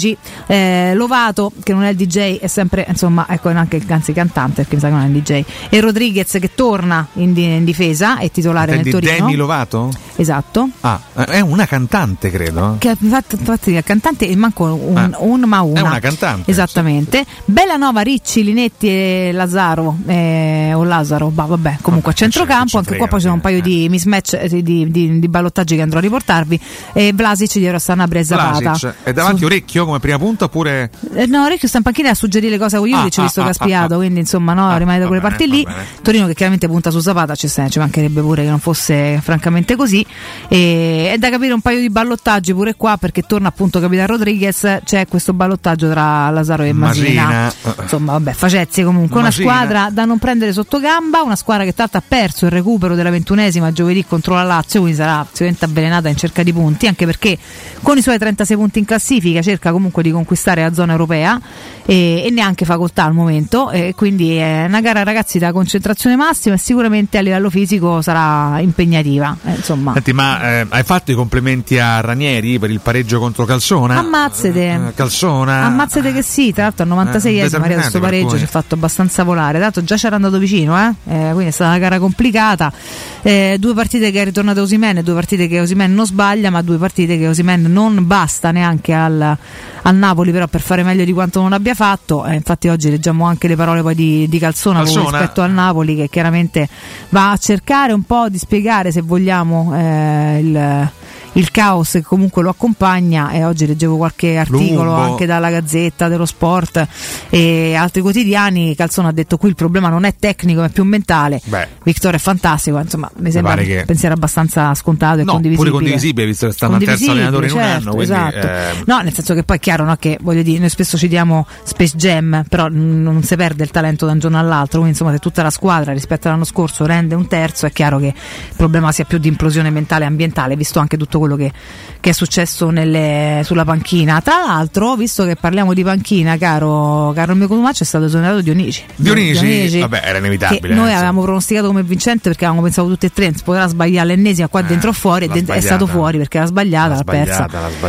Lovato che non è il DJ, è sempre insomma ecco anche anzi cantante perché mi sa che non è il DJ, e Rodriguez che torna in difesa, è titolare nel Torino. Demi Lovato? Esatto. È una cantante credo. Che infatti è cantante e manco una. È una cantante. Esattamente. Sì. Bellanova, Ricci, Linetti e Lazzaro o Lazzaro, vabbè, comunque a centrocampo, anche qua poi ci sono un paio di mismatch di ballottaggi che andrò a riportarvi, e Vlasic dietro a Sanabria e Zapata. È davanti Orecchio come prima punta oppure? No, Orecchio sta in panchina a suggerire le cose con Juric, visto che ha spiato, quindi insomma rimane da quelle parti lì. Torino che chiaramente punta su Zapata, ci mancherebbe pure che non fosse francamente così, e è da capire un paio di ballottaggi pure qua perché torna appunto Capitan Rodriguez, c'è questo ballottaggio tra Lazzaro e Masina. Insomma vabbè, facezze comunque, una squadra da non prendere sotto gamba, una squadra che tra l'altro ha perso il recupero della 21esima giovedì contro la Lazio, quindi sarà sicuramente avvelenata in cerca di punti, anche perché con i suoi 36 punti in classifica cerca comunque di conquistare la zona europea e neanche facoltà al momento, e quindi è una gara ragazzi da concentrazione massima e sicuramente a livello fisico sarà impegnativa, insomma. Senti, ma hai fatto i complimenti a Ranieri per il pareggio contro Calzona? Ammazzate che sì, tra l'altro al 96esimo arrivato questo pareggio ci ha fatto abbastanza volare, tanto già c'era andato vicino, quindi è stata una gara complicata, 2 partite che è ritornato Osimhen, 2 partite che Osimhen non sbaglia, ma 2 partite che Osimhen non basta neanche al Napoli però per fare meglio di quanto non abbia fatto, infatti oggi leggiamo anche le parole poi di Calzona rispetto al Napoli, che chiaramente va a cercare un po' di spiegare, se vogliamo, il caos che comunque lo accompagna, e oggi leggevo qualche articolo anche dalla Gazzetta dello Sport e altri quotidiani. Calzona ha detto qui il problema non è tecnico, è più mentale. Victor è fantastico, insomma mi sembra un pensiero abbastanza scontato e condivisibile. Pure condivisibile, visto che stanno al terzo allenatore in un anno, quindi, esatto. No, nel senso che poi è chiaro, no, che voglio dire, noi spesso citiamo Space Jam, però non si perde il talento da un giorno all'altro, quindi insomma se tutta la squadra rispetto all'anno scorso rende un terzo, è chiaro che il problema sia più di implosione mentale e ambientale, visto anche tutto quello che è successo sulla panchina. Tra l'altro, visto che parliamo di panchina, caro il mio Cotumaccio, è stato esonerato Dionigi, vabbè, era inevitabile. Noi avevamo pronosticato come vincente perché avevamo pensato tutti e tre potrà sbagliare l'ennesima qua dentro o fuori, è stato fuori perché l'ha sbagliata, l'ha persa.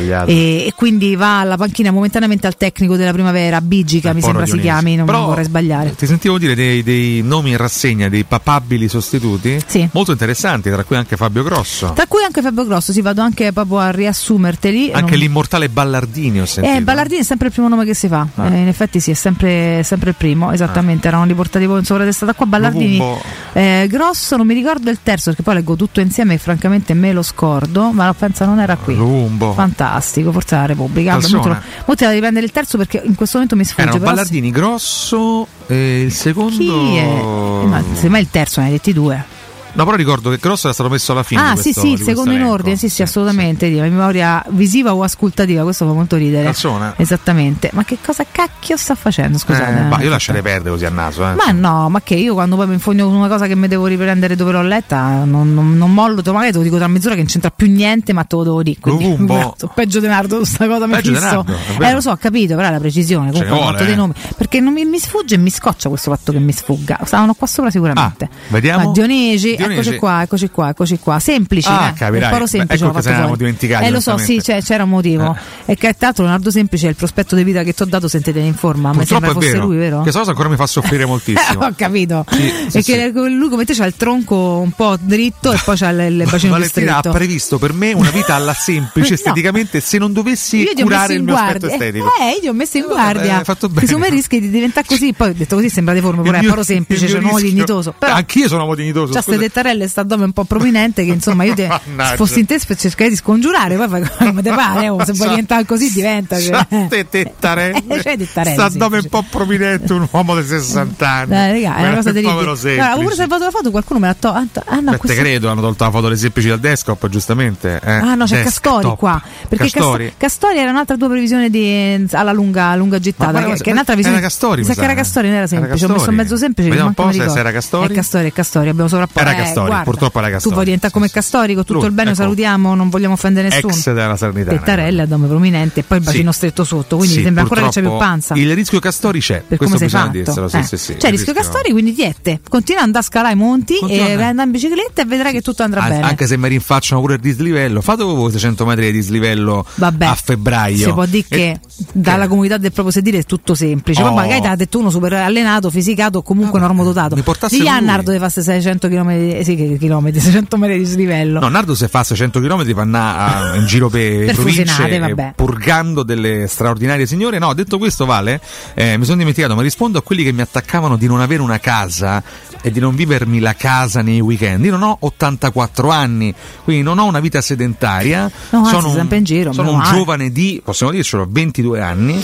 E quindi va alla panchina momentaneamente al tecnico della primavera, Bigica mi sembra si chiami, non vorrei sbagliare. Ti sentivo dire dei nomi in rassegna, dei papabili sostituti, molto interessanti, tra cui anche Fabio Grosso, sì, vado anche proprio a riassumerteli. Anche l'immortale Ballardini ho sentito. Ballardini è sempre il primo nome che si fa, in effetti sì, è sempre il primo, esattamente, erano riportati in sovratestata qua. Ballardini, Grosso, non mi ricordo il terzo perché poi leggo tutto insieme e francamente me lo scordo, ma pensa non era qui. Lumbo. Fantastico, forse la Repubblica. Molti da riprendere il terzo perché in questo momento mi sfugge. Erano Ballardini, Grosso, il secondo. Chi è? Semmai il terzo, ne hai detti 2. No, però ricordo che Grosso era stato messo alla fine. Sì, il secondo in ordine, sì, assolutamente. Sì. La memoria visiva o ascoltativa, questo fa molto ridere. Calzona. Esattamente. Ma che cosa cacchio sta facendo? Scusate. Io lascerei perdere così a naso. Ma no, ma che io quando poi mi infogno una cosa che mi devo riprendere dove l'ho letta, non mollo, magari te lo dico tra mezz'ora che non c'entra più niente, ma te lo devo dire. Peggio di Nardo, questa cosa mi fisso. Lo so, ho capito, però è la precisione. Comunque ho fatto dei nomi. Perché non mi sfugge e mi scoccia questo fatto che mi sfugga. Stavano qua sopra sicuramente. Vediamo. Ma Dionigi. Eccoci qua, semplici, capirai. Semplice, ecco, se ne eravamo dimenticati. Lo so, sì, c'era un motivo. E che tra l'altro Leonardo Semplice è il prospetto di vita che ti ho dato, sentite in forma. Mi sembra fosse lui, vero? Che cosa ancora mi fa soffrire moltissimo. Ho capito. Che lui come te c'ha il tronco un po' dritto e poi c'ha il bacino più stretto. Ha previsto per me una vita alla Semplice esteticamente, se non dovessi curare il mio aspetto estetico. Io ti ho messo in guardia. Che su me rischi di diventare così, poi detto così sembra deforme, pure è Semplice, c'è un uomo dignitoso. Anch'io sono un uomo dignitoso. C'ha queste tettarelle e sta addome un po' prominente, che insomma io se fossi in te cercherei di scongiurare, poi fai come te pare, se vuoi diventare così diventa tettarelle sta addome un po' prominente, un uomo di 60 anni. Raga, è una cosa terribile. Allora, pure salvato la foto, qualcuno me l'ha tolta. Te credo, hanno tolto la foto delle semplici dal desktop, giustamente. No, c'è Castori qua, perché Castori era un'altra tua previsione alla lunga gittata, che è un'altra visione. Era Castori, sa che era Castori, non era semplice, ho messo mezzo semplice. Vediamo un po' se era Castori. È Castori, abbiamo sovrapposto. Era Castori, purtroppo era Castori. Tu vuoi diventare come Castori, con tutto il bene, salutiamo, non vogliamo offendere nessuno. Ex della Salernitana. Tettarelle, addome prominente e poi il bacino stretto sotto, quindi sembra ancora che c'è più panza. Il rischio Castori c'è, per questo come sei bisogna dirselo. C'è il rischio Castori, quindi diete, continua ad andare a scalare i monti e andare in bicicletta e vedrai che tutto andrà bene. Anche se mi rinfacciano pure il dislivello, fate voi 600 metri di dislivello a febbraio. Si può dire che dalla comunità del proprio sedile è tutto semplice, poi magari ti ha detto uno super allenato, fisicato o comunque normodotato. Digli a Nardo di fare 600 km, 600 metri di dislivello. No, Nardo se fa 600 km va andare in giro per province purgando delle straordinarie signore. No, detto questo, Vale, mi sono dimenticato, ma rispondo a quelli che mi attaccavano di non avere una casa e di non vivermi la casa nei weekend. Io non ho 84 anni, quindi non ho una vita sedentaria. No, sono sempre in giro. Sono un giovane di, possiamo dircelo, 22 anni.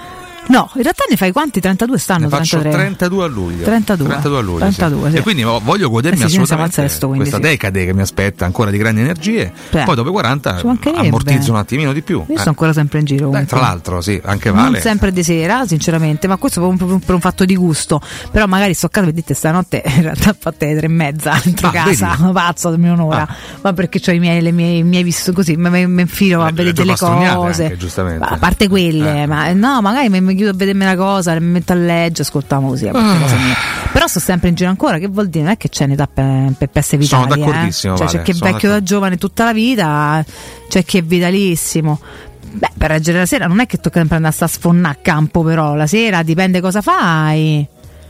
No, in realtà ne fai quanti? 32 stanno? Ne faccio 32 a luglio. 32 a luglio. 32, sì. E quindi voglio godermi assolutamente questa decade che mi aspetta ancora di grandi energie. Poi dopo i 40 ammortizzo un attimino di più. Io sono ancora sempre in giro. Tra l'altro, sì, anche Vale. Non sempre di sera, sinceramente, ma questo per un fatto di gusto. Però magari sto a casa, vedete, stanotte in realtà fatte le 3:30 dentro casa, pazzo, almeno un'ora. Ma perché ho i miei visto così, mi infilo a vedere delle cose. Anche, giustamente. A parte quelle, ma no, magari mi chiudo a vedermi una cosa, mi metto a leggere, ascolto la musica, però sto sempre in giro ancora, che vuol dire? Non è che c'è un'età per essere vitali, sono d'accordissimo, cioè, c'è chi è vecchio da giovane tutta la vita, c'è chi è vitalissimo. Beh, per reggere la sera non è che tocca sempre andare a sfonnare a campo, però la sera dipende cosa fai.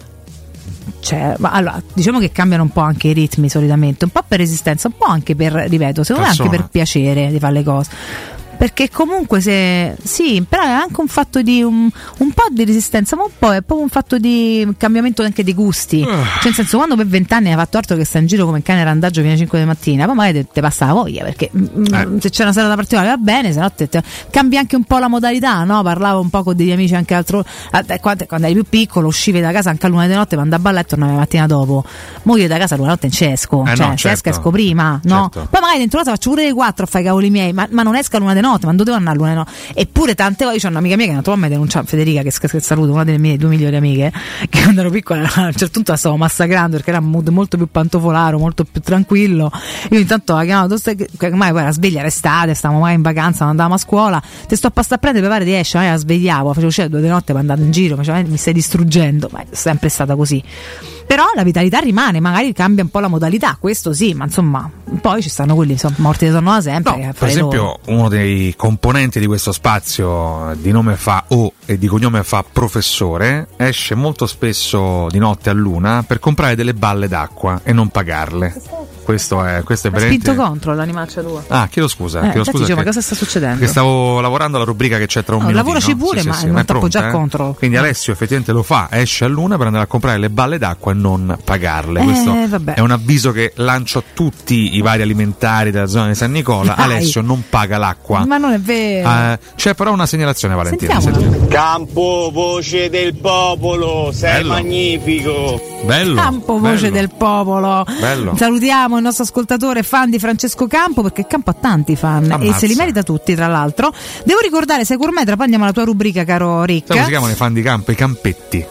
Cioè, allora, diciamo che cambiano un po' anche i ritmi solitamente, un po' per resistenza, un po' anche per, ripeto, secondo me anche per piacere di fare le cose. Perché comunque sì, però è anche un fatto di un po' di resistenza, ma un po' è proprio un fatto di cambiamento anche di gusti. Cioè, nel senso, quando per 20 anni hai fatto altro che sta in giro come il cane randaggio fino alle 5 di mattina, poi magari ti passa la voglia, perché se c'è una serata particolare va bene, se no cambia anche un po' la modalità, no? Parlavo un po' con degli amici anche altro, quando eri più piccolo uscivi da casa anche a luna di notte, mandavi a ballo e tornavi la mattina dopo. Mo io da casa a luna di notte non ci esco, se esco prima, no? Certo. Poi magari dentro casa faccio pure le 4 a fare i cavoli miei, ma non esco a luna di notte, ma dove devo andare a luna no? Eppure tante volte c'è un'amica mia che non trova mai denunciare, Federica, che saluto, una delle mie 2 migliori amiche, che quando ero piccola a un certo punto la stavo massacrando perché era un mood molto più pantofolaro, molto più tranquillo. Io intanto la chiamavo, ormai poi era sveglia, era estate, stavamo mai in vacanza, non andavamo a scuola, te sto a passare a prendere, prepare di esce, la svegliavo, facevo uscire 2 di notte per andare in giro, mi stai distruggendo, ma è sempre stata così. Però la vitalità rimane, magari cambia un po' la modalità, questo sì, ma insomma poi ci stanno quelli morti di sonno da sempre. No, per esempio uno dei componenti di questo spazio di nome fa O e di cognome fa professore esce molto spesso di notte a luna per comprare delle balle d'acqua e non pagarle. Questo è spinto contro l'animaccia tua. Chiedo scusa. Ma cosa sta succedendo? Perché stavo lavorando alla rubrica che c'è tra un minuto. Lavoraci pure, ma non tappo già contro. Quindi Alessio effettivamente lo fa, esce a luna per andare a comprare le balle d'acqua e non pagarle. Questo è un avviso che lancio a tutti i vari alimentari della zona di San Nicola. Alessio non paga l'acqua. Ma non è vero. C'è però una segnalazione, Valentina. Sentiamo. Campo, voce del popolo, sei magnifico. Bello. Campo, voce del popolo. Bello. Salutiamo il nostro ascoltatore fan di Francesco Campo, perché Campo ha tanti fan. Ammazza. E se li merita tutti, tra l'altro. Devo ricordare Securmetra, poi andiamo alla tua rubrica, caro Rick. Come si chiamano i fan di Campo? I campetti.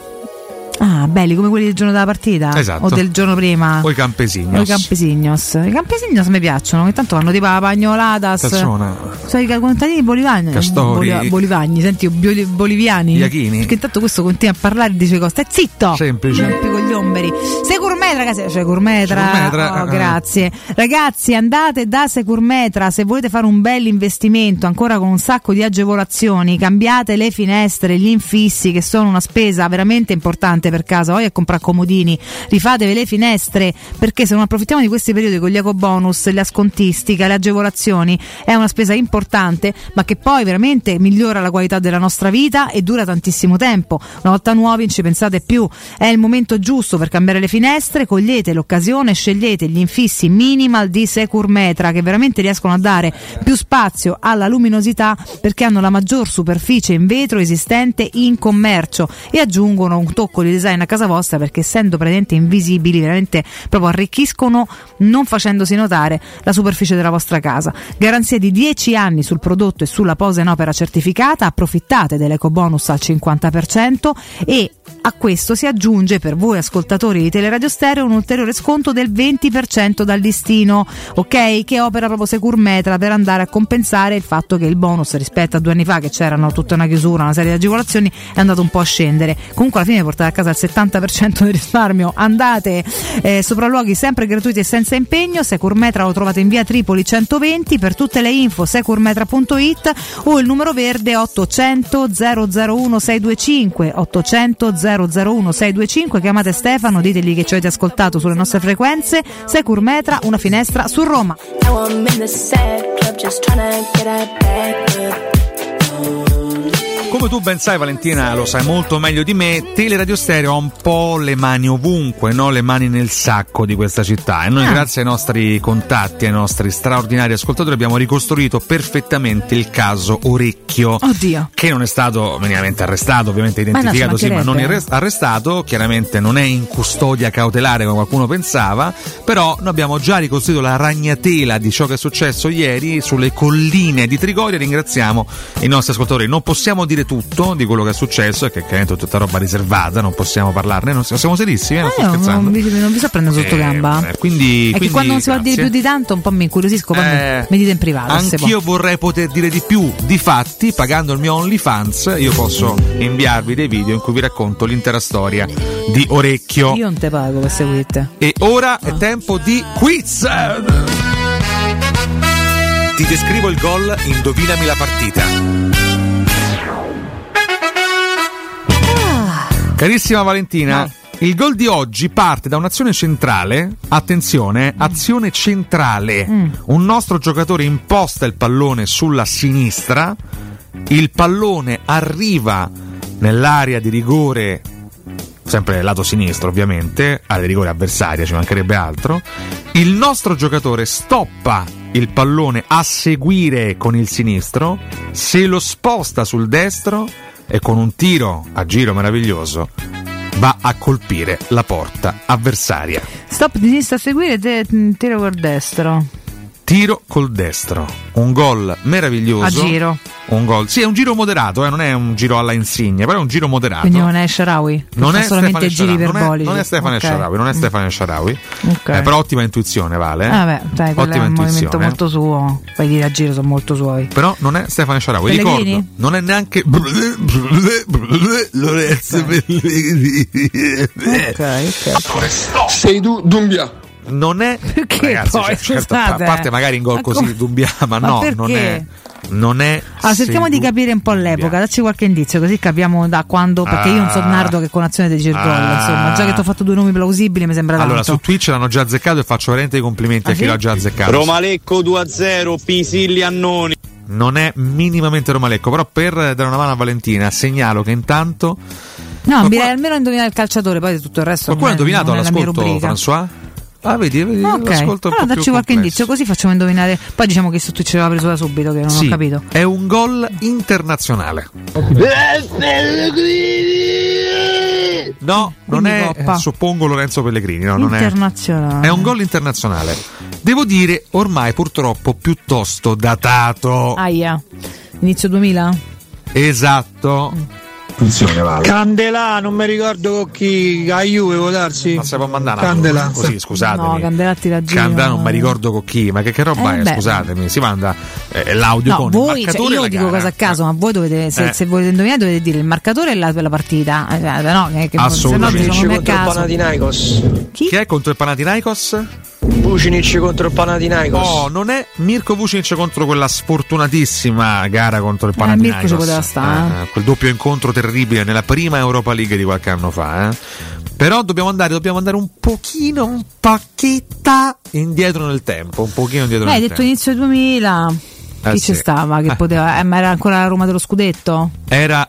Ah, belli come quelli del giorno della partita? Esatto. O del giorno prima? O i campesignos. I campesinos mi piacciono, ogni tanto vanno tipo la pagnoladas. Sai i contadini bolivani. Bolivani, senti, boliviani. Iachini. Perché intanto questo continua a parlare e dice cose. Stai zitto! Semplice. Rompi con gli omberi. Securmetra, ragazzi. Securmetra. Grazie. Ragazzi, andate da Securmetra se volete fare un bel investimento, ancora con un sacco di agevolazioni. Cambiate le finestre, gli infissi, che sono una spesa veramente importante per casa, voglia a comprare comodini, rifatevi le finestre, perché se non approfittiamo di questi periodi con gli ecobonus, la scontistica, le agevolazioni, è una spesa importante, ma che poi veramente migliora la qualità della nostra vita e dura tantissimo tempo. Una volta nuovi non ci pensate più, è il momento giusto per cambiare le finestre. Cogliete l'occasione, scegliete gli infissi Minimal di Securmetra, che veramente riescono a dare più spazio alla luminosità perché hanno la maggior superficie in vetro esistente in commercio e aggiungono un tocco di design a casa vostra, perché essendo praticamente invisibili veramente proprio arricchiscono, non facendosi notare, la superficie della vostra casa. Garanzia di 10 anni sul prodotto e sulla posa in opera certificata. Approfittate dell'ecobonus al 50% e a questo si aggiunge per voi ascoltatori di Teleradio Stereo un ulteriore sconto del 20% dal listino, ok? Che opera proprio Securmetra per andare a compensare il fatto che il bonus rispetto a 2 anni fa, che c'erano tutta una chiusura, una serie di agevolazioni, è andato un po' a scendere. Comunque alla fine portate a casa il 70% di risparmio. Andate, sopralluoghi sempre gratuiti e senza impegno. Securmetra lo trovate in via Tripoli 120. Per tutte le info securmetra.it o il numero verde 800 001 625 800 001 625. Chiamate Stefano, ditegli che ci avete ascoltato sulle nostre frequenze. Securmetra, una finestra su Roma. Come tu ben sai, Valentina, lo sai molto meglio di me, Teleradio Stereo ha un po' le mani ovunque, no? Le mani nel sacco di questa città, e noi grazie ai nostri contatti, ai nostri straordinari ascoltatori, abbiamo ricostruito perfettamente il caso Orecchio. Oddio. Che non è stato minimamente arrestato, ovviamente identificato, sì, ma non arrestato, chiaramente non è in custodia cautelare come qualcuno pensava, però noi abbiamo già ricostruito la ragnatela di ciò che è successo ieri sulle colline di Trigoria. Ringraziamo i nostri ascoltatori. Non possiamo dire tutto di quello che è successo, e che chiaramente è tutta roba riservata, non possiamo parlarne, non siamo serissimi, non sto scherzando. Non vi so prendere sotto gamba. Quindi che quando non si va a dire più di tanto un po' mi incuriosisco, poi mi dite in privato. Anch'io vorrei poter dire di più. Difatti, pagando il mio OnlyFans, io posso inviarvi dei video in cui vi racconto l'intera storia di Orecchio. Io non te pago per seguirte. E ora è tempo di quiz. Ti descrivo il gol, indovinami la partita. Carissima Valentina, il gol di oggi parte da un'azione centrale. Attenzione, azione centrale. Un nostro giocatore imposta il pallone sulla sinistra, il pallone arriva nell'area di rigore, sempre nel lato sinistro ovviamente, area di rigore avversaria, ci mancherebbe altro. Il nostro giocatore stoppa il pallone a seguire con il sinistro, se lo sposta sul destro e con un tiro a giro meraviglioso va a colpire la porta avversaria. Stop di sinistra a seguire, tiro col destro. Tiro col destro. Un gol meraviglioso. A giro. Un gol. Sì, è un giro moderato, non è un giro alla Insigne, però è un giro moderato. Quindi non è Shaarawy? Non è solamente giri iperbolici. Non è Stefano Shaarawy, non è Stefano Shaarawy. Okay. Però ottima intuizione, Vale. Vabbè, dai, quello è un movimento molto suo. Poi dire a giro sono molto suoi. Però non è Stefano Shaarawy, ricordo. Non è neanche Lorenzo Pellegrini. Ok. Sei tu, Dumbia. Non è, perché ragazzi, poi, certo, a parte magari in gol così Dumbia, ma no, non è. Allora, cerchiamo di capire un po' l'epoca, dacci qualche indizio così capiamo da quando, perché io non so nardo che con azione dice il gol, insomma, già che ti ho fatto 2 nomi plausibili mi sembra tanto. Allora, su Twitch l'hanno già azzeccato e faccio veramente i complimenti a chi l'ha già azzeccato. Romalecco 2-0, Pisilli Annoni. Non è minimamente Romalecco, però per dare una mano a Valentina segnalo che intanto direi almeno indovinare il calciatore, poi tutto il resto qualcuno ha indovinato all'ascolto, François? Ah, vedi, l'ascolto un po' dacci più qualche indizio così facciamo indovinare. Poi diciamo che su Twitch l'aveva preso da subito, che non ho capito. È un gol internazionale. No, non è suppongo Lorenzo Pellegrini, no, non internazionale. È un gol internazionale. Devo dire ormai purtroppo piuttosto datato. Aia. Inizio 2000? Esatto. Candelà, non mi ricordo con chi, a Juve può darsi. Ma se può mandare Candelà così, scusatemi. No, Candelatti da giro. Candelà non mi ricordo con chi, ma che roba è? Scusatemi, si manda l'audio con voi, il marcatore. Io dico cosa a caso, ma voi dovete, se volete indovinare, dovete dire il marcatore e la partita. No, che assolutamente. Se no contro il Panathinaikos. Chi è contro il Panathinaikos? Vucinic contro il Panathinaikos. Oh, non è Mirko Vucinic contro quella sfortunatissima gara contro il Panathinaikos. Mirko ci poteva stare. Quel doppio incontro terribile nella prima Europa League di qualche anno fa. Però dobbiamo andare un pochino, un pacchetta indietro nel tempo, un pochino indietro nel hai tempo. detto inizio 2000, chi sì. ci stava che poteva, ma era ancora la Roma dello scudetto? Era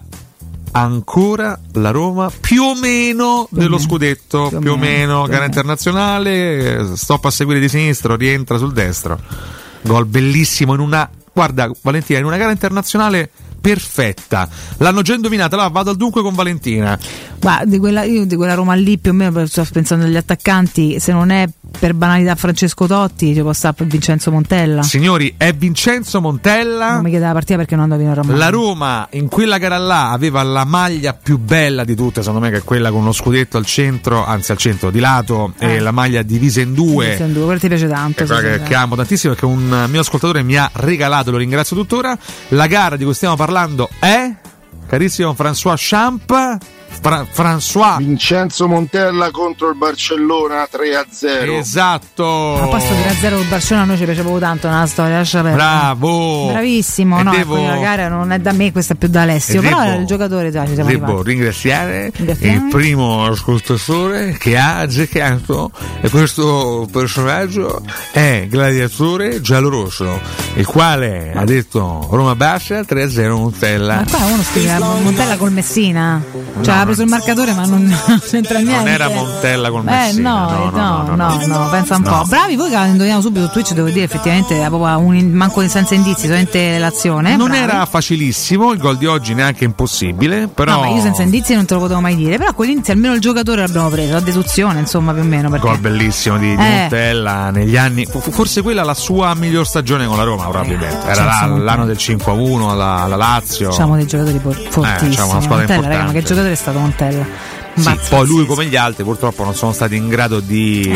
ancora la Roma più o meno dello scudetto, più o meno, gara internazionale, stop a seguire di sinistro, rientra sul destro, gol bellissimo guarda Valentina, in una gara internazionale perfetta, l'hanno già indovinata, là vado al dunque con Valentina. Ma di quella Roma lì più o meno, sto pensando agli attaccanti, se non è per banalità Francesco Totti ci può stare per Vincenzo Montella. Signori, è Vincenzo Montella. Non mi chiede la partita perché non andavo in Roma. La Roma in quella gara là aveva la maglia più bella di tutte, secondo me, che è quella con lo scudetto al centro, anzi al centro di lato, e la maglia divisa in due. Quella ti piace tanto. Che amo tantissimo, perché un mio ascoltatore mi ha regalato, lo ringrazio tuttora. La gara di cui stiamo parlando è, carissimo François Champ, François Vincenzo Montella contro il Barcellona 3-0. Esatto. A posto 3-0 il Barcellona, a noi ci piace proprio tanto nella storia, lascia perdere. Bravo, bravissimo. No, la gara non è da me, questa è più da Alessio, però il giocatore ci siamo devo ringraziare il primo ascoltatore che ha azzeccato, e questo personaggio è Gladiatore Giallorosso, il quale ha detto Roma bassa 3-0 Montella. Ma qua uno scrive Montella col Messina, cioè ha preso il marcatore ma non c'entra niente. Non era Montella col Messina. No, pensa un po'. Bravi voi che indoviniamo subito su Twitch, devo dire effettivamente proprio manco senza indizi, solamente l'azione. Non bravi. Era facilissimo il gol di oggi, neanche impossibile, però. No, ma io senza indizi non te lo potevo mai dire, però quell'inizio almeno il giocatore l'abbiamo preso, la deduzione, insomma, più o meno. Perché... Gol bellissimo di Montella negli anni, forse quella la sua miglior stagione con la Roma, probabilmente. Era l'anno del 5-1 alla Lazio. Diciamo dei giocatori fortissimi. Diciamo una squadra importante. Raga, ma che giocatore è stato Montella? Sì, poi lui come gli altri purtroppo non sono stati in grado di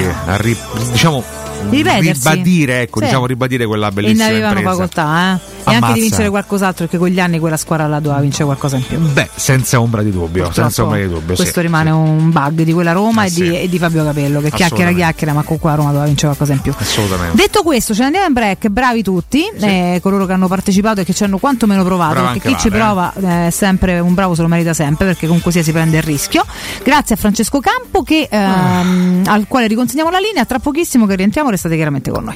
ribadire quella bellissima e ne avevano impresa. facoltà e anche di vincere qualcos'altro, perché quegli anni quella squadra là doveva vincere qualcosa in più. Beh, senza ombra di dubbio, questo rimane un bug di quella Roma e di Fabio Capello, che chiacchiera, ma con qua Roma doveva vincere qualcosa in più. Assolutamente. Detto questo, ce ne andiamo in break, bravi tutti, coloro che hanno partecipato e che ci hanno quantomeno provato, perché chi ci prova è sempre un bravo, se lo merita sempre, perché comunque si prende il rischio. Grazie a Francesco Campo al quale riconsegniamo la linea. Tra pochissimo che rientriamo, restate chiaramente con noi.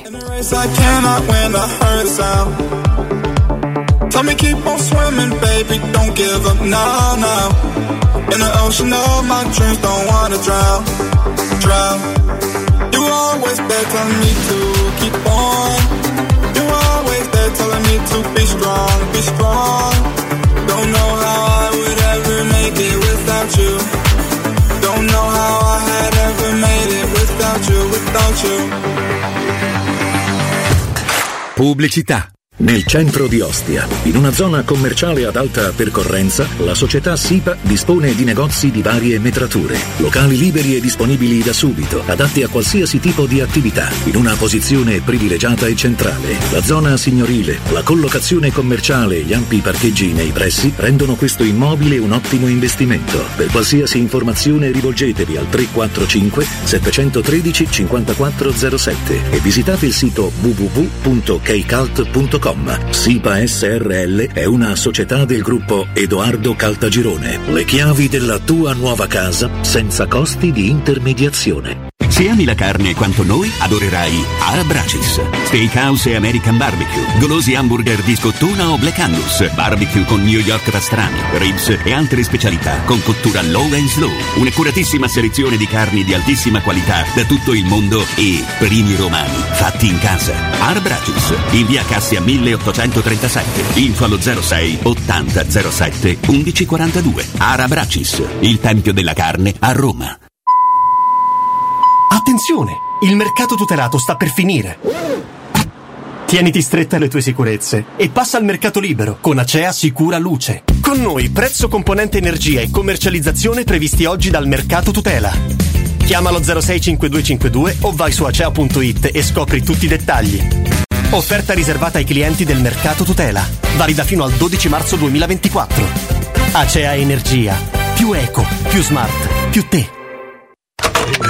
Tell me keep on swimming, baby, don't give up now, now. In the ocean of my dreams, don't wanna drown, drown. You were always there telling me to keep on. You were always there telling me to be strong, be strong. Don't know how I would ever make it without you. Don't know how I had ever made it without you, without you. Pubblicità. Nel centro di Ostia, in una zona commerciale ad alta percorrenza, la società SIPA dispone di negozi di varie metrature, locali liberi e disponibili da subito, adatti a qualsiasi tipo di attività, in una posizione privilegiata e centrale. La zona signorile, la collocazione commerciale e gli ampi parcheggi nei pressi rendono questo immobile un ottimo investimento. Per qualsiasi informazione rivolgetevi al 345 713 5407 e visitate il sito www.kcalt.com. SIPA SRL è una società del gruppo Edoardo Caltagirone. Le chiavi della tua nuova casa senza costi di intermediazione. Se ami la carne quanto noi, adorerai Arabracis. Steakhouse e American Barbecue, golosi hamburger di scottuna o Black Angus, barbecue con New York pastrami, ribs e altre specialità con cottura low and slow. Un'accuratissima selezione di carni di altissima qualità da tutto il mondo e primi romani fatti in casa. Arabracis, in via Cassia 1837, info allo 06 80 07 1142. Arabracis, il tempio della carne a Roma. Attenzione! Il mercato tutelato sta per finire. Tieniti stretta alle tue sicurezze e passa al mercato libero con Acea Sicura Luce. Con noi prezzo, componente energia e commercializzazione previsti oggi dal mercato tutela. Chiamalo 065252 o vai su acea.it e scopri tutti i dettagli. Offerta riservata ai clienti del mercato tutela. Valida fino al 12 marzo 2024. Acea Energia. Più eco, più smart, più te.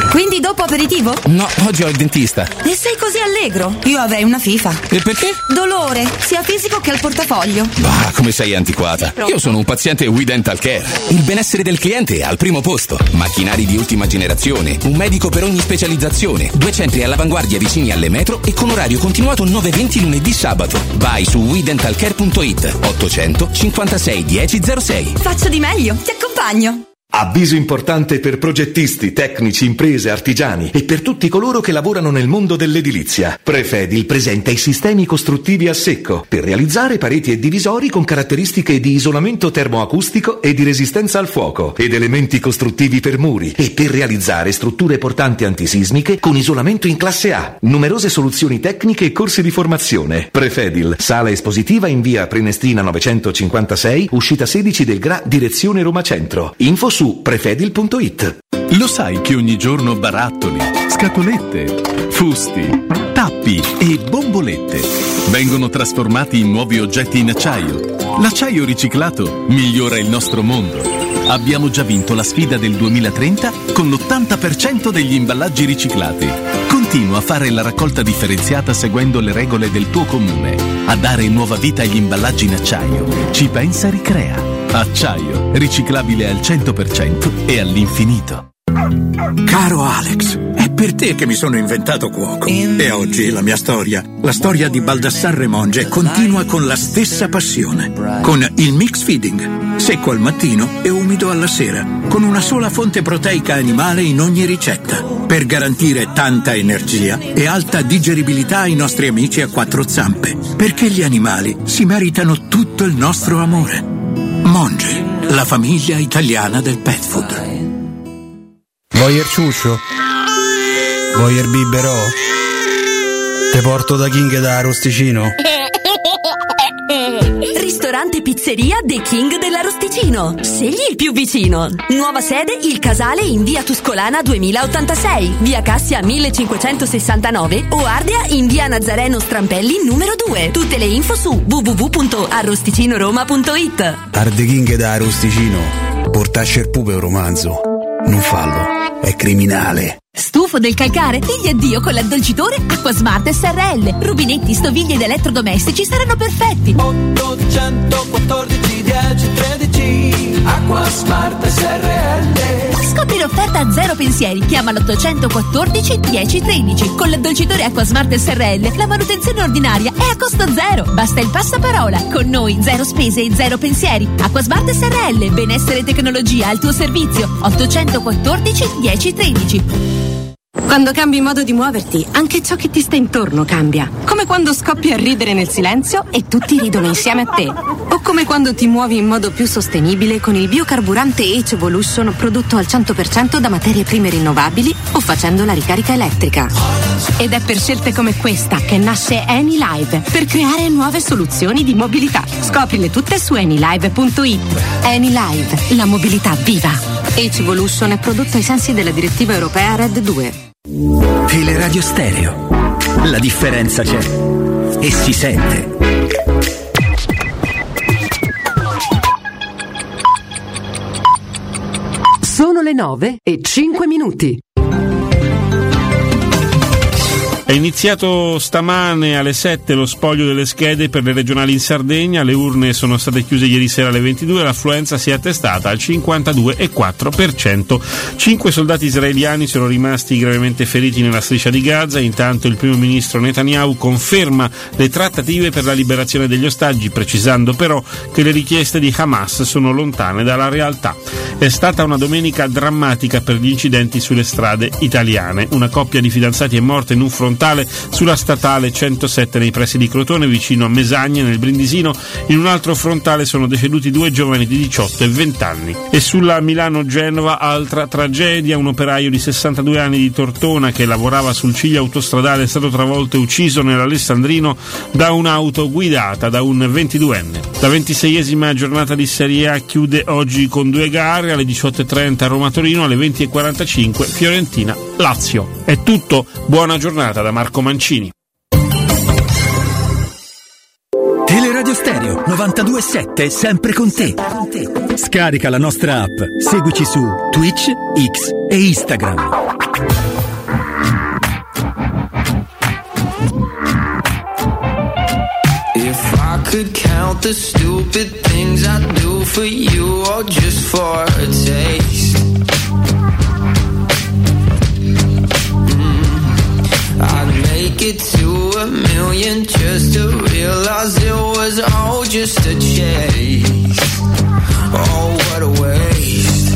Quindi dopo aperitivo? No, oggi ho il dentista. E sei così allegro? Io avrei una FIFA. E perché? Dolore, sia fisico che al portafoglio. Bah, come sei antiquata. Io sono un paziente We Dental Care. Il benessere del cliente è al primo posto. Macchinari di ultima generazione, un medico per ogni specializzazione, 2 centri all'avanguardia vicini alle metro e con orario continuato 9-20 lunedì sabato. Vai su WeDentalCare.it 800 56 1006. Faccio di meglio, ti accompagno. Avviso importante per progettisti, tecnici, imprese, artigiani e per tutti coloro che lavorano nel mondo dell'edilizia. Prefedil presenta i sistemi costruttivi a secco per realizzare pareti e divisori con caratteristiche di isolamento termoacustico e di resistenza al fuoco ed elementi costruttivi per muri e per realizzare strutture portanti antisismiche con isolamento in classe A. Numerose soluzioni tecniche e corsi di formazione. Prefedil, sala espositiva in via Prenestina 956, uscita 16 del GRA, direzione Roma Centro. Info su prefedil.it. Lo sai che ogni giorno barattoli, scatolette, fusti, tappi e bombolette vengono trasformati in nuovi oggetti in acciaio. L'acciaio riciclato migliora il nostro mondo. Abbiamo già vinto la sfida del 2030 con l'80% degli imballaggi riciclati. Continua a fare la raccolta differenziata seguendo le regole del tuo comune. A dare nuova vita agli imballaggi in acciaio ci pensa Ricrea. Acciaio, riciclabile al 100% e all'infinito. Caro Alex, è per te che mi sono inventato cuoco. E oggi la mia storia, la storia di Baldassarre Monge, continua con la stessa passione. Con il mix feeding, secco al mattino e umido alla sera, con una sola fonte proteica animale in ogni ricetta, per garantire tanta energia e alta digeribilità ai nostri amici a 4 zampe, perché gli animali si meritano tutto il nostro amore. Monge, la famiglia italiana del pet food. Voyer ciuscio? Voyer biberò? Te porto da King dell'Arrosticino? Ristorante Pizzeria The King dell'Arrosticino. Scegli il più vicino. Nuova sede Il Casale in via Tuscolana 2086, via Cassia 1569 o Ardea in via Nazareno Strampelli numero 2. Tutte le info su www.arrosticinoroma.it. Arde King dell'Arrosticino. Portasce il pupe un romanzo. Non fallo, è criminale. Stufo del calcare? Digli addio con l'addolcitore Acquasmart SRL. Rubinetti, stoviglie ed elettrodomestici saranno perfetti. 814 10 13 Acquasmart SRL. Scopri l'offerta a zero pensieri. Chiama l'814 10 13. Con l'addolcitore Acquasmart SRL la manutenzione ordinaria è a costo zero. Basta il passaparola. Con noi zero spese e zero pensieri. Acquasmart SRL, benessere e tecnologia al tuo servizio. 814 10 13. Quando cambi modo di muoverti, anche ciò che ti sta intorno cambia. Come quando scoppi a ridere nel silenzio e tutti ridono insieme a te. O come quando ti muovi in modo più sostenibile con il biocarburante H-Evolution prodotto al 100% da materie prime rinnovabili o facendo la ricarica elettrica. Ed è per scelte come questa che nasce AnyLive, per creare nuove soluzioni di mobilità. Scoprile tutte su anylive.it. AnyLive, la mobilità viva. H-Evolution è prodotto ai sensi della direttiva europea RED 2. Teleradio Stereo. La differenza c'è e si sente. Sono le 9:05. È iniziato stamane alle 7 lo spoglio delle schede per le regionali in Sardegna, le urne sono state chiuse ieri sera alle 22, l'affluenza si è attestata al 52,4%. 5 soldati israeliani sono rimasti gravemente feriti nella striscia di Gaza, intanto il primo ministro Netanyahu conferma le trattative per la liberazione degli ostaggi, precisando però che le richieste di Hamas sono lontane dalla realtà. È stata una domenica drammatica per gli incidenti sulle strade italiane. Una coppia di fidanzati è morta in un frontale sulla statale 107 nei pressi di Crotone, vicino a Mesagne nel Brindisino. In un altro frontale sono deceduti 2 giovani di 18 e 20 anni. E sulla Milano-Genova altra tragedia, un operaio di 62 anni di Tortona che lavorava sul ciglio autostradale è stato travolto e ucciso nell'Alessandrino da un'auto guidata da un 22enne. La 26esima giornata di Serie A chiude oggi con 2 gare, alle 18:30 Roma-Torino, alle 20:45 Fiorentina-Lazio. È tutto, buona giornata da Marco Mancini. Teleradio Stereo 92.7, sempre con te. Scarica la nostra app, seguici su Twitch, X e Instagram. If I could count the stupid things I do for you, or just for a taste, I'd make it to 1,000,000 just to realize it was all just a chase. Oh, what a waste.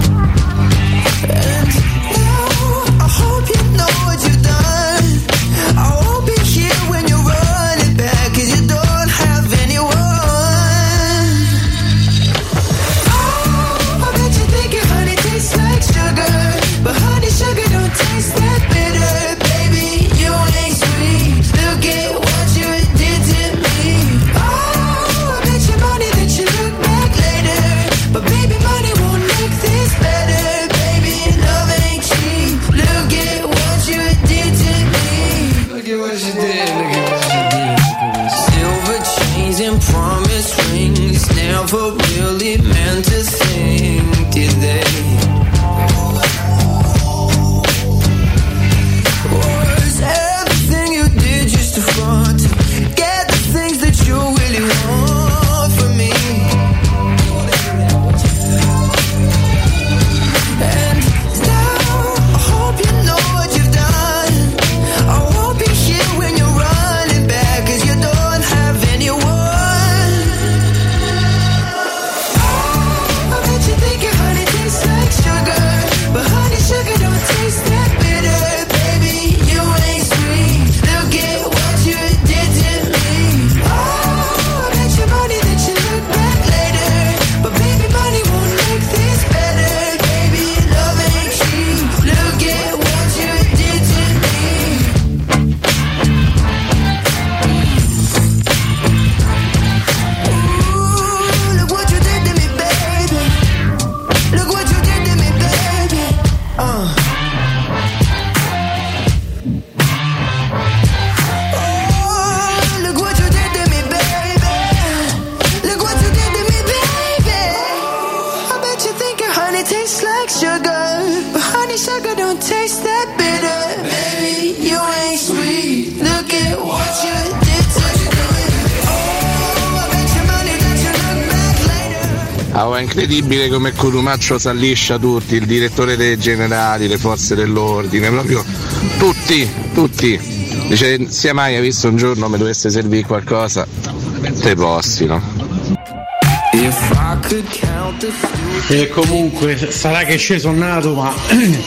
And now I hope you know what you've done. I won't be here when you're running back, 'cause you don't have anyone. Oh, I bet you think your honey tastes like sugar, but honey sugar don't taste that bitter. Baby, you ain't sweet. Look at what you did to me. Oh, I bet you money that you look back later, but baby, money won't make this better. Baby, love ain't cheap. Look at what you did to me. Look at what you did. Look at what you did. Silver chains and promise rings never really meant a thing, did they? Was everything you did just a front to get the things that you really want from me? And now I hope you know what you've done. I won't be here when you're running back, 'cause you don't have anyone. Oh, I bet you think your honey tastes like sugar, but honey sugar don't taste that bitter. Baby, you ain't sweet. Look at what you did to me. Oh, I bet you money that you look back later, but baby, money won't make this better. Baby, love ain't cheap. Look at what you did to me. Ooh, look what you did to me, baby. Look what you did to me, baby. Oh, look what you did to me, baby. Look what you did to me, baby. I bet you think your honey tastes like sugar, but honey sugar don't taste that bitter. Baby, you ain't sweet. Look at what you did to me. Oh, I bet you money that you look back later. Ah, è incredibile come Cotumaccio s'alliscia tutti, il direttore dei generali, le forze dell'ordine, proprio tutti. Dice, sia mai hai visto un giorno mi dovesse servire qualcosa, te postino. E comunque sarà che sceso nato, ma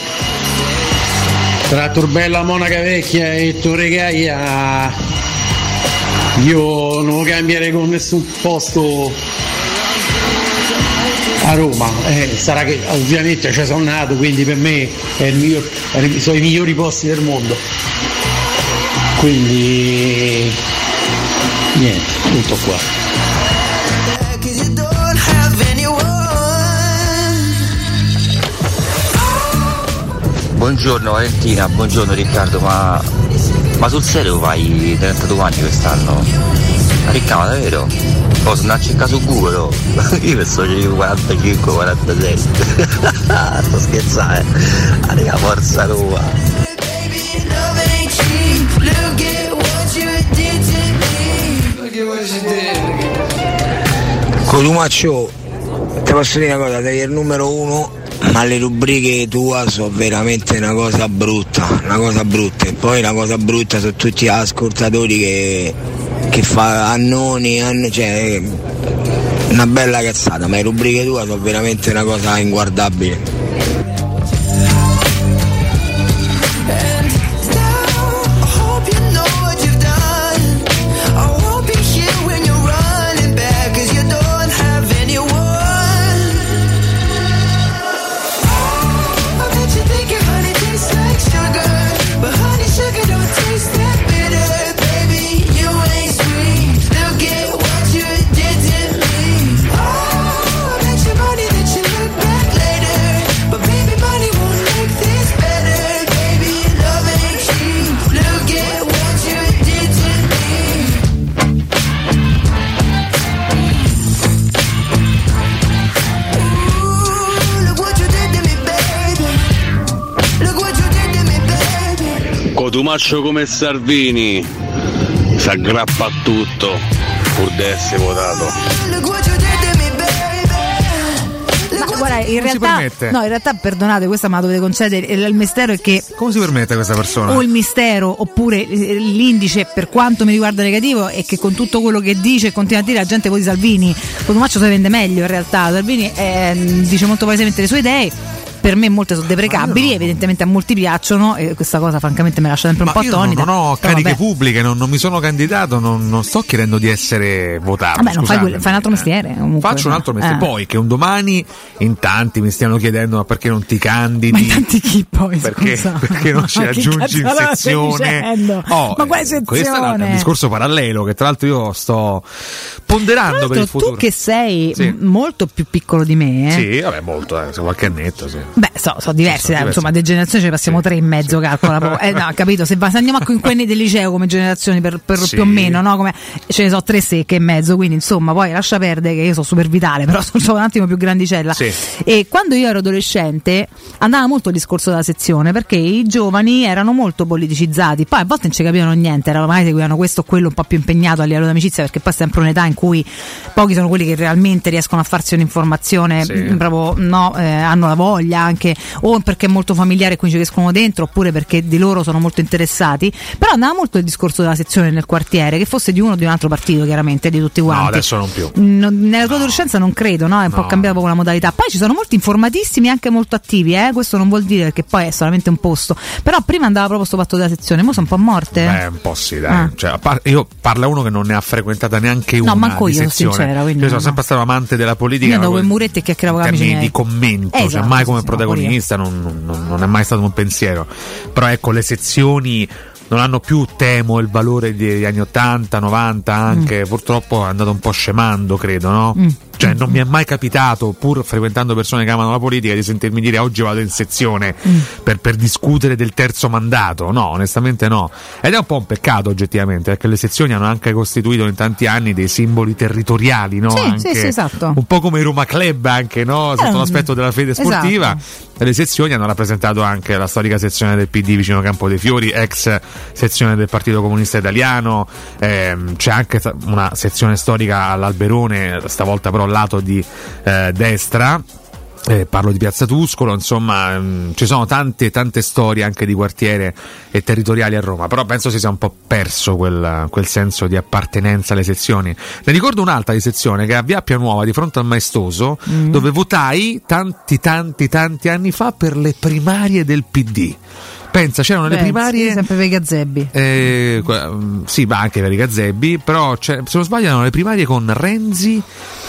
tra Torbella Monaca Vecchia e Torregaia io non lo cambierei con nessun posto a Roma. Sarà che ovviamente ci sono nato, quindi per me sono i migliori posti del mondo, quindi niente, tutto qua. Buongiorno Valentina, buongiorno Riccardo, ma sul serio fai 32 anni quest'anno? Ma Riccardo, ma davvero? Posso andare a cercare su Google? Io penso che 45, 46. Sto scherzando, raga, forza Roma. Cotumaccio, ti posso dire una cosa, sei il numero 1, ma le rubriche tue sono veramente una cosa brutta, e poi una cosa brutta sono tutti gli ascoltatori che fa annoni, cioè una bella cazzata, ma le rubriche tue sono veramente una cosa inguardabile. But baby, Cotumaccio come Salvini si aggrappa a tutto pur di essere votato. Guarda, in realtà, perdonate, questa me la dovete concedere. Il mistero è che. Come si permette questa persona? O il mistero, oppure l'indice, per quanto mi riguarda negativo, è che con tutto quello che dice e continua a dire la gente voti Salvini. Cotumaccio si vende meglio in realtà. Salvini dice molto palesemente le sue idee. Per me molte sono deprecabili, evidentemente a molti piacciono e questa cosa francamente mi lascia sempre un po' attonita. Non ho cariche pubbliche, non mi sono candidato, non sto chiedendo di essere votato. Vabbè, non fai un altro mestiere. Comunque, faccio un altro mestiere. Poi che un domani in tanti mi stiano chiedendo ma perché non ti candidi? Ma in tanti chi poi? Perché non ci aggiungi in sezione? Ma quale sezione? Questo è un discorso parallelo che tra l'altro io sto ponderando per il futuro. Tu che sei molto più piccolo di me. Sì, vabbè, molto, qualche annetto, sì. Beh, so diversi, insomma, di generazioni ce ne passiamo 3 e mezzo, calcola. No, capito? Se andiamo a quinquenni del liceo come generazioni per più o meno, no? Come, ce ne so 3 secche e mezzo, quindi insomma, poi lascia perdere che io sono super vitale, però sono un attimo più grandicella. Sì. E quando io ero adolescente andava molto il discorso della sezione, perché i giovani erano molto politicizzati, poi a volte non ci capivano niente, magari seguivano questo o quello un po' più impegnato a livello di amicizia, perché poi è sempre un'età in cui pochi sono quelli che realmente riescono a farsi un'informazione, proprio hanno la voglia anche, o perché è molto familiare e quindi ci riescono dentro, oppure perché di loro sono molto interessati. Però andava molto il discorso della sezione nel quartiere, che fosse di uno o di un altro partito, chiaramente di tutti quanti. No, adesso non più. Nella tua adolescenza non credo, no? È un po' cambiata proprio la modalità. Poi ci sono molti informatissimi e anche molto attivi, questo non vuol dire che poi è solamente un posto, però prima andava proprio sto fatto della sezione, mo sono un po' morte. Un po' sì, dai. Cioè, io parlo uno che non ne ha frequentata neanche una. No, manco io, sezione. Sincera, io sono sempre stato amante della politica. Io quei muretti che chiacchieravo con amici di commento, cioè mai come protagonista, non è mai stato un pensiero. Però ecco, le sezioni non hanno più, temo, il valore degli anni 80, 90 anche, purtroppo è andato un po' scemando, credo, no? Cioè non mi è mai capitato, pur frequentando persone che amano la politica, di sentirmi dire oggi vado in sezione per discutere del terzo mandato. No, onestamente no. Ed è un po' un peccato oggettivamente, perché le sezioni hanno anche costituito in tanti anni dei simboli territoriali, no? Sì, esatto. Un po' come i Roma Club anche, no? Sotto l'aspetto della fede sportiva. Esatto. Le sezioni hanno rappresentato anche la storica sezione del PD vicino Campo dei Fiori, ex sezione del Partito Comunista Italiano, c'è anche una sezione storica all'Alberone, stavolta però lato di destra. Parlo di Piazza Tuscolo, insomma, ci sono tante storie anche di quartiere e territoriali a Roma, però penso si sia un po' perso quel senso di appartenenza alle sezioni. Ne ricordo un'altra di sezione che a Via Appia Nuova, di fronte al Maestoso, dove votai tanti anni fa per le primarie del PD. Pensa, c'erano le primarie. Sì, sempre per i Gazzebi. Sì, ma anche per i Gazzebi. Però, se non sbaglio, erano le primarie con Renzi,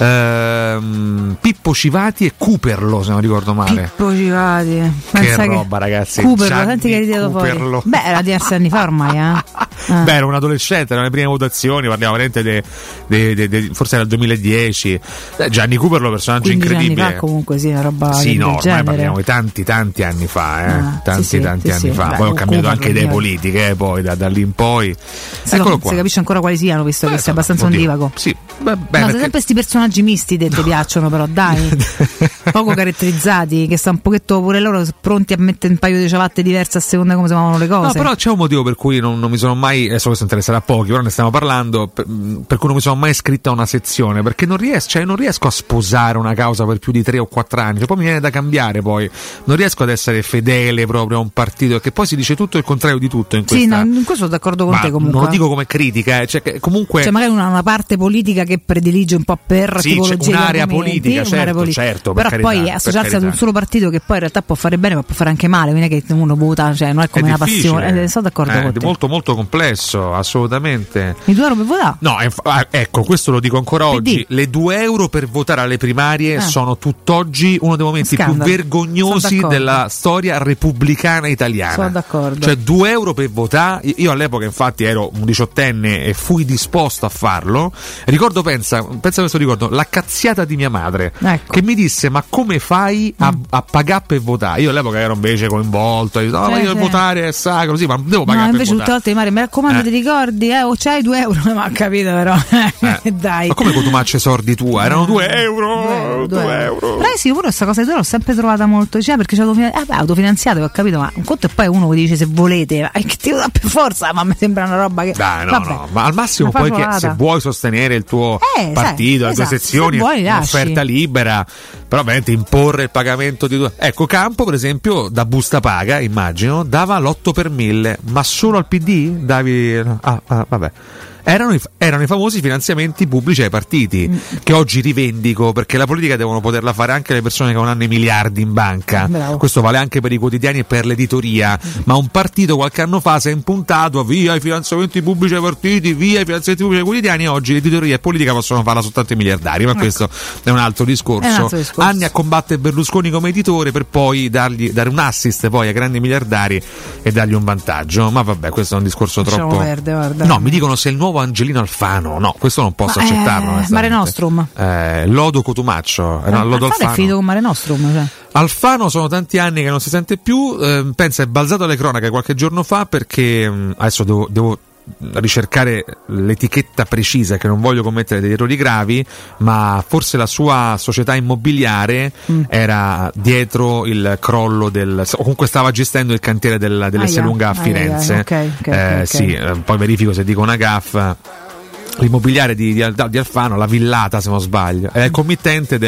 Pippo Civati e Cooperlo, se non ricordo male. Pippo Civati. Che roba, ragazzi. Cooperlo, senti che hai tirato fuori. Beh, era diversi anni fa ormai, Beh, ero un adolescente, erano le prime votazioni, parliamo veramente forse era il 2010. Gianni Cooperlo, personaggio 15 incredibile. Anni fa comunque, sì, una roba sì, del ormai genere. parliamo di tanti anni fa, tanti anni fa. Beh, poi ho cambiato anche idee politiche, poi da lì in poi. Eccolo qua. Si capisce ancora quali siano, visto che sei abbastanza ondivago. Sì, no, sono sempre questi personaggi misti ti piacciono, però dai. Poco caratterizzati, che sta un pochetto pure loro pronti a mettere un paio di ciabatte diverse a seconda come si muovono le cose. No, però c'è un motivo per cui non mi sono mai, adesso questo interesserà a pochi, però ne stiamo parlando, per cui non mi sono mai iscritto a una sezione, perché non riesco a sposare una causa per più di 3 o 4 anni, poi mi viene da cambiare, poi non riesco ad essere fedele proprio a un partito, che poi si dice tutto il contrario di tutto in questa. Sì, no, in questo sono d'accordo con te comunque. Non lo dico come critica, cioè che comunque. Cioè magari una parte politica che predilige un po' per tipologia un'area politica, certo, però per poi carità, associarsi ad un solo partito che poi in realtà può fare bene ma può fare anche male, quindi è che uno vota, cioè non è come una passione. Sono d'accordo con te. È molto molto complesso, assolutamente. I 2 euro per votare? No, ecco, questo lo dico ancora oggi. Le 2 euro per votare alle primarie sono tutt'oggi uno dei momenti più vergognosi della storia repubblicana italiana. Sono d'accordo. Cioè 2 euro per votare. Io all'epoca infatti ero un 18enne e fui disposto a farlo. Ricordo ricordo, pensa questo ricordo, la cazziata di mia madre, ecco, che mi disse: ma come fai a pagare per votare? Io all'epoca ero invece coinvolto, ma io votare è sacro, sì, ma devo pagare per invece votare. tutte le volte mi raccomando, ti ricordi, o c'hai 2 euro, ma ho capito però. Dai. Ma come cotumacce sordi tua? Erano 2 euro. 2 euro. Però sì, pure questa cosa di 2 euro l'ho sempre trovata molto, perché c'è autofinanziato, ho capito, ma un conto e poi uno dice se volete, che ti dà per forza, ma mi sembra una roba che dai, no, ma al massimo poi che se vuoi sostenere il tuo partito, le tue sezioni, un'offerta libera, però veramente imporre il pagamento di 2. Ecco, Campo per esempio da busta paga, immagino, dava l'8 per 1000, ma solo al PD davi vabbè. Erano i famosi finanziamenti pubblici ai partiti, che oggi rivendico, perché la politica devono poterla fare anche le persone che non hanno i miliardi in banca. Bravo. Questo vale anche per i quotidiani e per l'editoria, ma un partito qualche anno fa si è impuntato via i finanziamenti pubblici ai partiti, via i finanziamenti pubblici ai quotidiani, e oggi l'editoria e politica possono farla soltanto i miliardari, ma questo è un altro discorso. Anni a combattere Berlusconi come editore per poi dare un assist poi ai grandi miliardari e dargli un vantaggio, ma vabbè, questo è un discorso troppo verde, guarda. No, mi dicono se il nuovo Angelino Alfano, no, questo non posso accettarlo. Mare Nostrum, Lodo Cotumaccio, Lodo Alfano è finito con Mare Nostrum, cioè. Alfano sono tanti anni che non si sente più, pensa è balzato alle cronache qualche giorno fa, perché adesso devo ricercare l'etichetta precisa, che non voglio commettere degli errori gravi, ma forse la sua società immobiliare era dietro il crollo o comunque stava gestendo il cantiere dell'Esselunga a Firenze. Okay. Sì, poi verifico se dico una gaffa. L'immobiliare di Alfano, la Villata se non sbaglio, è il committente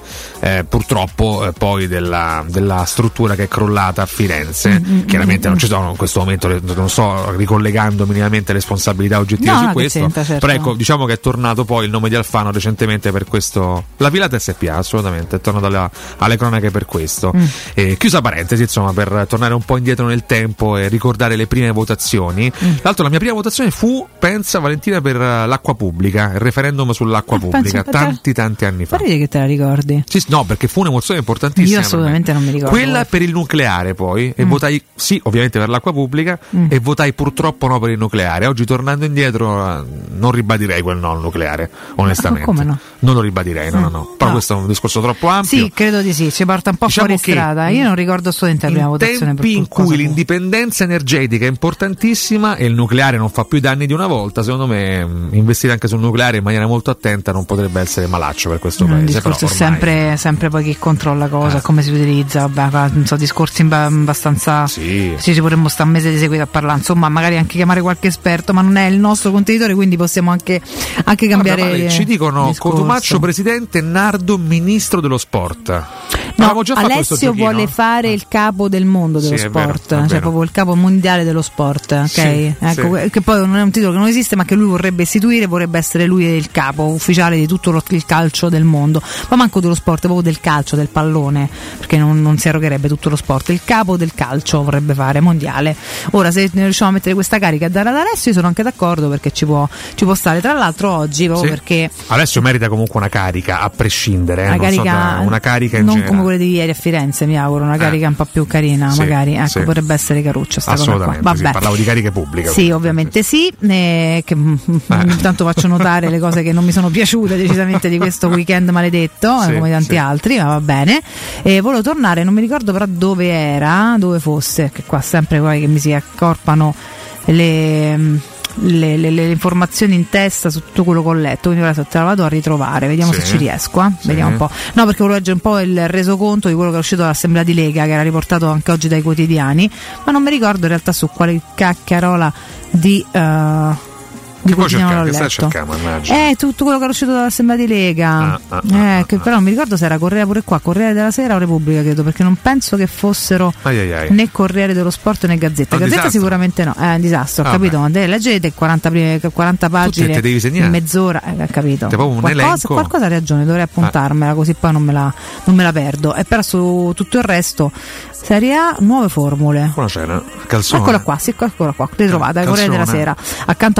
purtroppo poi della struttura che è crollata a Firenze. Chiaramente non ci sono in questo momento, non sto ricollegando minimamente responsabilità oggettive su questo, certo. però ecco, diciamo che è tornato poi il nome di Alfano recentemente per questo, la Villata SPA assolutamente è tornato alle cronache per questo. Chiusa parentesi, insomma, per tornare un po' indietro nel tempo e ricordare le prime votazioni. Tra l'altro la mia prima votazione fu, pensa Valentina, per l'acqua pubblica, il referendum sull'acqua pubblica, tanti anni fa. Pare che te la ricordi? Sì, no, perché fu un'emozione importantissima. Io assolutamente non mi ricordo. Quella per il nucleare poi, e votai sì, ovviamente per l'acqua pubblica, e votai purtroppo no per il nucleare. Oggi tornando indietro non ribadirei quel no al nucleare, onestamente. Come no? Non lo ribadirei, no. Però questo è un discorso troppo ampio. Sì, credo di sì, ci porta un po' fuori strada. Io non ricordo assolutamente la prima votazione. Tempi in cui l'indipendenza energetica è importantissima e il nucleare non fa più danni di una volta, secondo me investire anche sul nucleare in maniera molto attenta non potrebbe essere malaccio per questo paese. Il discorso è sempre poi chi controlla cosa, come si utilizza, non so, discorsi abbastanza. Sì, ci potremmo stare un mese di seguito a parlare, insomma, magari anche chiamare qualche esperto, ma non è il nostro contenitore, quindi possiamo anche cambiare. Guarda, ci dicono Cotumaccio presidente, Nardo ministro dello sport. No, Alessio vuole fare il capo del mondo dello sport, cioè proprio il capo mondiale dello sport, ok? Sì, ecco, che poi non è un titolo che non esiste, ma che lui vorrebbe istituire, vorrebbe essere lui il capo ufficiale di tutto il calcio del mondo, ma manco dello sport, proprio del calcio, del pallone, perché non si arrogherebbe tutto lo sport, il capo del calcio vorrebbe fare mondiale. Ora, se riusciamo a mettere questa carica e dare ad Alessio, io sono anche d'accordo, perché ci può stare. Tra l'altro oggi proprio perché Alessio merita comunque una carica a prescindere, una carica in non genere. Come quelle di ieri a Firenze, mi auguro, una carica un po' più carina, magari, ecco, potrebbe essere caruccia sta cosa qua. Vabbè. Sì, parlavo di cariche pubbliche. Sì, ovviamente sì, che intanto faccio notare le cose che non mi sono piaciute decisamente di questo weekend maledetto, come tanti altri, ma va bene. Volevo tornare, non mi ricordo però dove fosse, che qua sempre poi che mi si accorpano le informazioni in testa su tutto quello che ho letto, quindi ora te la vado a ritrovare, vediamo se ci riesco, vediamo un po'. No, perché volevo leggere un po' il resoconto di quello che è uscito dall'Assemblea di Lega, che era riportato anche oggi dai quotidiani, ma non mi ricordo in realtà su quale cacchiarola di quotidiano l'ho letto. Tutto quello che era uscito dall'Assemblea di Lega, che però non mi ricordo se era Corriere pure qua, Corriere della Sera o Repubblica, credo, perché non penso che fossero né Corriere dello Sport né Gazzetta. Gazzetta sicuramente no, è un disastro, ho capito, ma leggete 40 pagine in mezz'ora, capito, qualcosa ha ragione, dovrei appuntarmela così poi non me la perdo. E però su tutto il resto Serie A, nuove formule. Calzone. Eccola qua, ritrovata, Corriere della Sera, accanto a Bigi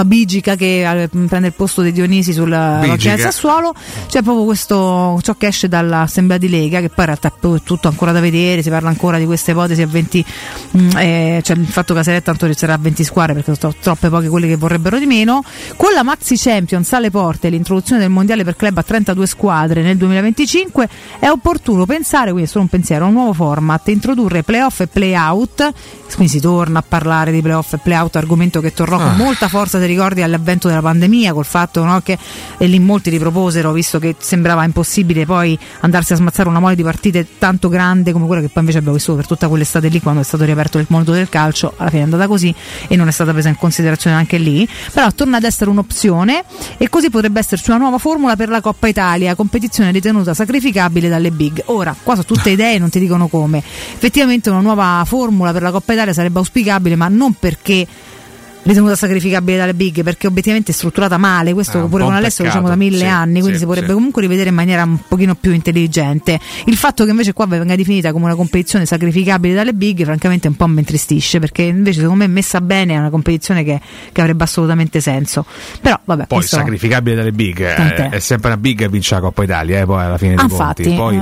Bigica che prende il posto di Dionisi sulla macchina del Sassuolo. C'è proprio questo, ciò che esce dall'assemblea di Lega, che poi in realtà è tutto ancora da vedere, si parla ancora di queste ipotesi a 20, cioè il fatto che Caseretta tanto resterà a 20 squadre perché sono troppe poche quelle che vorrebbero di meno. Con la Maxi Champions alle porte, l'introduzione del mondiale per club a 32 squadre nel 2025, è opportuno pensare, quindi è solo un pensiero, a un nuovo format, introdurre playoff e playout, quindi si torna a parlare di playoff e playout, argomento che tornò con molta forza, se ricordi, all'avvento della pandemia, col fatto, no, che e lì molti riproposero, visto che sembrava impossibile poi andarsi a smazzare una mole di partite tanto grande come quella che poi invece abbiamo vissuto per tutta quell'estate lì, quando è stato riaperto il mondo del calcio. Alla fine è andata così e non è stata presa in considerazione anche lì, però torna ad essere un'opzione, e così potrebbe esserci una nuova formula per la Coppa Italia, competizione ritenuta sacrificabile dalle big. Ora, qua sono tutte idee, non ti dicono come. Effettivamente una nuova formula per la Coppa Italia sarebbe auspicabile, ma non perché ritenuta sacrificabile dalle big, perché obiettivamente è strutturata male, questo pure con Alessio lo diciamo da 1000 anni, quindi si potrebbe comunque rivedere in maniera un pochino più intelligente. Il fatto che invece qua venga definita come una competizione sacrificabile dalle big francamente un po' mi intristisce, perché invece secondo me messa bene è una competizione che avrebbe assolutamente senso. Però vabbè, poi sacrificabile dalle big è sempre una big e vince la Coppa Italia, poi alla fine dei conti. Poi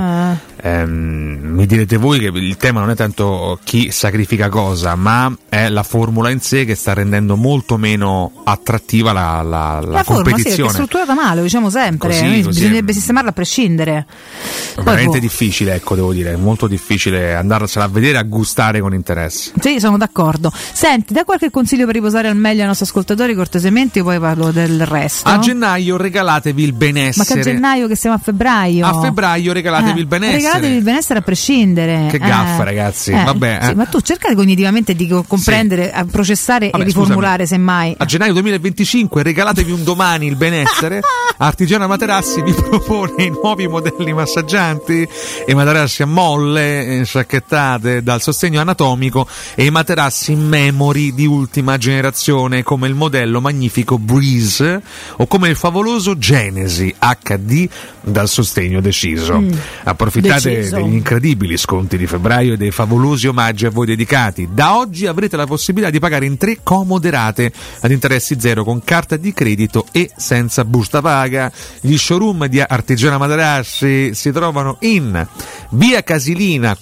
mi direte voi che il tema non è tanto chi sacrifica cosa, ma è la formula in sé che sta rendendo molto meno attrattiva la competizione. Sì, è strutturata male, lo diciamo sempre, così. Bisognerebbe sistemarla a prescindere. Veramente difficile, ecco, devo dire, molto difficile andarsela a vedere, a gustare con interesse. Sì, sono d'accordo. Senti, dai qualche consiglio per riposare al meglio ai nostri ascoltatori cortesemente, poi parlo del resto. A gennaio regalatevi il benessere. Ma che a gennaio, che siamo a febbraio? A febbraio regalatevi il benessere. Regalatevi il benessere a prescindere. Che gaffa, ragazzi. Vabbè. Sì, ma tu cercate cognitivamente di comprendere, a processare e riformulare. Semmai. A gennaio 2025 regalatevi un domani il benessere. Artigiana Materassi vi propone i nuovi modelli massaggianti, i materassi a molle sciacchettate dal sostegno anatomico e i materassi memory di ultima generazione, come il modello magnifico Breeze o come il favoloso Genesi HD dal sostegno deciso. Approfittate degli incredibili sconti di febbraio e dei favolosi omaggi a voi dedicati. Da oggi avrete la possibilità di pagare in 3 comode rate ad interessi zero con carta di credito e senza busta paga. Gli showroom di Artigiana Materassi si trovano in via Casilina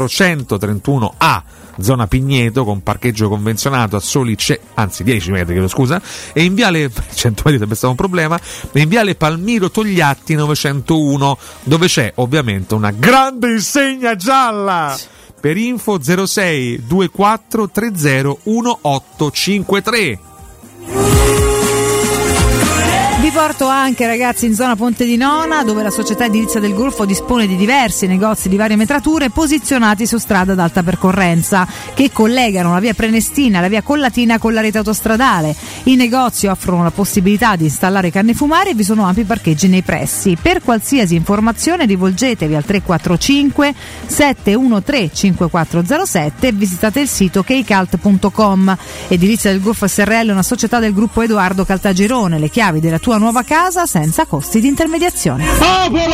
431A, zona Pigneto, con parcheggio convenzionato a soli 10 metri, e in viale 100 metri sarebbe stato un problema, e in viale Palmiro Togliatti 901, dove c'è ovviamente una grande insegna gialla. Per info 06 24 30 1853. Vi porto anche, ragazzi, in zona Ponte di Nona, dove la società edilizia del Golfo dispone di diversi negozi di varie metrature posizionati su strada ad alta percorrenza che collegano la via Prenestina e la via Collatina con la rete autostradale. I negozi offrono la possibilità di installare canne fumari e vi sono ampi parcheggi nei pressi. Per qualsiasi informazione rivolgetevi al 345 713 5407 e visitate il sito keicalt.com. Edilizia del Golfo SRL è una società del gruppo Edoardo Caltagirone. Le chiavi della tua nuova casa senza costi di intermediazione. Popolo!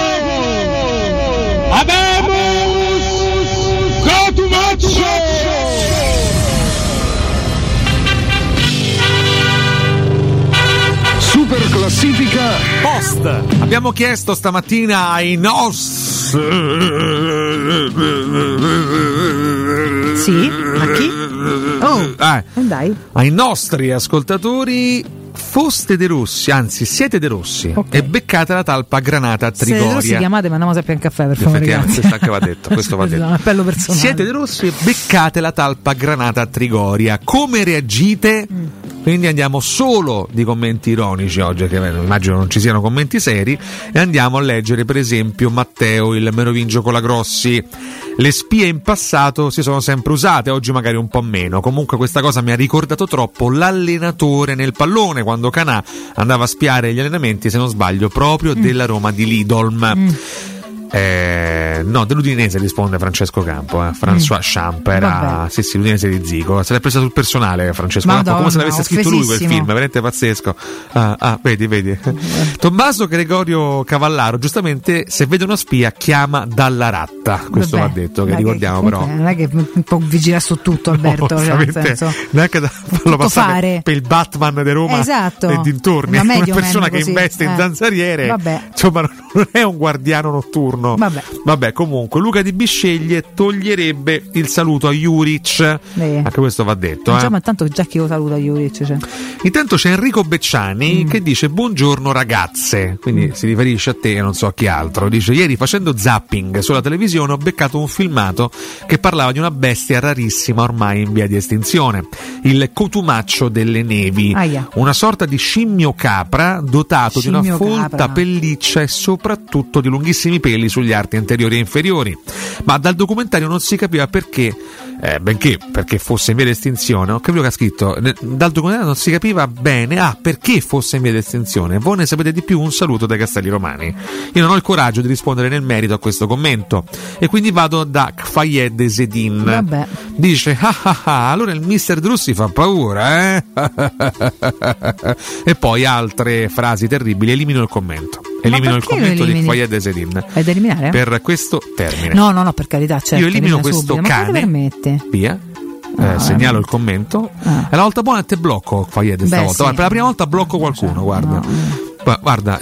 Abemus! Cotumaccio! Super classifica post. Abbiamo chiesto stamattina ai nostri a chi? Dai. Ai nostri ascoltatori: foste De Rossi, anzi siete De Rossi, e beccate la talpa granata a Trigoria. Se De Rossi chiamate, mandiamo sempre un caffè, per favore. Effettivamente, questo va detto, questo va detto. Un appello personale. Siete De Rossi e beccate la talpa granata a Trigoria. Come reagite? Quindi andiamo solo di commenti ironici oggi, che immagino non ci siano commenti seri, e andiamo a leggere per esempio Matteo, il merovingio Colagrossi. Le spie in passato si sono sempre usate, oggi magari un po' meno. Comunque questa cosa mi ha ricordato troppo l'allenatore nel pallone, quando Canà andava a spiare gli allenamenti, se non sbaglio, proprio della Roma di Lidolm. No, dell'Udinese risponde Francesco Campo. François Champ era sì, l'Udinese di Zico. Se l'è presa sul personale Francesco Campo, come se l'avesse scritto lui quel film, veramente pazzesco. Vedi. Tommaso Gregorio Cavallaro, giustamente, se vede una spia chiama dalla ratta. Questo va detto, che ricordiamo però. Non è che può vigilare su tutto, Alberto. No, nel senso, neanche da farlo passare per il Batman di Roma e dintorni. Una persona che investe in zanzariere, insomma, non è un guardiano notturno. Vabbè, comunque Luca Di Bisceglie toglierebbe il saluto a Juric. Anche questo va detto. Ma tanto già chi lo saluta Juric, cioè. Intanto c'è Enrico Becciani che dice buongiorno ragazze, quindi si riferisce a te e non so a chi altro. Dice: ieri facendo zapping sulla televisione ho beccato un filmato che parlava di una bestia rarissima ormai in via di estinzione, il cotumaccio delle nevi, una sorta di scimmio capra dotato di una folta pelliccia e soprattutto di lunghissimi peli sugli arti anteriori e inferiori, ma dal documentario non si capiva perché, perché fosse in via di estinzione. Ho capito che ha scritto dal documentario, non si capiva bene perché fosse in via di estinzione. Voi ne sapete di più? Un saluto dai Castelli Romani. Io non ho il coraggio di rispondere nel merito a questo commento e quindi vado da Fayed Esedin. Dice allora il mister Drussi fa paura, e poi altre frasi terribili. Elimino il commento di Fayed Esedin. È da eliminare? Per questo termine. No, per carità, certo. Io elimino questo subito. cane. Via. Segnalo il commento. È la volta buona e te blocco Fayed stavolta. Per la prima volta blocco qualcuno, guarda. Guarda,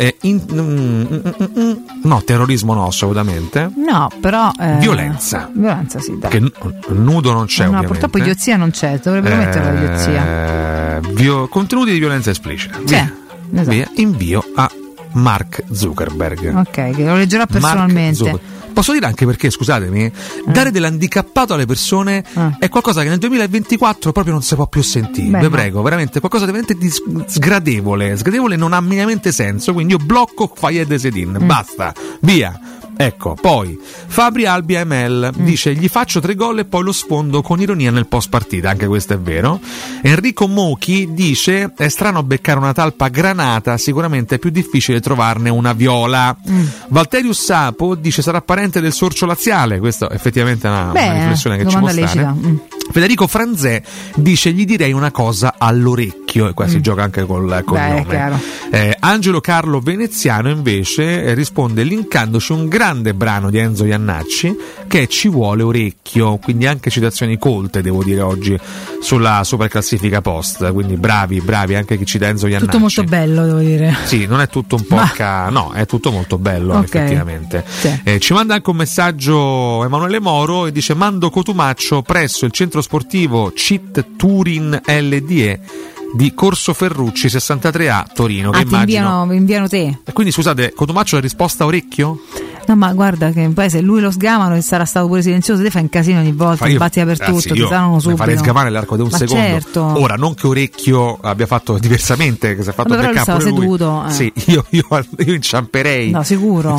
no, terrorismo no, assolutamente. No, però violenza sì, dai. Che nudo non c'è, ovviamente. Purtroppo idiozia non c'è, dovrebbero mettere la idiozia. Contenuti di violenza esplicita. Esatto. Via. Invio a Mark Zuckerberg. Ok, che lo leggerà personalmente. Posso dire anche perché, scusatemi, dare dell'handicappato alle persone è qualcosa che nel 2024 proprio non si può più sentire. Vi prego, veramente qualcosa di veramente sgradevole. Sgradevole non ha minimamente senso, quindi io blocco Fayed Esedin. Basta, via. Ecco, poi Fabri Albi AML dice: gli faccio 3 gol e poi lo sfondo con ironia nel post partita. Anche questo è vero. Enrico Mochi dice: è strano beccare una talpa granata, sicuramente è più difficile trovarne una viola. Valterius Sapo dice: sarà parente del sorcio laziale. Questo effettivamente è una riflessione che ci può stare. Federico Franzè dice: gli direi una cosa all'orecchio, e qua si gioca anche col nome. Angelo Carlo Veneziano invece risponde linkandoci un grande brano di Enzo Iannacci che è Ci vuole orecchio, quindi anche citazioni colte, devo dire, oggi sulla classifica post, quindi bravi anche chi cita Enzo Iannacci. Tutto molto bello, devo dire. Sì, non è tutto un po' no, è tutto molto bello, effettivamente. Sì. Ci manda anche un messaggio Emanuele Moro e dice: mando cotumaccio presso il centro sportivo CIT Turin LDE di Corso Ferrucci 63A Torino. Che immagino inviano te. E quindi scusate, cotumaccio la risposta orecchio? No, ma guarda che poi se lui lo sgamano e sarà stato pure silenzioso, te fai un casino ogni volta, batti dappertutto, ti sanno subito. Farei sgamare l'arco di un secondo. Certo. Ora, non che orecchio abbia fatto diversamente, che si è fatto beccare pure seduto, lui. Sì, io inciamperei. No, sicuro.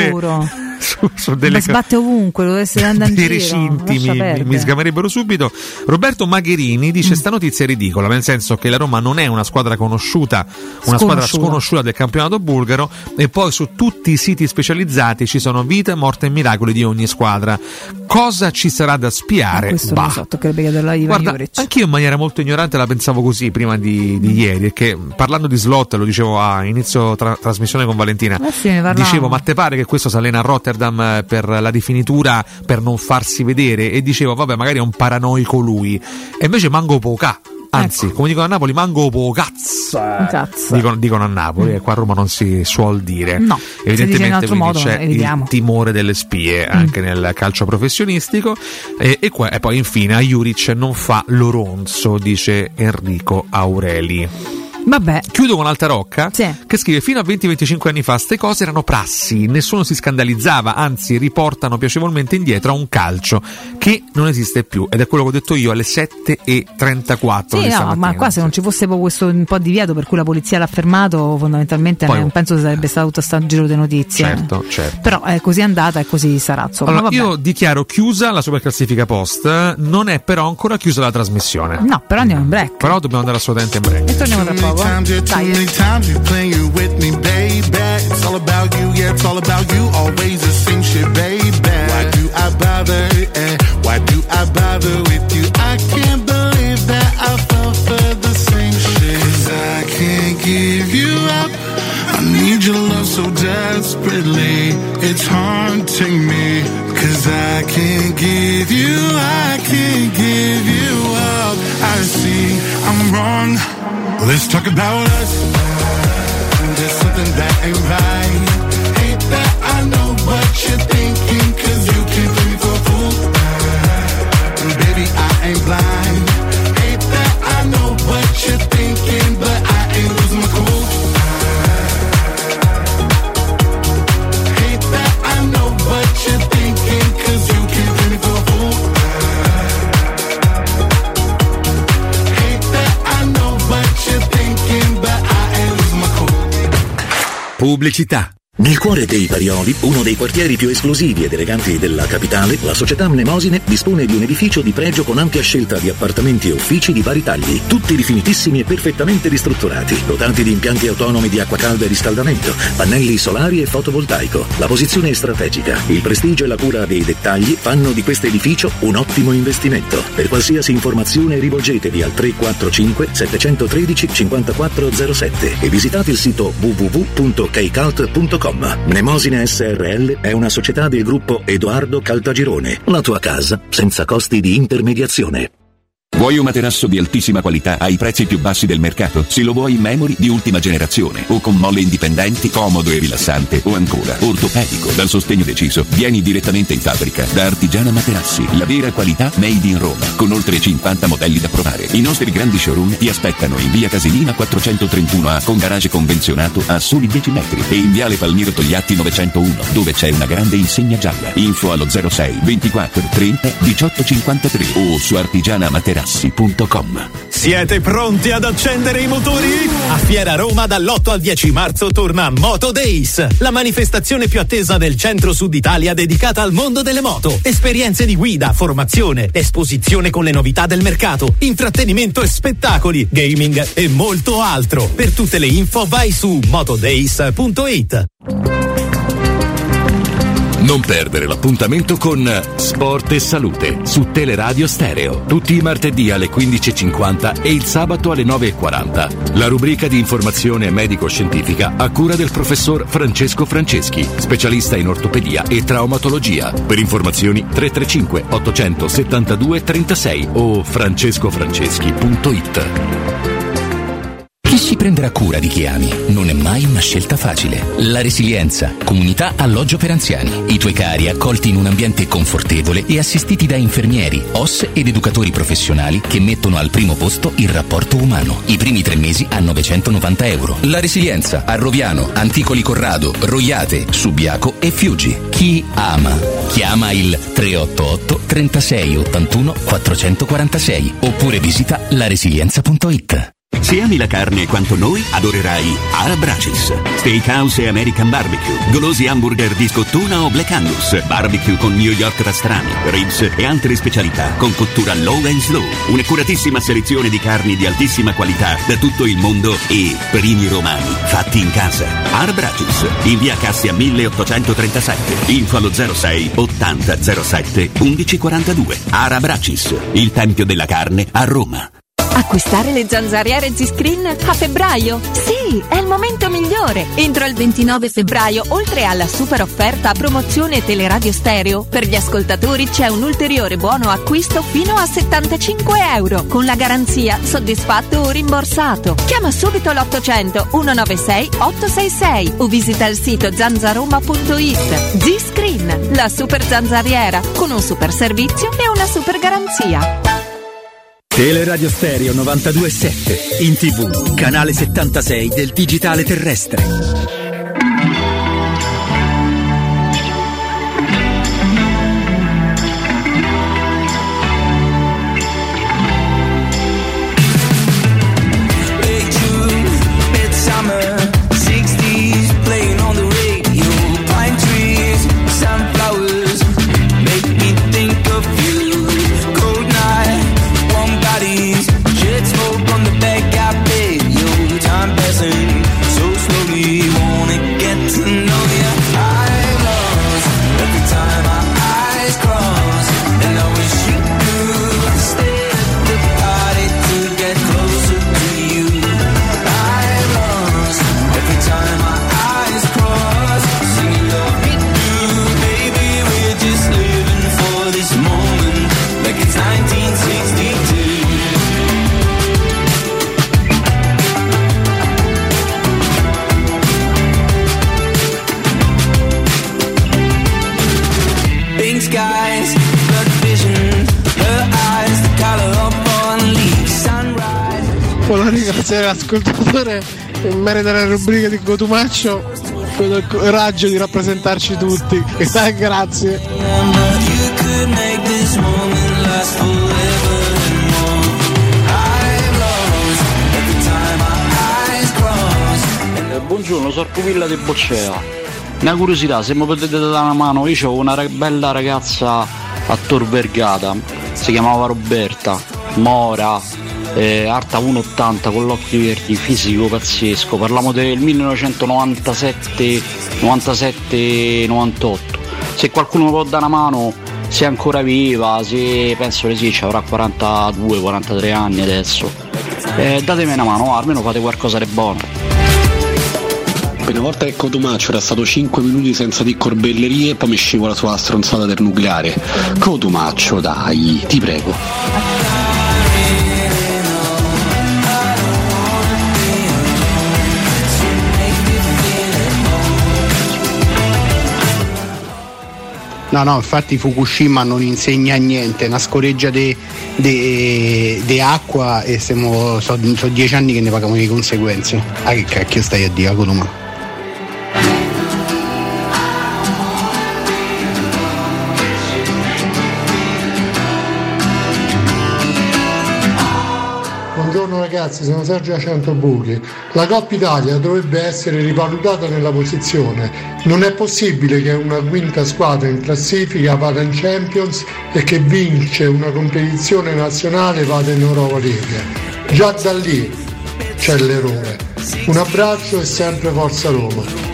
Su delle sbatte ovunque, dovesse andare in giro. I recinti mi sgamerebbero subito. Roberto Magherini dice: sta notizia è ridicola, nel senso che la Roma non è una squadra conosciuta, squadra sconosciuta del campionato bulgaro, e poi su tutti i siti specializzati ci sono vite, morte e miracoli di ogni squadra. Cosa ci sarà da spiare? Questo non so, toccherebbe chiederlo a Ivan Juric. Anch'io in maniera molto ignorante la pensavo così prima di ieri, perché parlando di slot, lo dicevo a inizio trasmissione con Valentina, dicevo: ma te pare che questo si allena a Rotterdam per la rifinitura, per non farsi vedere? E dicevo: vabbè, magari è un paranoico lui, e invece mango poca. Anzi, come dicono a Napoli, mango po' cazzo. Dicono a Napoli, e qua a Roma non si suol dire. No, evidentemente c'è il timore delle spie anche nel calcio professionistico. E poi infine a Juric non fa l'oronzo, dice Enrico Aureli. Vabbè. Chiudo con Alta Rocca, che scrive: fino a 20-25 anni fa ste cose erano prassi, nessuno si scandalizzava, anzi riportano piacevolmente indietro a un calcio che non esiste più, ed è quello che ho detto io alle 7:34. Sì, no, ma qua se non ci fosse questo un po' di divieto per cui la polizia l'ha fermato, fondamentalmente non penso che sarebbe stato tutto sto giro di notizie. Certo. Però è così andata e così sarà. Allora, io dichiaro chiusa la superclassifica post, non è però ancora chiusa la trasmissione. No, però andiamo in break. Però dobbiamo andare assolutamente in break. E torniamo tra poco. Too many times you playing with me, baby. It's all about you, yeah, it's all about you. Always the same shit, baby. Why do I bother? Why do I bother with you? I can't believe that I fell for the same shit. 'Cause I can't give you up. I need your love so desperately. It's haunting me. 'Cause I can't give you up. I see I'm wrong. Let's talk about us. There's something that ain't right. Hate that I know what you're thinking. 'Cause you can't take me for a fool. Baby, I ain't blind. Hate that I know what you're thinking. But I ain't losing my cool. Hate that I know what you're thinking. 'Cause you can't take me for a fool. Hate that I know what you're thinking. But I ain't losing my cool. Pubblicità. Nel cuore dei Parioli, uno dei quartieri più esclusivi ed eleganti della capitale, la società Mnemosine dispone di un edificio di pregio con ampia scelta di appartamenti e uffici di vari tagli, tutti rifinitissimi e perfettamente ristrutturati, dotati di impianti autonomi di acqua calda e riscaldamento, pannelli solari e fotovoltaico. La posizione è strategica, il prestigio e la cura dei dettagli fanno di questo edificio un ottimo investimento. Per qualsiasi informazione rivolgetevi al 345 713 5407 e visitate il sito www.kcult.com. Mnemosine SRL è una società del gruppo Edoardo Caltagirone. La tua casa senza costi di intermediazione. Vuoi un materasso di altissima qualità ai prezzi più bassi del mercato? Se lo vuoi in memory di ultima generazione o con molle indipendenti, comodo e rilassante, o ancora ortopedico dal sostegno deciso, vieni direttamente in fabbrica da Artigiana Materassi, la vera qualità made in Roma, con oltre 50 modelli da provare. I nostri grandi showroom ti aspettano in via Casilina 431A con garage convenzionato a soli 10 metri e in viale Palmiro Togliatti 901 dove c'è una grande insegna gialla. Info allo 06 24 30 18 53 o su artigianamaterassi.com. Siete pronti ad accendere i motori? A Fiera Roma dall'8 al 10 marzo torna Moto Days, la manifestazione più attesa del centro-sud Italia dedicata al mondo delle moto. Esperienze di guida, formazione, esposizione con le novità del mercato, intrattenimento e spettacoli, gaming e molto altro. Per tutte le info vai su motodays.it. Non perdere l'appuntamento con Sport e Salute su Teleradio Stereo, tutti i martedì alle 15.50 e il sabato alle 9.40. La rubrica di informazione medico-scientifica a cura del professor Francesco Franceschi, specialista in ortopedia e traumatologia. Per informazioni 335 872 36 o francescofranceschi.it. Chi si prenderà cura di chi ami non è mai una scelta facile. La Resilienza, comunità alloggio per anziani. I tuoi cari accolti in un ambiente confortevole e assistiti da infermieri, OS ed educatori professionali che mettono al primo posto il rapporto umano. I primi 3 mesi a €990. La Resilienza a Roviano, Anticoli Corrado, Roiate, Subiaco e Fiuggi. Chi ama? Chiama il 388 36 81 446 oppure visita laresilienza.it. Se ami la carne quanto noi, adorerai Arabracis. Steakhouse e American Barbecue, golosi hamburger di scottuna o Black Angus, barbecue con New York pastrami, ribs e altre specialità con cottura low and slow. Un'accuratissima selezione di carni di altissima qualità da tutto il mondo e primi romani fatti in casa. Arabracis, in via Cassia 1837. Info allo 06 80 07 1142. Arabracis, il tempio della carne a Roma. Acquistare le zanzariere Z-Screen a febbraio? Sì, è il momento migliore! Entro il 29 febbraio, oltre alla super offerta a promozione Teleradio Stereo, per gli ascoltatori c'è un ulteriore buono acquisto fino a €75, con la garanzia soddisfatto o rimborsato. Chiama subito l'800 196 866 o visita il sito zanzaroma.it. Z-Screen, la super zanzariera, con un super servizio e una super garanzia. Teleradio Stereo 92.7, in TV, canale 76 del digitale terrestre. So slowly, Volevo ringraziare l'ascoltatore in merito alla rubrica di Cotumaccio per il coraggio di rappresentarci tutti. Grazie. Buongiorno, sono Pupilla di Boccea. Una curiosità, se mi potete dare una mano, io ho una bella ragazza a Tor Vergata, si chiamava Roberta, mora, alta 1,80 con l'occhio verdi, fisico pazzesco, parliamo del 1997-98. Se qualcuno mi può dare una mano, se è ancora viva, se penso che sì, ci avrà 42-43 anni adesso, datemi una mano, almeno fate qualcosa di buono. Una volta che Cotumaccio era stato 5 minuti senza di corbellerie e poi mi scivola sulla stronzata del nucleare. Cotumaccio, dai, ti prego. No, infatti Fukushima non insegna niente, una scoreggia di acqua e sono 10 anni che ne paghiamo le conseguenze. Che cacchio stai a dire, Cotuma? Buongiorno ragazzi, sono Sergio Centobuchi. La Coppa Italia dovrebbe essere rivalutata nella posizione. Non è possibile che una quinta squadra in classifica vada in Champions e che vince una competizione nazionale vada in Europa League. Già da lì c'è l'errore. Un abbraccio e sempre Forza Roma.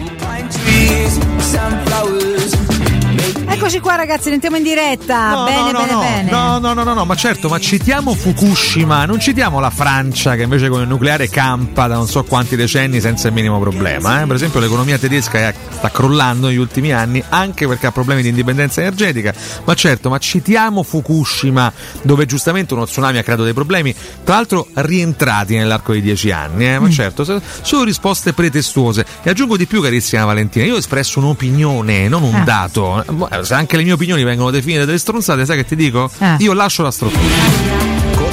Eccoci qua ragazzi, entriamo in diretta. Bene. No, ma certo, ma citiamo Fukushima, non citiamo la Francia che invece con il nucleare campa da non so quanti decenni senza il minimo problema. Per esempio l'economia tedesca sta crollando negli ultimi anni anche perché ha problemi di indipendenza energetica, ma citiamo Fukushima dove giustamente uno tsunami ha creato dei problemi, tra l'altro rientrati nell'arco di 10 anni, ma certo, sono risposte pretestuose. E aggiungo di più, carissima Valentina, io ho espresso un'opinione, non un dato. Se anche le mie opinioni vengono definite delle stronzate, sai che ti dico? Io lascio la struttura.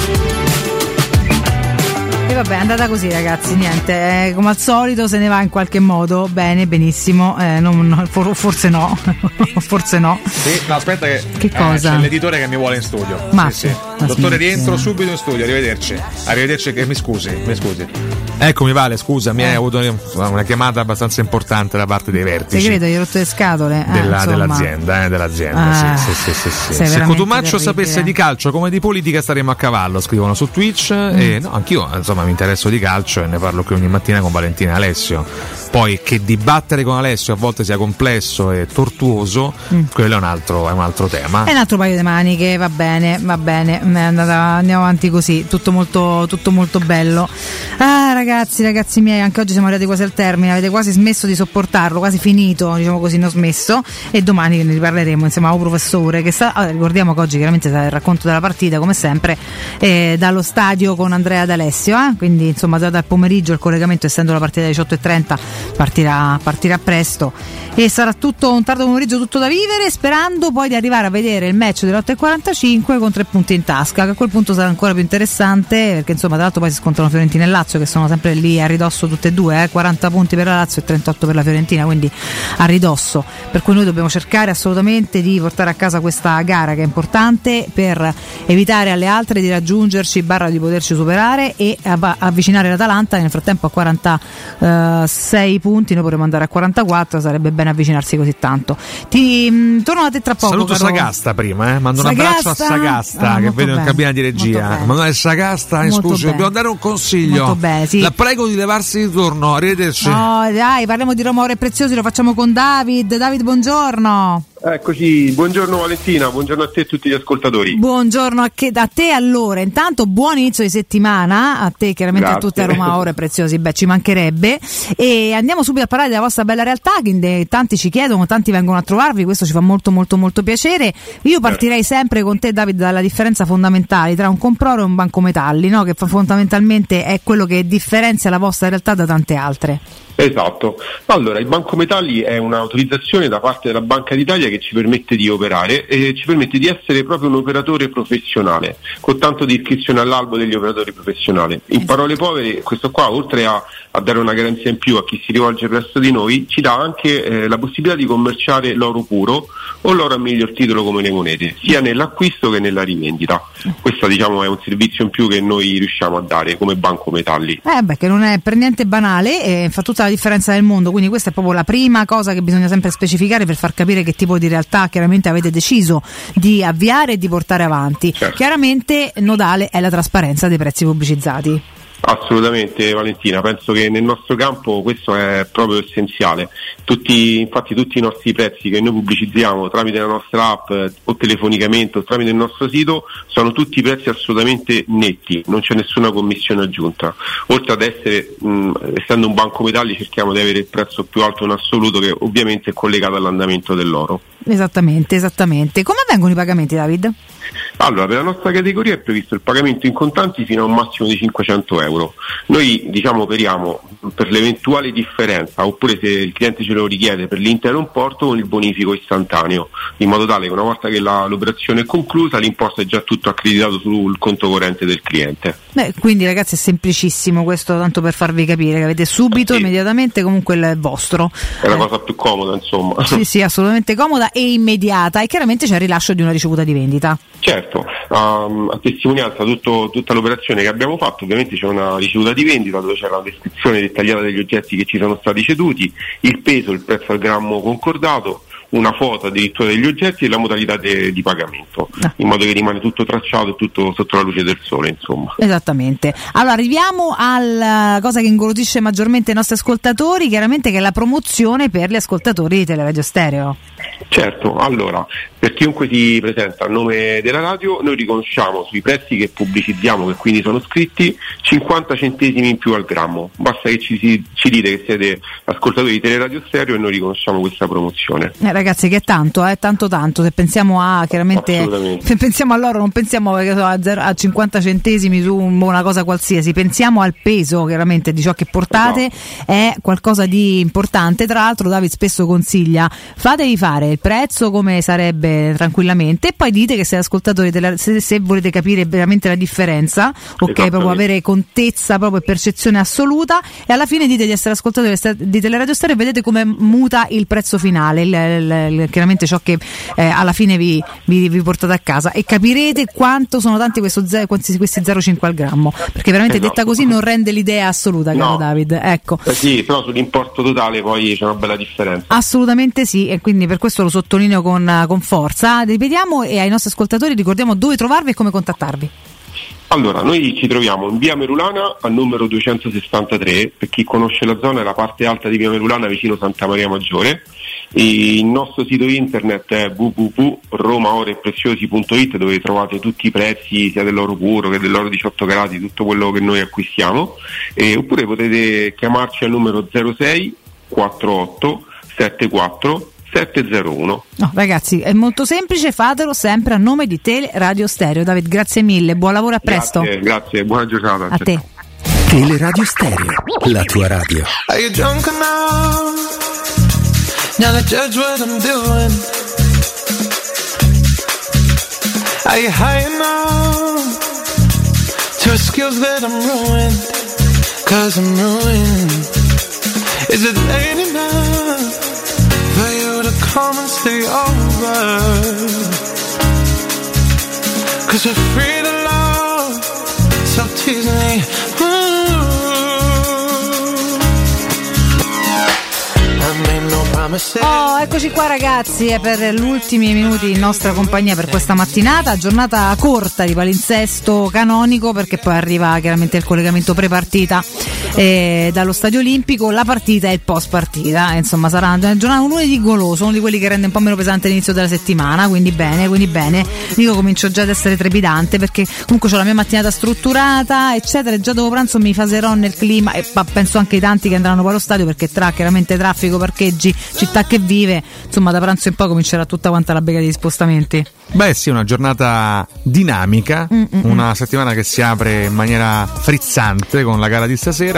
E vabbè, è andata così ragazzi, niente, come al solito se ne va in qualche modo, bene, benissimo, forse no. Sì, no, aspetta che cosa? C'è l'editore che mi vuole in studio. Sì. Dottore, rientro subito in studio, arrivederci, che mi scusi. Eccomi Vale, scusami, hai avuto una chiamata abbastanza importante da parte dei vertici. Ti credo, gli hai rotto le scatole dell'azienda. Sì. Se Cotumaccio sapesse di calcio come di politica staremmo a cavallo, scrivono su Twitch. E no, anch'io insomma mi interesso di calcio e ne parlo qui ogni mattina con Valentina e Alessio. Poi che dibattere con Alessio a volte sia complesso e tortuoso, quello è un altro tema. È un altro paio di maniche, va bene, andiamo avanti così, tutto molto bello. Ragazzi miei, anche oggi siamo arrivati quasi al termine, avete quasi smesso di sopportarlo, quasi finito, diciamo così, non smesso, e domani ne riparleremo insieme a un professore che ricordiamo che oggi chiaramente sarà il racconto della partita come sempre dallo stadio con Andrea D'Alessio, quindi insomma già dal pomeriggio il collegamento, essendo la partita alle 18:30, partirà presto e sarà tutto un tardo pomeriggio tutto da vivere, sperando poi di arrivare a vedere il match delle 8:45 con 3 punti in tasca, che a quel punto sarà ancora più interessante, perché insomma tra l'altro poi si scontrano Fiorentina e Lazio che sono sempre lì a ridosso tutte e due, 40 punti per la Lazio e 38 per la Fiorentina, quindi a ridosso, per cui noi dobbiamo cercare assolutamente di portare a casa questa gara che è importante per evitare alle altre di raggiungerci / di poterci superare e avvicinare l'Atalanta nel frattempo a 46 punti, noi potremmo andare a 44, sarebbe bene avvicinarsi così tanto. Torno da te tra poco. Saluto Sagasta prima, mando un abbraccio a Sagasta che vedo in cabina di regia. Emanuele Sagasta, scusi, dobbiamo dare un consiglio. Molto bene, sì. La prego di levarsi di turno, arrivederci. No, dai, parliamo di Roma Ore Preziosi, lo facciamo con David, buongiorno. Eccoci, buongiorno Valentina, buongiorno a te e a tutti gli ascoltatori. Buongiorno a te allora, intanto buon inizio di settimana, a te chiaramente. Grazie. A tutte a Roma Ore Preziosi, ci mancherebbe, e andiamo subito a parlare della vostra bella realtà che tanti ci chiedono, tanti vengono a trovarvi, questo ci fa molto piacere. Io partirei sempre con te David dalla differenza fondamentale tra un comproro e un banco metalli, no? Che fondamentalmente è quello che differenzia la vostra realtà da tante altre. Esatto. Allora, il Banco Metalli è un'autorizzazione da parte della Banca d'Italia che ci permette di operare e ci permette di essere proprio un operatore professionale, con tanto di iscrizione all'albo degli operatori professionali. In parole povere, questo qua, oltre a dare una garanzia in più a chi si rivolge presso di noi, ci dà anche la possibilità di commerciare l'oro puro o l'oro a miglior titolo come le monete, sia nell'acquisto che nella rivendita. Questo, diciamo, è un servizio in più che noi riusciamo a dare come Banco Metalli. Che non è per niente banale, fa tutta la differenza del mondo, quindi questa è proprio la prima cosa che bisogna sempre specificare per far capire che tipo di realtà chiaramente avete deciso di avviare e di portare avanti. Certo. Chiaramente nodale è la trasparenza dei prezzi pubblicizzati. Assolutamente, Valentina, penso che nel nostro campo questo è proprio essenziale. Infatti tutti i nostri prezzi che noi pubblicizziamo tramite la nostra app o telefonicamente o tramite il nostro sito sono tutti prezzi assolutamente netti, non c'è nessuna commissione aggiunta. Oltre ad essere, essendo un Banco Metalli, cerchiamo di avere il prezzo più alto in assoluto, che ovviamente è collegato all'andamento dell'oro. Esattamente. Come avvengono i pagamenti, David? Allora, per la nostra categoria è previsto il pagamento in contanti fino a un massimo di 500 euro. Noi, diciamo, operiamo per l'eventuale differenza, oppure se il cliente ce lo richiede per l'intero importo, con il bonifico istantaneo, in modo tale che una volta che l'operazione è conclusa l'importo è già tutto accreditato sul conto corrente del cliente. Quindi ragazzi è semplicissimo questo, tanto per farvi capire che avete subito, immediatamente comunque il vostro. È la cosa più comoda, insomma. Sì, assolutamente comoda e immediata, e chiaramente c'è il rilascio di una ricevuta di vendita. Certo, a testimonianza tutta l'operazione che abbiamo fatto, ovviamente c'è una ricevuta di vendita dove c'è la descrizione dettagliata degli oggetti che ci sono stati ceduti, il peso, il prezzo al grammo concordato, una foto addirittura degli oggetti e la modalità di pagamento, in modo che rimane tutto tracciato e tutto sotto la luce del sole, insomma. Esattamente. Allora arriviamo alla cosa che ingolosisce maggiormente i nostri ascoltatori, chiaramente, che è la promozione per gli ascoltatori di Teleradio Stereo. Certo, allora, per chiunque si presenta a nome della radio, noi riconosciamo sui prezzi che pubblicizziamo, che quindi sono scritti, 50 centesimi in più al grammo. Basta che ci dite che siete ascoltatori di Teleradio Stereo e noi riconosciamo questa promozione. Ragazzi, che è tanto, se pensiamo a, chiaramente, se pensiamo all'oro, non pensiamo a 50 centesimi su una cosa qualsiasi, pensiamo al peso chiaramente di ciò che portate, è qualcosa di importante. Tra l'altro David spesso consiglia: fatevi fare il prezzo come sarebbe tranquillamente, e poi dite che siete ascoltatori se volete capire veramente la differenza, ok, proprio avere contezza proprio e percezione assoluta, e alla fine dite di essere ascoltatori di Teleradio Stereo e vedete come muta il prezzo finale, chiaramente ciò che alla fine vi portate a casa, e capirete quanto sono tanti questi 0,5 al grammo, perché veramente detta così non rende l'idea assoluta, caro David. Ecco. Sì, però sull'importo totale poi c'è una bella differenza. Assolutamente sì, e quindi per questo lo sottolineo con forza. Ripetiamo, e ai nostri ascoltatori ricordiamo dove trovarvi e come contattarvi. Allora, noi ci troviamo in via Merulana al numero 263, per chi conosce la zona è la parte alta di via Merulana vicino Santa Maria Maggiore. Il nostro sito internet è www.romaorepreziosi.it, dove trovate tutti i prezzi sia dell'oro puro che dell'oro 18 carati, tutto quello che noi acquistiamo, oppure potete chiamarci al numero 06 48 74 701. No, ragazzi, è molto semplice, fatelo sempre a nome di Teleradio Stereo. David, grazie mille, buon lavoro, a presto. Grazie, buona giornata. A te. Teleradio Stereo, la tua radio. Are you drunk enough now to judge what I'm doing? Are you high enough to excuse that I'm ruined? 'Cause I'm ruined. Is it late enough for you to come and stay over? 'Cause we're free to love, so tease me. Eccoci qua ragazzi, per gli ultimi minuti in nostra compagnia per questa mattinata, giornata corta di palinsesto canonico, perché poi arriva chiaramente il collegamento pre-partita dallo Stadio Olimpico, la partita e il post partita, insomma sarà una giornata, un lunedì goloso, uno di quelli che rende un po' meno pesante l'inizio della settimana, quindi bene, io comincio già ad essere trepidante, perché comunque ho la mia mattinata strutturata eccetera, e già dopo pranzo mi faserò nel clima, e penso anche ai tanti che andranno poi allo stadio, perché tra chiaramente traffico, parcheggi, città che vive, insomma da pranzo in poi comincerà tutta quanta la bega di spostamenti. Beh sì, una giornata dinamica, una settimana che si apre in maniera frizzante con la gara di stasera. Tu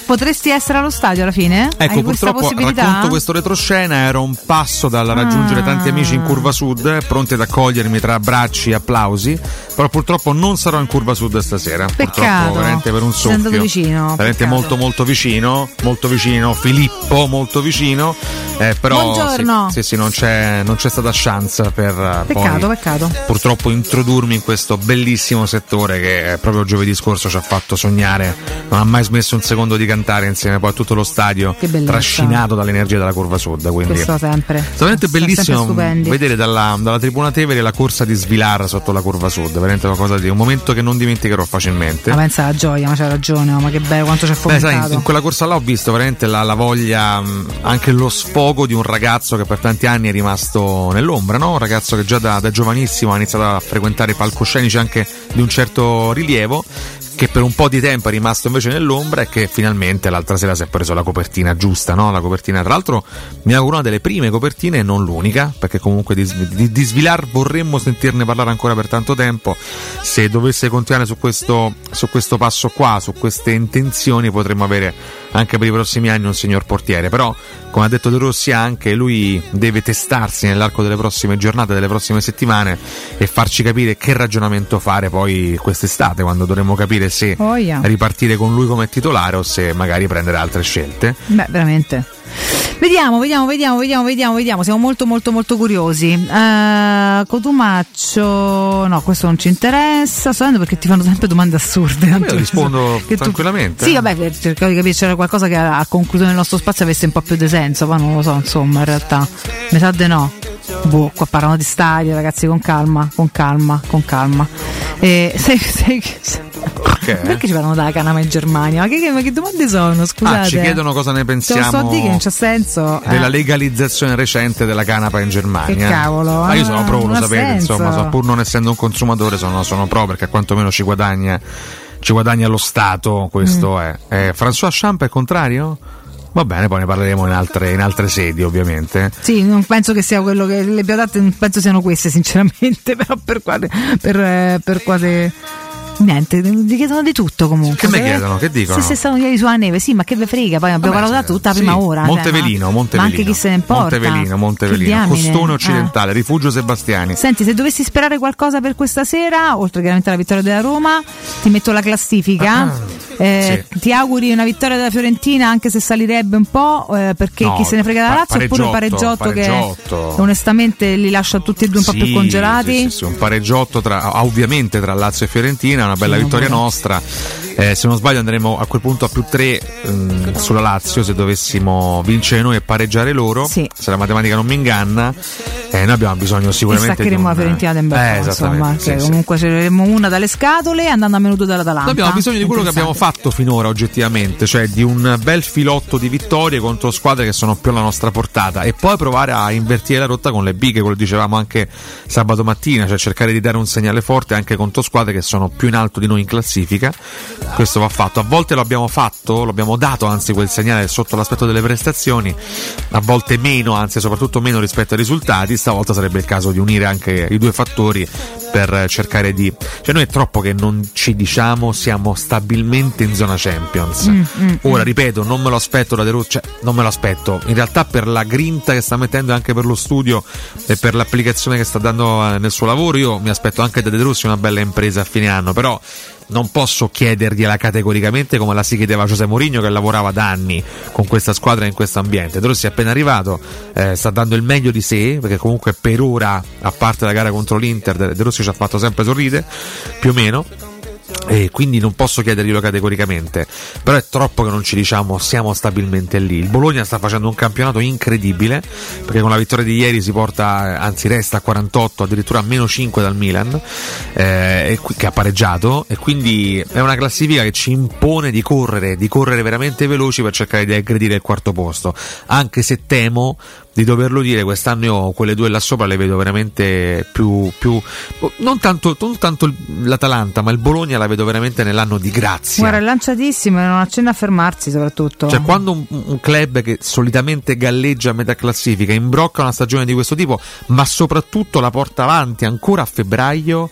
potresti essere allo stadio alla fine? Ecco, Hai questa purtroppo possibilità? racconto questo retroscena, ero un passo dal raggiungere tanti amici in Curva Sud, pronti ad accogliermi tra abbracci e applausi, però purtroppo non sarò in Curva Sud stasera. Peccato. Purtroppo veramente per un Sei andato soffio. vicino. Veramente Peccato. molto vicino, Filippo molto vicino, però Buongiorno. sì, non c'è stata chance per Peccato. purtroppo introdurmi in questo bellissimo settore che proprio giovedì scorso ci ha fatto sognare, non ha mai smesso un secondo di cantare insieme poi a tutto lo stadio, Che bellezza. trascinato dall'energia della Curva Sud, quindi Questo sempre. veramente Sono bellissimo sempre stupendi. vedere dalla tribuna Tevere la corsa di Svilar sotto la Curva Sud, veramente qualcosa di un momento che non dimenticherò facilmente. Ma pensa alla gioia, ma c'ha ragione, ma che bello quanto ci ha fomentato. Sai, in quella corsa là ho visto veramente la voglia, anche lo sfogo di un ragazzo che per tanti anni è rimasto nell'ombra, no? Un ragazzo che già da giovanissimo ha iniziato a frequentare palcoscenici anche di un certo rilievo, che per un po' di tempo è rimasto invece nell'ombra e che finalmente l'altra sera si è preso la copertina giusta, no? La copertina, tra l'altro mi auguro una delle prime copertine e non l'unica, perché comunque di Svilar vorremmo sentirne parlare ancora per tanto tempo. Se dovesse continuare su questo passo qua, su queste intenzioni, potremmo avere anche per i prossimi anni un signor portiere, però come ha detto De Rossi anche lui deve testarsi nell'arco delle prossime giornate, delle prossime settimane e farci capire che ragionamento fare poi quest'estate, quando dovremo capire se ripartire con lui come titolare o se magari prendere altre scelte. Beh, veramente. Vediamo. Siamo molto curiosi. Cotumaccio, no, questo non ci interessa. Sto vedendo perché ti fanno sempre domande assurde. Io rispondo tranquillamente. Sì, vabbè, cercavo di capire c'era qualcosa che a conclusione del nostro spazio avesse un po' più di senso, ma non lo so, insomma, in realtà. Mi sa di no. Qua parlano di stadio, ragazzi, con calma. Perché ci parlano della canapa in Germania? Ma che domande sono? Scusate. Ci chiedono cosa ne pensiamo. Te lo so dire che non c'ha senso. Della legalizzazione recente della canapa in Germania. Che cavolo. Ma io sono pro, lo sapete, insomma, pur non essendo un consumatore sono pro, perché quantomeno ci guadagna lo Stato, questo è. François Champ è contrario? Va bene, poi ne parleremo in altre sedi, ovviamente. Sì, non penso che sia quello che le abbiamo date, non penso siano queste, sinceramente, però per quasi niente, mi chiedono di tutto comunque. Che mi chiedono? Che dicono? Se stanno ieri sulla neve, sì, ma che ve frega, poi abbiamo parlato tutta la prima ora. Montevelino. Ma anche chi se ne importa. Montevelino, Costone Occidentale, Rifugio Sebastiani. Senti, se dovessi sperare qualcosa per questa sera, oltre chiaramente alla vittoria della Roma, ti metto la classifica. Ti auguri una vittoria della Fiorentina, anche se salirebbe un po', perché chi se ne frega della Lazio, oppure un pareggiotto che onestamente li lascia tutti e due un po' più congelati. Sì, un pareggiotto ovviamente tra Lazio e Fiorentina, una bella vittoria nostra. Se non sbaglio andremo a quel punto a +3 sulla Lazio, se dovessimo vincere noi e pareggiare loro, se la matematica non mi inganna. Noi abbiamo bisogno sicuramente e staccheremo la Fiorentina da Mbappo, insomma, comunque cercheremo una dalle scatole andando a menuto dall'Atalanta. Noi abbiamo bisogno di quello che abbiamo fatto finora oggettivamente, cioè di un bel filotto di vittorie contro squadre che sono più alla nostra portata, e poi provare a invertire la rotta con le bighe, quello dicevamo anche sabato mattina, cioè cercare di dare un segnale forte anche contro squadre che sono più in alto di noi in classifica. Questo va fatto, a volte lo abbiamo dato anzi quel segnale sotto l'aspetto delle prestazioni, a volte meno, anzi soprattutto meno rispetto ai risultati. Stavolta sarebbe il caso di unire anche i due fattori per cercare di, cioè noi è troppo che non ci diciamo siamo stabilmente in zona Champions. Ora ripeto, non me lo aspetto da De Rossi, non me lo aspetto in realtà, per la grinta che sta mettendo anche per lo studio e per l'applicazione che sta dando nel suo lavoro. Io mi aspetto anche da De Rossi una bella impresa a fine anno, però non posso chiedergliela categoricamente come la si chiedeva José Mourinho, che lavorava da anni con questa squadra in questo ambiente. De Rossi è appena arrivato, sta dando il meglio di sé, perché comunque per ora, a parte la gara contro l'Inter, De Rossi ci ha fatto sempre sorridere, più o meno, e quindi non posso chiederglielo categoricamente, però è troppo che non ci diciamo siamo stabilmente lì. Il Bologna sta facendo un campionato incredibile, perché con la vittoria di ieri si porta, anzi resta a 48, addirittura a -5 dal Milan, che ha pareggiato, e quindi è una classifica che ci impone di correre veramente veloci per cercare di aggredire il quarto posto, anche se temo di doverlo dire, quest'anno io quelle due là sopra le vedo veramente più non tanto l'Atalanta, ma il Bologna la vedo veramente nell'anno di grazia. Guarda, è lanciatissimo e non accenna a fermarsi, soprattutto. Cioè, quando un club che solitamente galleggia a metà classifica imbrocca una stagione di questo tipo, ma soprattutto la porta avanti ancora a febbraio,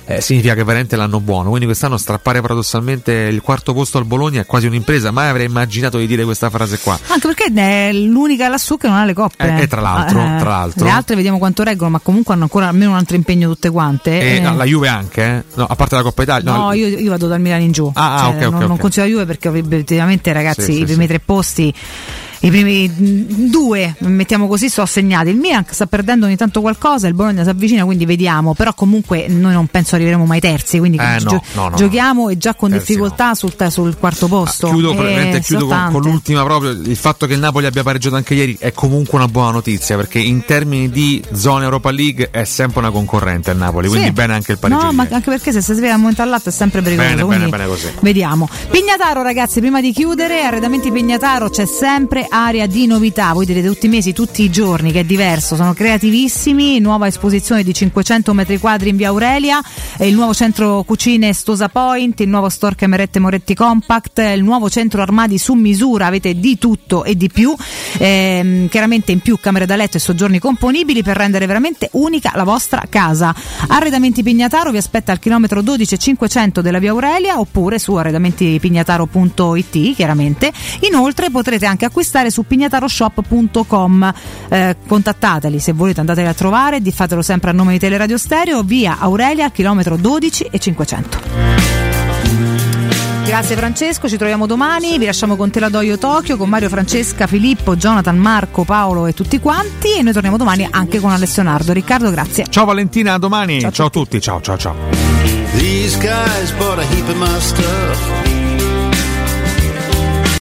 significa che veramente l'hanno buono, quindi quest'anno strappare paradossalmente il quarto posto al Bologna è quasi un'impresa. Mai avrei immaginato di dire questa frase qua, anche perché è l'unica lassù che non ha le coppe, e tra l'altro le altre vediamo quanto reggono, ma comunque hanno ancora almeno un altro impegno tutte quante, no, la Juve anche, no, a parte la Coppa Italia, no, io vado dal Milan in giù, okay. Non considero la Juve perché obiettivamente, ragazzi, i primi tre posti, i primi due, mettiamo così, sono segnati. Il Milan sta perdendo ogni tanto qualcosa, il Bologna si avvicina, quindi vediamo. Però comunque noi non penso arriveremo mai terzi, quindi giochiamo e già con terzi difficoltà sul quarto posto. Chiudo con l'ultima, proprio il fatto che il Napoli abbia pareggiato anche ieri è comunque una buona notizia, perché in termini di zona Europa League è sempre una concorrente il Napoli, quindi bene anche il pareggio. No, ma anche perché se si sveglia al momento all'altro è sempre pericoloso. Bene così. Vediamo. Pignataro, ragazzi, prima di chiudere, Arredamenti Pignataro, c'è sempre area di novità, voi direte tutti i mesi, tutti i giorni, che è diverso, sono creativissimi. Nuova esposizione di 500 metri quadri in via Aurelia, il nuovo centro cucine Stosa Point, il nuovo store Camerette Moretti Compact, il nuovo centro armadi su misura, avete di tutto e di più, chiaramente in più camere da letto e soggiorni componibili per rendere veramente unica la vostra casa. Arredamenti Pignataro vi aspetta al chilometro 12,500 della via Aurelia, oppure su arredamentipignataro.it, chiaramente. Inoltre potrete anche acquistare su pignataroshop.com, contattateli se volete, andateli a trovare, fatelo sempre a nome di Teleradio Stereo, via Aurelia al chilometro 12,500. Grazie Francesco, ci troviamo domani, vi lasciamo con Teladoio Tokyo, con Mario, Francesca, Filippo, Jonathan, Marco, Paolo e tutti quanti, e noi torniamo domani anche con Alessio Nardo. Riccardo, grazie. Ciao Valentina, a domani. Ciao a tutti. Ciao. These guys bought a heap of my stuff.